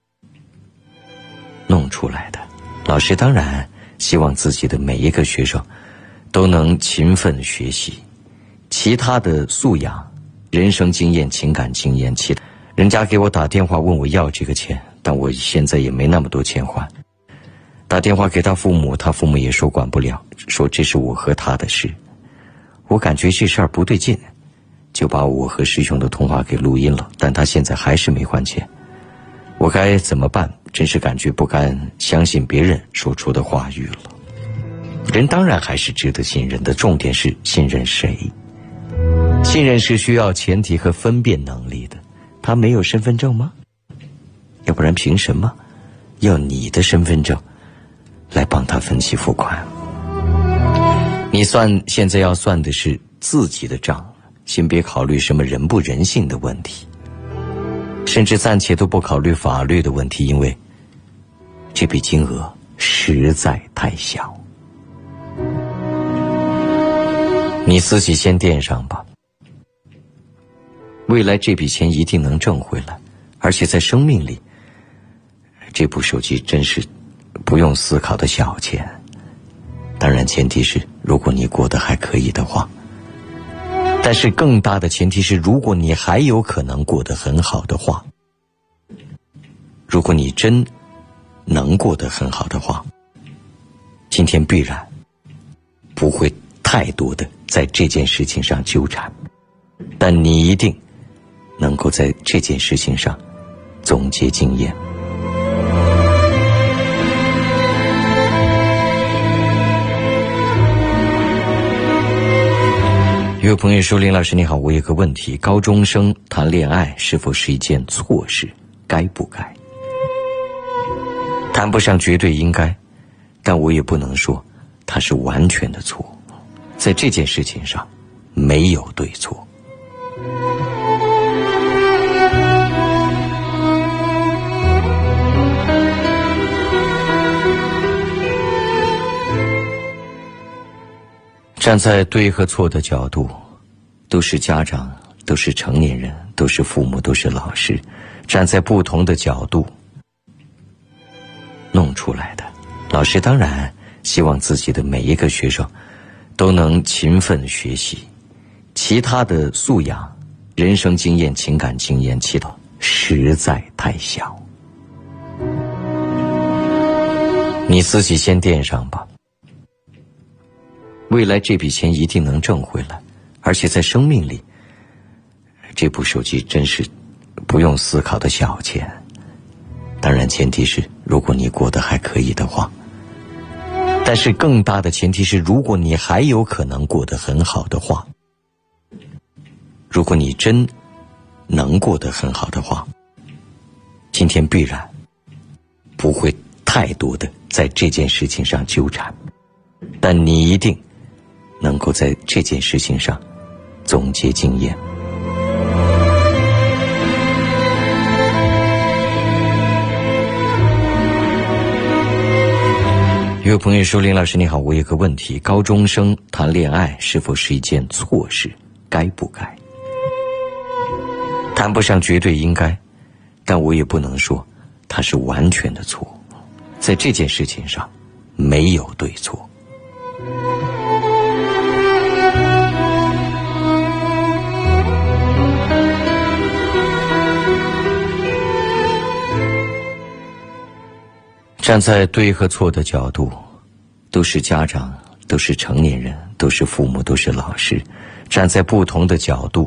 弄出来的。老师当然希望自己的每一个学生都能勤奋学习，其他的素养、人生经验、情感经验，其他人家给我打电话问我要这个钱，但我现在也没那么多钱还。打电话给他父母，他父母也说管不了，说这是我和他的事。我感觉这事儿不对劲，就把我和师兄的通话给录音了，但他现在还是没还钱。我该怎么办？真是感觉不敢相信别人说出的话语了。人当然还是值得信任的，重点是信任谁？信任是需要前提和分辨能力的。他没有身份证吗？要不然凭什么要你的身份证来帮他分期付款？你算现在要算的是自己的账，先别考虑什么人不人性的问题，甚至暂且都不考虑法律的问题，因为这笔金额实在太小。你自己先垫上吧，未来这笔钱一定能挣回来，而且在生命里，这部手机真是不用思考的小钱。当然前提是如果你过得还可以的话，但是更大的前提是如果你还有可能过得很好的话，如果你真能过得很好的话，今天必然不会太多的在这件事情上纠缠，但你一定能够在这件事情上总结经验。有朋友说，林老师你好，我有个问题，高中生谈恋爱是否是一件错事，该不该？谈不上绝对应该，但我也不能说它是完全的错。在这件事情上没有对错。站在对和错的角度，都是家长，都是成年人，都是父母，都是老师，站在不同的角度弄出来的。老师当然希望自己的每一个学生都能勤奋学习，其他的素养、人生经验、情感经验，其他实在太小。你自己先垫上吧，未来这笔钱一定能挣回来，而且在生命里，这部手机真是不用思考的小钱。当然前提是如果你过得还可以的话，但是更大的前提是如果你还有可能过得很好的话，如果你真能过得很好的话，今天必然不会太多的在这件事情上纠缠，但你一定能够在这件事情上总结经验。有朋友说，林老师你好，我有个问题，高中生谈恋爱是否是一件错事，该不该？谈不上绝对应该，但我也不能说它是完全的错。在这件事情上没有对错。站在对和错的角度，都是家长，都是成年人，都是父母，都是老师， 站在不同的角度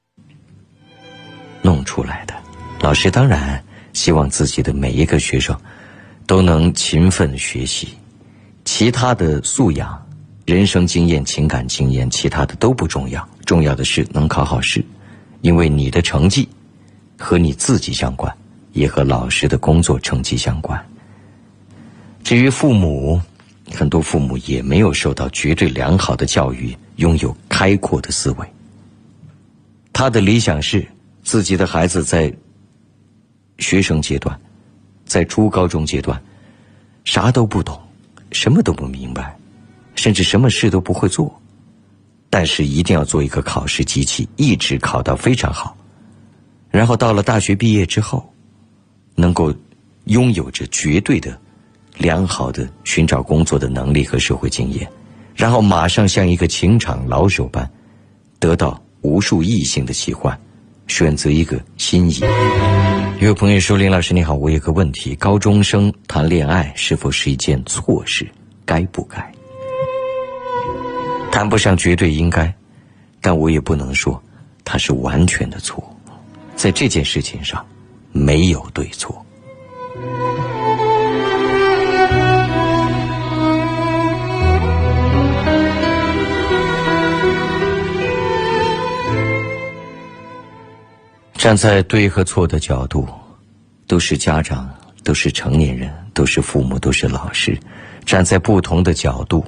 弄出来的。老师当然希望自己的每一个学生都能勤奋学习，其他的素养、人生经验、情感经验，其他的都不重要，重要的是能考好试，因为你的成绩和你自己相关，也和老师的工作成绩相关。至于父母，很多父母也没有受到绝对良好的教育，拥有开阔的思维。他的理想是自己的孩子在学生阶段，在初高中阶段，啥都不懂，什么都不明白，甚至什么事都不会做，但是一定要做一个考试机器，一直考到非常好，然后到了大学毕业之后，能够拥有着绝对的良好的寻找工作的能力和社会经验，然后马上像一个情场老手般得到无数异性的喜欢，选择一个心仪。有位朋友说，林老师你好，我有个问题，高中生谈恋爱是否是一件错事，该不该？谈不上绝对应该，但我也不能说它是完全的错。在这件事情上没有对错。站在对和错的角度，都是家长，都是成年人，都是父母，都是老师，站在不同的角度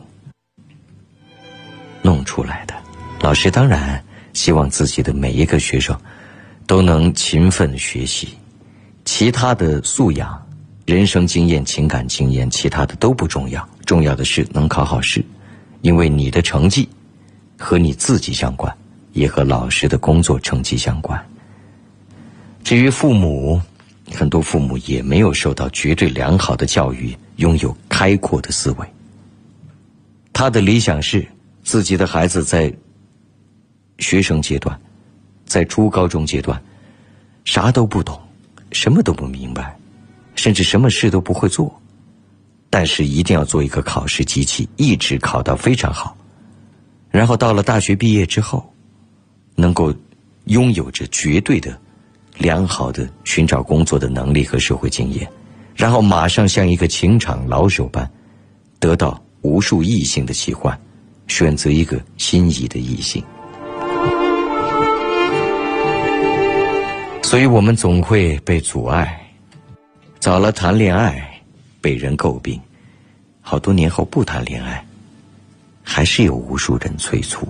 弄出来的。老师当然希望自己的每一个学生都能勤奋学习，其他的素养、人生经验、情感经验，其他的都不重要，重要的是能考好试，因为你的成绩和你自己相关，也和老师的工作成绩相关。至于父母，很多父母也没有受到绝对良好的教育，拥有开阔的思维。他的理想是自己的孩子在学生阶段，在初高中阶段，啥都不懂，什么都不明白，甚至什么事都不会做，但是一定要做一个考试机器，一直考到非常好，然后到了大学毕业之后，能够拥有着绝对的良好的寻找工作的能力和社会经验，然后马上像一个情场老手般得到无数异性的喜欢，选择一个心仪的异性。所以我们总会被阻碍，早了谈恋爱被人诟病，好多年后不谈恋爱还是有无数人催促。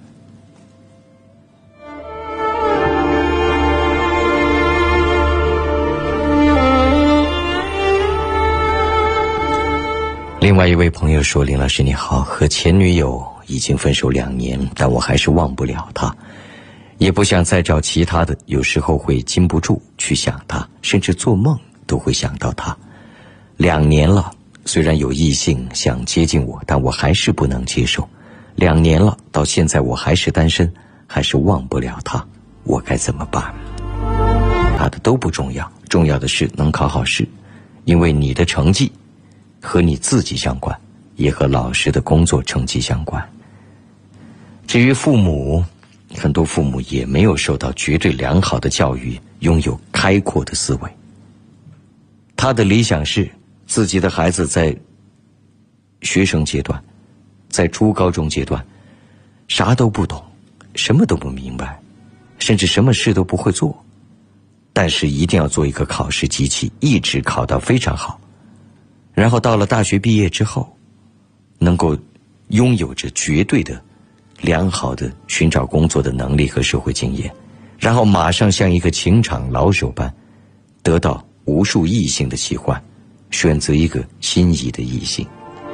另外一位朋友说，林老师你好，和前女友已经分手两年，但我还是忘不了她，也不想再找其他的，有时候会禁不住去想她，甚至做梦都会想到她。两年了，虽然有异性想接近我，但我还是不能接受。两年了，到现在我还是单身，还是忘不了她，我该怎么办？他的都不重要，重要的是能考好试，因为你的成绩和你自己相关，也和老师的工作成绩相关。至于父母，很多父母也没有受到绝对良好的教育，拥有开阔的思维。他的理想是自己的孩子在学生阶段，在初高中阶段，啥都不懂，什么都不明白，甚至什么事都不会做，但是一定要做一个考试机器，一直考到非常好，然后到了大学毕业之后，能够拥有着绝对的良好的寻找工作的能力和社会经验，然后马上像一个情场老手般得到无数异性的喜欢，选择一个心仪的异性。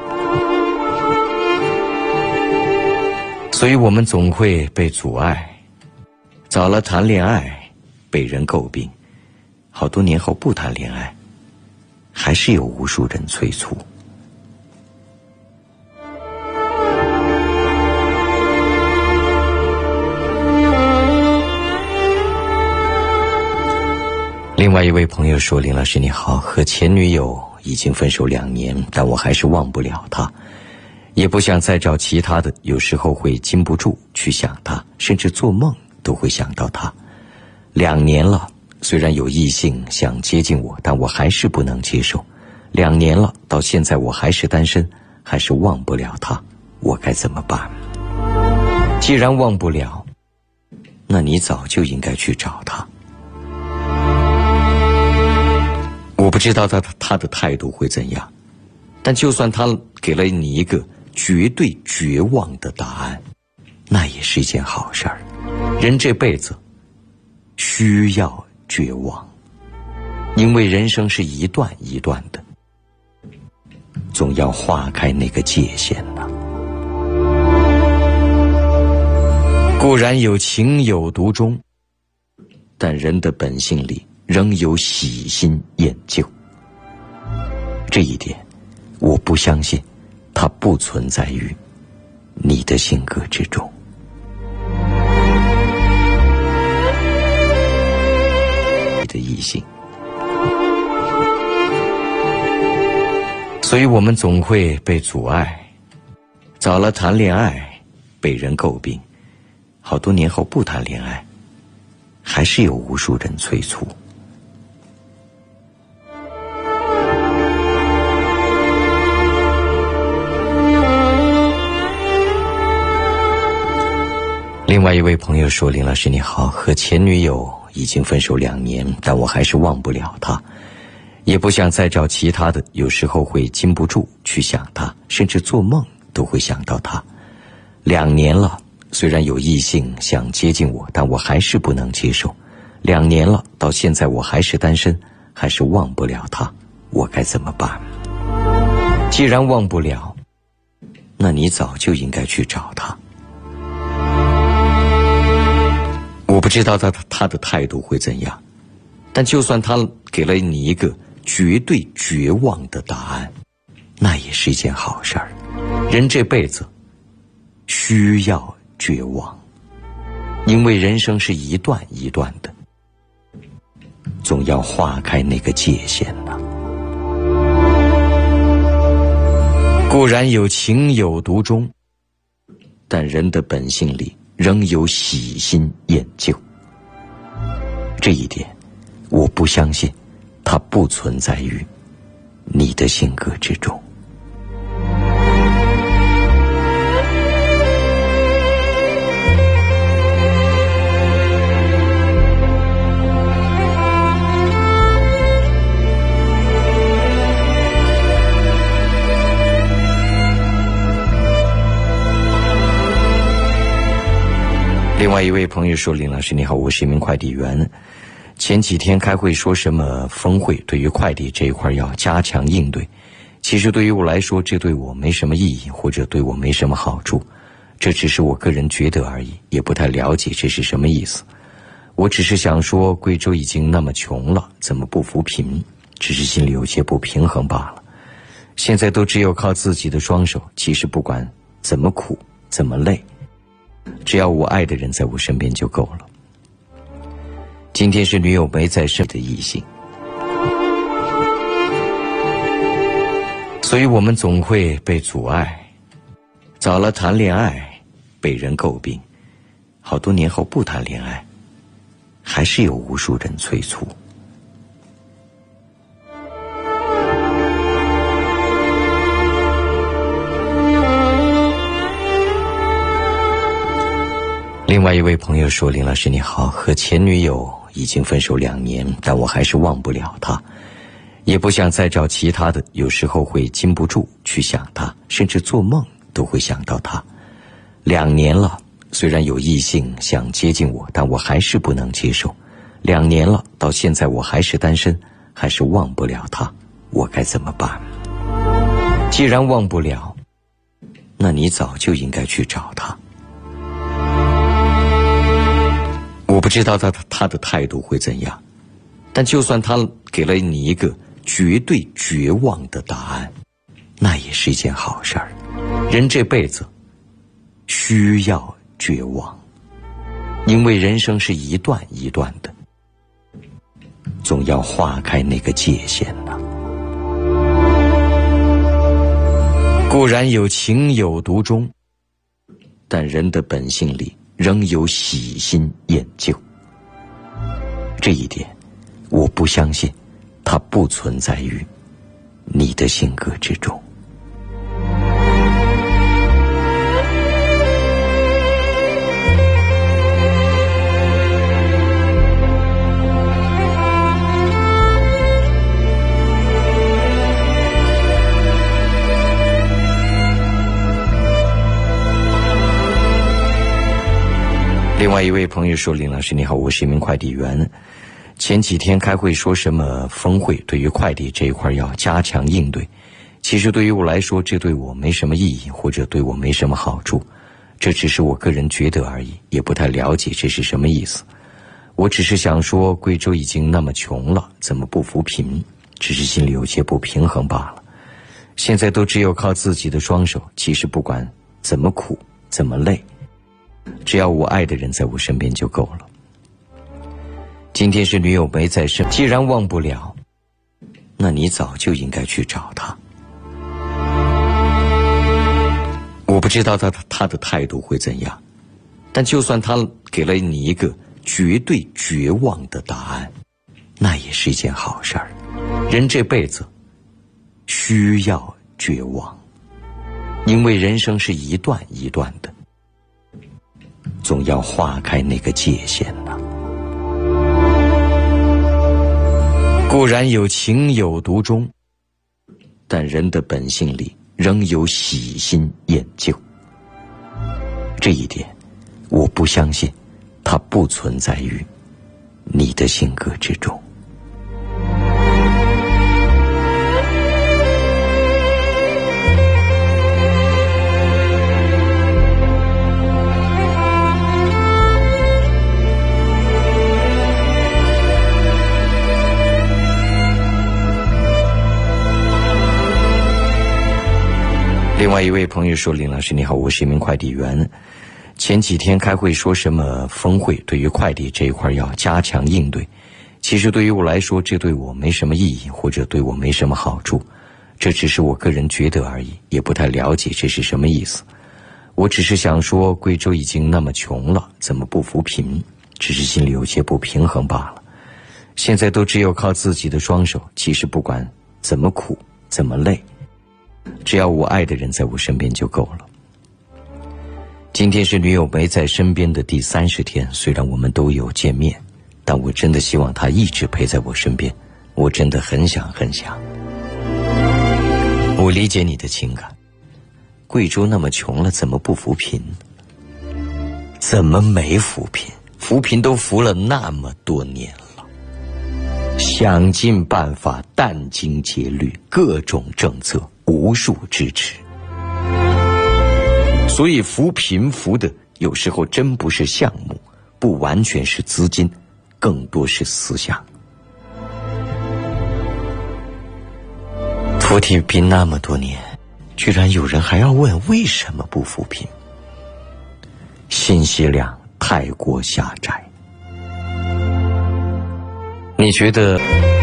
所以我们总会被阻碍，早了谈恋爱被人诟病，好多年后不谈恋爱还是有无数人催促。另外一位朋友说，林老师你好，和前女友已经分手两年，但我还是忘不了她， 也不想再找其他的，有时候会禁不住去想他，甚至做梦都会想到他。两年了，虽然有异性想接近我，但我还是不能接受。两年了，到现在我还是单身，还是忘不了他，我该怎么办？既然忘不了，那你早就应该去找他。我不知道他他的态度会怎样，但就算他给了你一个绝对绝望的答案，那也是一件好事儿。人这辈子需要绝望，因为人生是一段一段的，总要划开那个界限呢。固然有情有独钟，但人的本性里仍有喜新厌旧。这一点，我不相信它不存在于你的性格之中。你的异性，所以我们总会被阻碍。早了谈恋爱，被人诟病；好多年后不谈恋爱，还是有无数人催促。另外一位朋友说：林老师你好，和前女友已经分手两年，但我还是忘不了她，也不想再找其他的，有时候会禁不住去想她，甚至做梦都会想到她。两年了，虽然有异性想接近我，但我还是不能接受。两年了，到现在我还是单身，还是忘不了她，我该怎么办？既然忘不了，那你早就应该去找她。我不知道他他的态度会怎样，但就算他给了你一个绝对绝望的答案，那也是一件好事儿。人这辈子需要绝望，因为人生是一段一段的，总要划开那个界限呢。固然有情有独钟，但人的本性里仍有喜新厌旧。这一点，我不相信它不存在于你的性格之中。另外一位朋友说：林老师你好，我是一名快递员，前几天开会说什么峰会，对于快递这一块要加强应对。其实对于我来说，这对我没什么意义，或者对我没什么好处，这只是我个人觉得而已，也不太了解这是什么意思。我只是想说，贵州已经那么穷了，怎么不扶贫？只是心里有些不平衡罢了。现在都只有靠自己的双手，其实不管怎么苦怎么累，只要我爱的人在我身边就够了。今天是女友没在身的异性，所以我们总会被阻碍。早了谈恋爱，被人诟病；好多年后不谈恋爱，还是有无数人催促。另外一位朋友说：林老师你好，和前女友已经分手两年，但我还是忘不了她，也不想再找其他的，有时候会禁不住去想她，甚至做梦都会想到她。两年了，虽然有异性想接近我，但我还是不能接受。两年了，到现在我还是单身，还是忘不了她，我该怎么办？既然忘不了，那你早就应该去找她。我不知道他他的态度会怎样，但就算他给了你一个绝对绝望的答案，那也是一件好事儿。人这辈子需要绝望，因为人生是一段一段的，总要划开那个界限呢。 固然有情有独钟，但人的本性里仍有喜新厌旧。这一点，我不相信，它不存在于你的性格之中。另外一位朋友说：“林老师你好，我是一名快递员。前几天开会说什么峰会，对于快递这一块要加强应对。其实对于我来说，这对我没什么意义，或者对我没什么好处。这只是我个人觉得而已，也不太了解这是什么意思。我只是想说，贵州已经那么穷了，怎么不扶贫？只是心里有些不平衡罢了。现在都只有靠自己的双手，其实不管怎么苦，怎么累，只要我爱的人在我身边就够了。今天是女友没在身，既然忘不了，那你早就应该去找她。我不知道他他的态度会怎样，但就算他给了你一个绝对绝望的答案，那也是一件好事儿。人这辈子需要绝望，因为人生是一段一段的，总要划开那个界限呐。固然有情有独钟，但人的本性里仍有喜新厌旧。这一点，我不相信，它不存在于你的性格之中。另外一位朋友说：“林老师你好，我是一名快递员。前几天开会说什么峰会，对于快递这一块要加强应对。其实对于我来说，这对我没什么意义，或者对我没什么好处。这只是我个人觉得而已，也不太了解这是什么意思。我只是想说，贵州已经那么穷了，怎么不扶贫？只是心里有些不平衡罢了。现在都只有靠自己的双手，其实不管怎么苦，怎么累，只要我爱的人在我身边就够了。今天是女友没在身边的第三十天，虽然我们都有见面，但我真的希望她一直陪在我身边，我真的很想很想。我理解你的情感，贵州那么穷了，怎么不扶贫？怎么没扶贫？扶贫都扶了那么多年了，想尽办法，殚精竭虑，各种政策无数支持。所以扶贫扶的有时候真不是项目，不完全是资金，更多是思想。扶贫那么多年，居然有人还要问为什么不扶贫，信息量太过狭窄。你觉得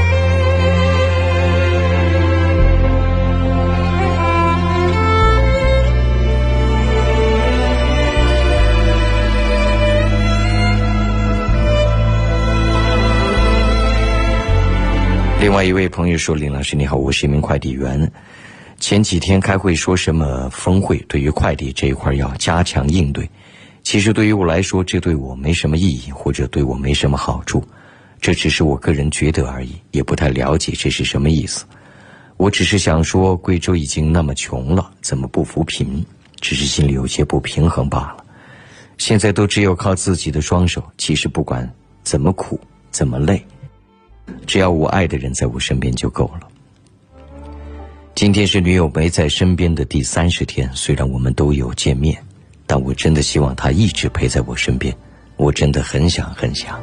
另外一位朋友说：“林老师你好，我是一名快递员。前几天开会说什么峰会，对于快递这一块要加强应对。其实对于我来说，这对我没什么意义，或者对我没什么好处。这只是我个人觉得而已，也不太了解这是什么意思。我只是想说，贵州已经那么穷了，怎么不扶贫？只是心里有些不平衡罢了。现在都只有靠自己的双手，其实不管怎么苦，怎么累，只要我爱的人在我身边就够了。今天是女友没在身边的第三十天，虽然我们都有见面，但我真的希望她一直陪在我身边，我真的很想很想。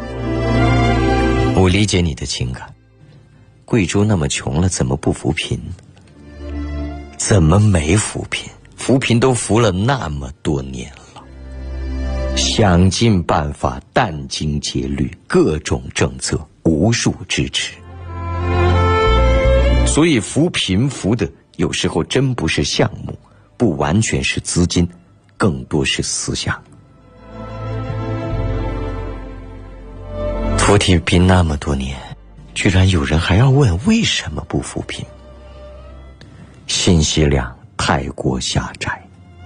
我理解你的情感，贵州那么穷了，怎么不扶贫？怎么没扶贫？扶贫都扶了那么多年了，想尽办法，殚精竭虑，各种政策无数支持。所以扶贫扶的有时候真不是项目，不完全是资金，更多是思想。扶贫贫那么多年，居然有人还要问为什么不扶贫？信息量太过狭窄。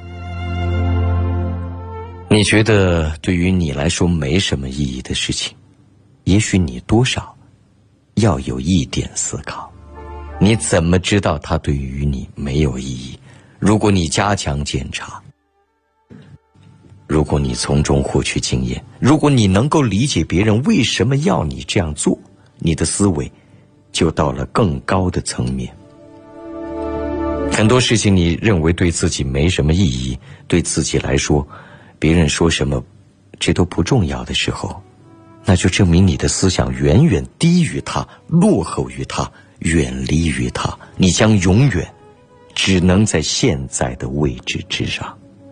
你觉得对于你来说没什么意义的事情，也许你多少要有一点思考。你怎么知道它对于你没有意义？如果你加强检查，如果你从中获取经验，如果你能够理解别人为什么要你这样做，你的思维就到了更高的层面。很多事情你认为对自己没什么意义，对自己来说别人说什么这都不重要的时候，那就证明你的思想远远低于他，落后于他，远离于他，你将永远只能在现在的位置之上。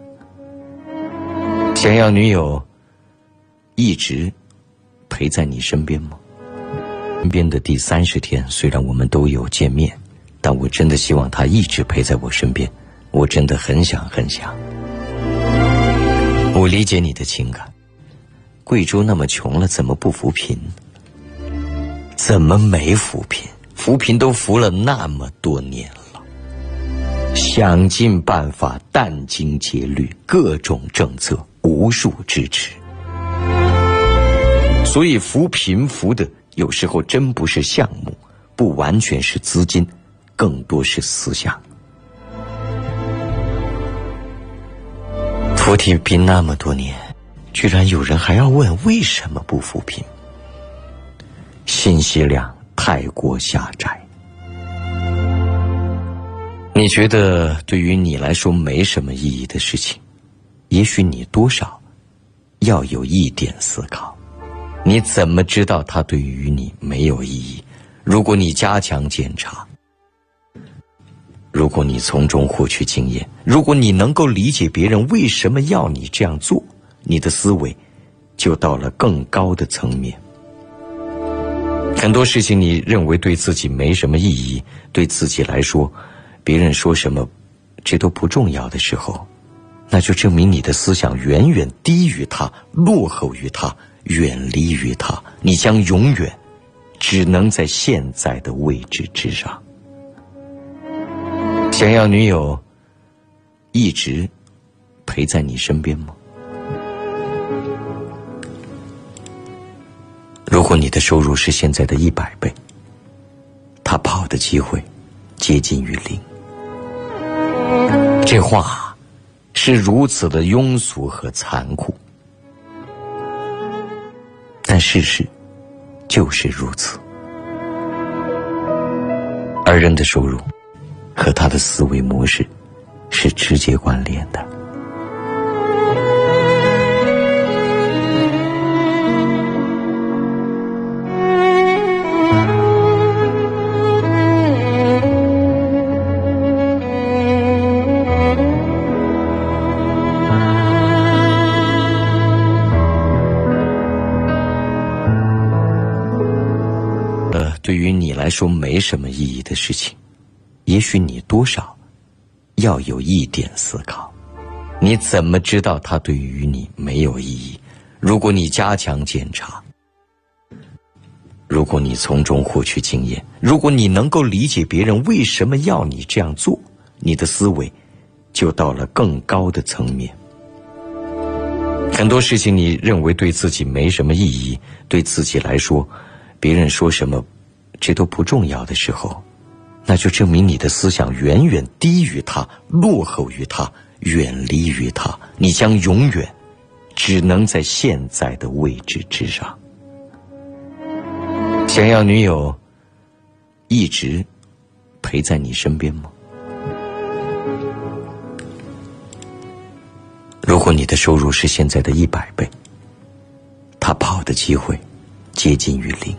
想要女友一直陪在你身边吗？身边的第三十天，虽然我们都有见面，但我真的希望她一直陪在我身边，我真的很想很想。我理解你的情感，贵州那么穷了，怎么不扶贫？怎么没扶贫？扶贫都扶了那么多年了，想尽办法，殚精竭虑，各种政策无数支持。所以扶贫扶的有时候真不是项目，不完全是资金，更多是思想。扶贫贫那么多年，居然有人还要问为什么不扶贫？信息量太过狭窄。你觉得对于你来说没什么意义的事情，也许你多少要有一点思考。你怎么知道它对于你没有意义？如果你加强检查，如果你从中获取经验，如果你能够理解别人为什么要你这样做，你的思维就到了更高的层面。很多事情你认为对自己没什么意义，对自己来说别人说什么这都不重要的时候，那就证明你的思想远远低于他，落后于他，远离于他，你将永远只能在现在的位置之上。想要女友一直陪在你身边吗？如果你的收入是现在的一百倍，他跑的机会接近于零。这话是如此的庸俗和残酷，但事实就是如此。而人的收入和他的思维模式是直接关联的。对于你来说没什么意义的事情，也许你多少要有一点思考。你怎么知道它对于你没有意义？如果你加强检查，如果你从中获取经验，如果你能够理解别人为什么要你这样做，你的思维就到了更高的层面。很多事情你认为对自己没什么意义，对自己来说别人说什么这都不重要的时候，那就证明你的思想远远低于他，落后于他，远离于他，你将永远只能在现在的位置之上。想要女友一直陪在你身边吗？如果你的收入是现在的一百倍，他跑的机会接近于零。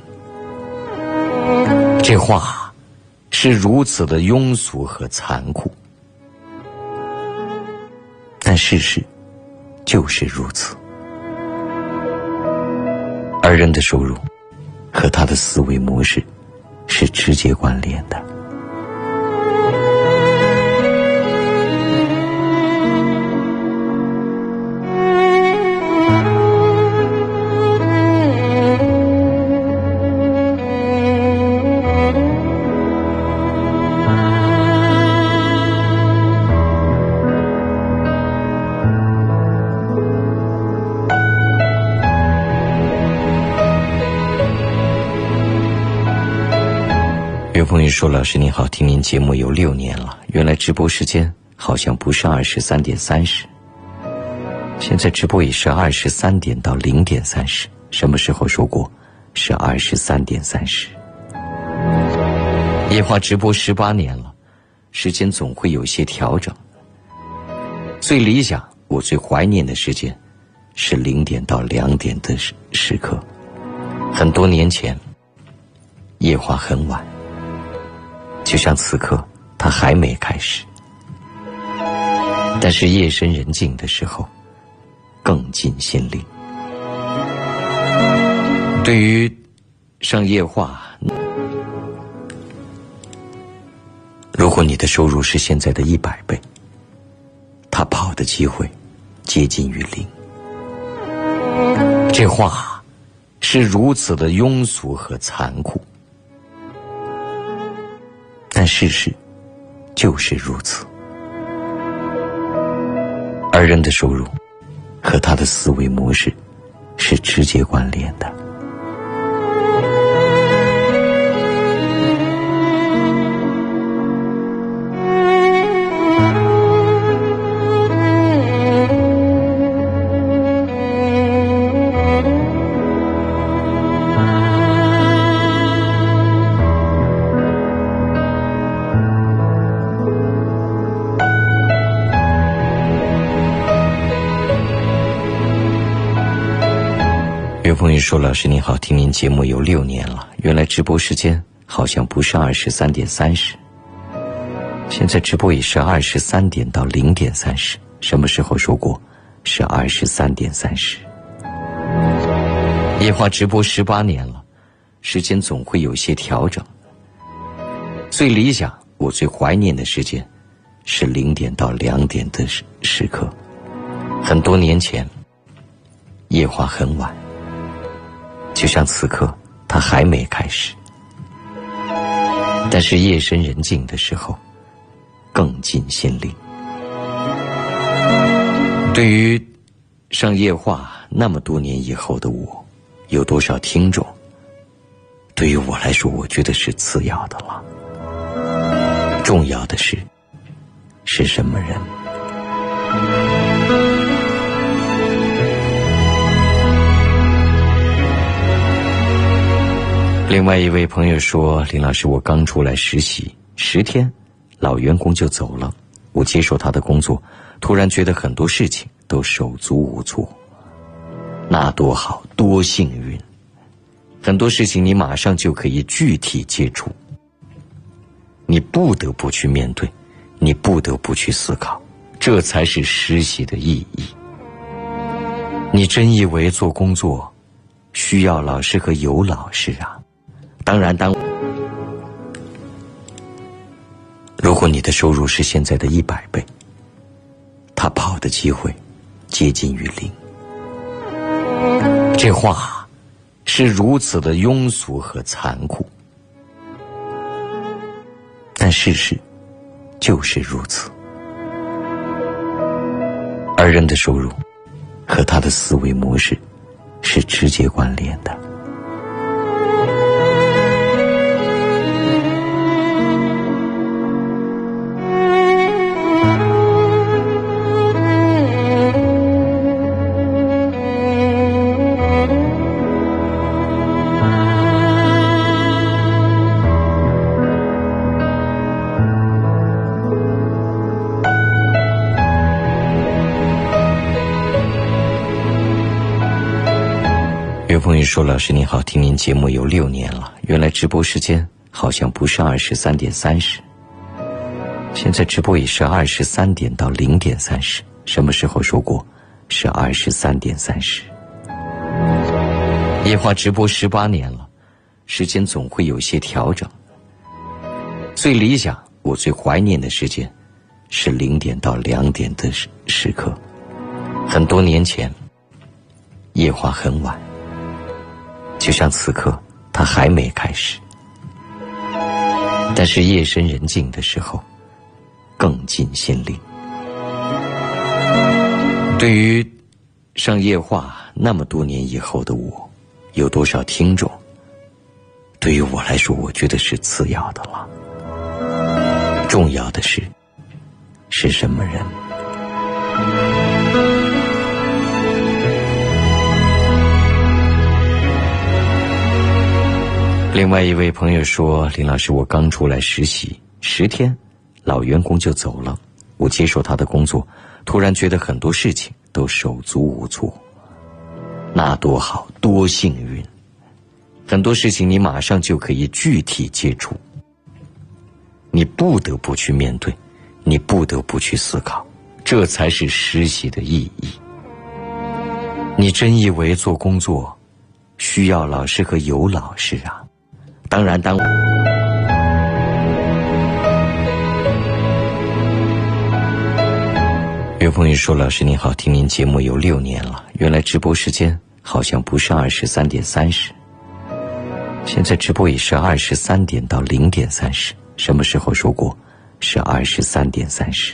这话是如此的庸俗和残酷，但事实就是如此。而人的收入和他的思维模式是直接关联的。 有朋友说：“老师您好，听您节目有六年了，原来直播时间好像不是二十三点三十，现在直播也是二十三点到零点三十。什么时候说过是二十三点三十？夜话直播十八年了，时间总会有些调整。最理想，我最怀念的时间是零点到两点的时时刻。很多年前，夜话很晚，就像此刻，它还没开始。但是夜深人静的时候，更近心灵。对于上夜话，如果你的收入是现在的一百倍，他跑的机会接近于零。这话是如此的庸俗和残酷，但事实就是如此。而人的收入和他的思维模式是直接关联的。有朋友说：“老师您好，听您节目有六年了，原来直播时间好像不是二十三点三十，现在直播也是二十三点到零点三十。什么时候说过是二十三点三十？夜话直播十八年了，时间总会有些调整。最理想，我最怀念的时间是零点到两点的时时刻。很多年前，夜话很晚。就像此刻，它还没开始。但是夜深人静的时候，更近心灵。对于上夜话那么多年以后的我，有多少听众，对于我来说，我觉得是次要的了。重要的是，是什么人？另外一位朋友说：“林老师，我刚出来实习十天，老员工就走了。我接手他的工作，突然觉得很多事情都手足无措。那多好，多幸运！很多事情你马上就可以具体接触，你不得不去面对，你不得不去思考，这才是实习的意义。你真以为做工作需要老师和有老师啊？当然，当如果你的收入是现在的一百倍，他跑的机会接近于零。这话是如此的庸俗和残酷，但事实就是如此。而人的收入和他的思维模式是直接关联的。有朋友说：“老师您好，听您节目有六年了，原来直播时间好像不是二十三点三十，现在直播也是二十三点到零点三十。什么时候说过是二十三点三十？夜话直播十八年了，时间总会有些调整。最理想，我最怀念的时间是零点到两点的时时刻。很多年前，夜话很晚。就像此刻，它还没开始。但是夜深人静的时候，更近心灵。对于上夜话那么多年以后的我，有多少听众， 对于我来说，我觉得是次要的了。重要的是，是什么人？另外一位朋友说，林老师，我刚出来实习十天，老员工就走了，我接受他的工作，突然觉得很多事情都手足无措。那多好，多幸运！很多事情你马上就可以具体接触，你不得不去面对，你不得不去思考，这才是实习的意义。你真以为做工作需要老师和有老师啊？当然当有朋友说，老师您好，听您节目有六年了，原来直播时间好像不是二十三点三十，现在直播也是二十三点到零点三十，什么时候说过是二十三点三十？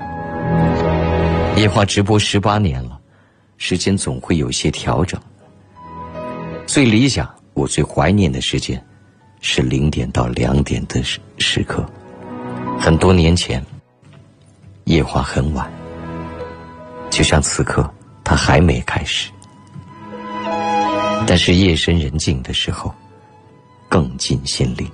夜话直播十八年了，时间总会有些调整。最理想，我最怀念的时间是零点到两点的时时刻。很多年前，夜话很晚，就像此刻，它还没开始。但是夜深人静的时候，更近心灵。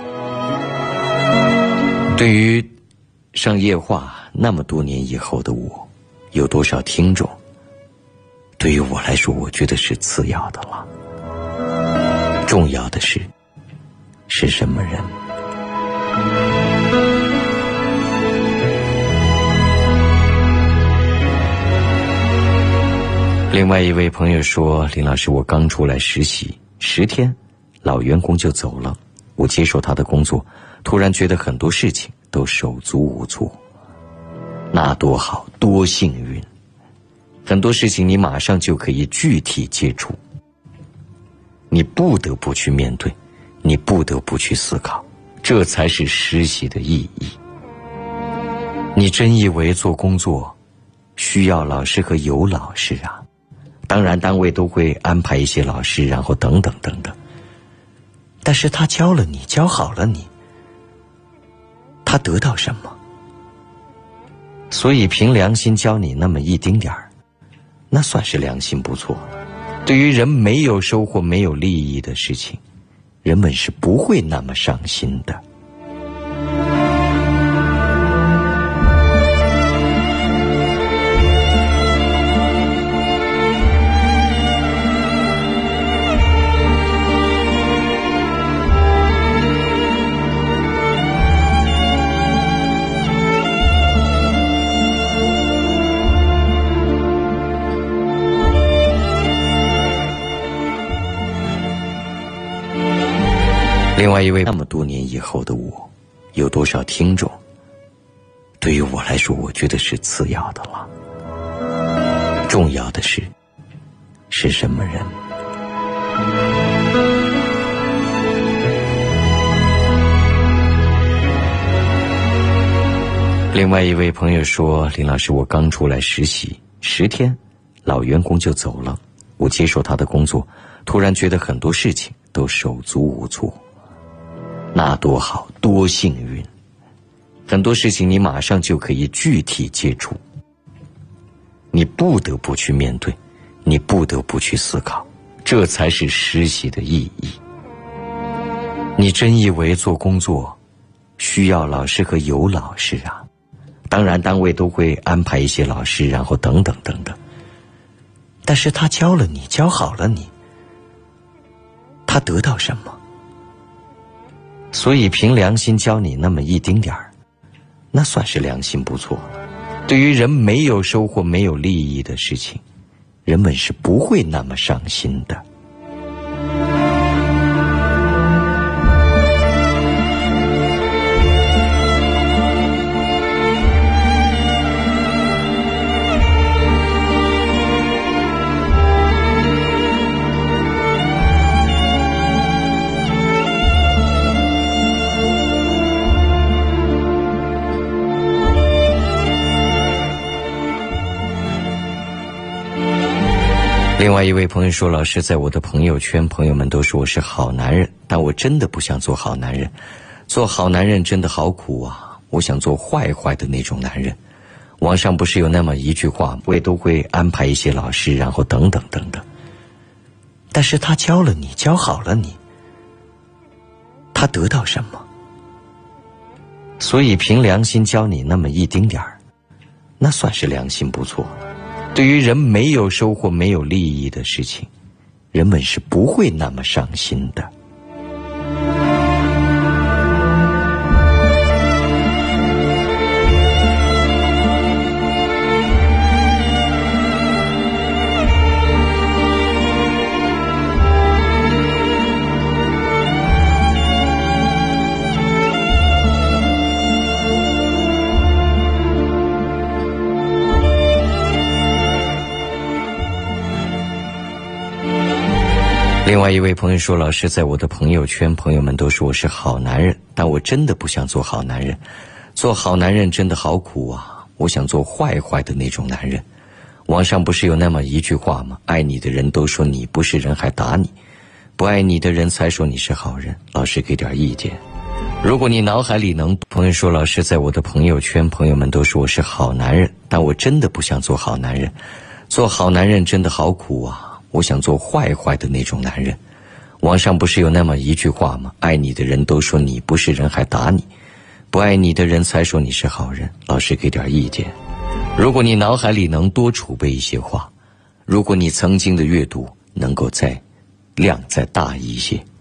对于上夜话那么多年以后的我，有多少听众？对于我来说，我觉得是次要的了。重要的是，是什么人？另外一位朋友说，林老师，我刚出来实习十天，老员工就走了，我接受他的工作，突然觉得很多事情都手足无措。那多好，多幸运！很多事情你马上就可以具体接触，你不得不去面对，你不得不去思考，这才是实习的意义。你真以为做工作需要老师和有老师啊？当然单位都会安排一些老师，然后等等等等，但是他教了你，教好了你，他得到什么？所以凭良心教你那么一丁点儿，那算是良心不错。对于人没有收获没有利益的事情，人们是不会那么上心的。另外一位，那么多年以后的我，有多少听众？对于我来说，我觉得是次要的了。重要的是，是什么人？另外一位朋友说，林老师，我刚出来实习十天，老员工就走了，我接受他的工作，突然觉得很多事情都手足无措。那多好，多幸运！很多事情你马上就可以具体接触，你不得不去面对，你不得不去思考，这才是实习的意义。你真以为做工作需要老师和有老师啊？当然单位都会安排一些老师，然后等等等等，但是他教了你，教好了你，他得到什么？所以凭良心教你那么一丁点儿，那算是良心不错。对于人没有收获没有利益的事情，人们是不会那么上心的。 另外一位朋友说，老师，在我的朋友圈，朋友们都说我是好男人，但我真的不想做好男人。做好男人真的好苦啊，我想做坏坏的那种男人。网上不是有那么一句话，我也都会安排一些老师，然后等等等等。但是他教了你，教好了你，他得到什么？所以凭良心教你那么一丁点儿，那算是良心不错。对于人没有收获、没有利益的事情，人们是不会那么伤心的。另外一位朋友说，老师，在我的朋友圈，朋友们都说我是好男人，但我真的不想做好男人。做好男人真的好苦啊，我想做坏坏的那种男人。网上不是有那么一句话吗？爱你的人都说你不是人还打你，不爱你的人才说你是好人。老师给点意见。如果你脑海里能……朋友说，老师，在我的朋友圈，朋友们都说我是好男人，但我真的不想做好男人。做好男人真的好苦啊，我想做坏坏的那种男人。网上不是有那么一句话吗？爱你的人都说你不是人还打你，不爱你的人才说你是好人。老师给点意见。如果你脑海里能多储备一些话，如果你曾经的阅读能够再量再大一些，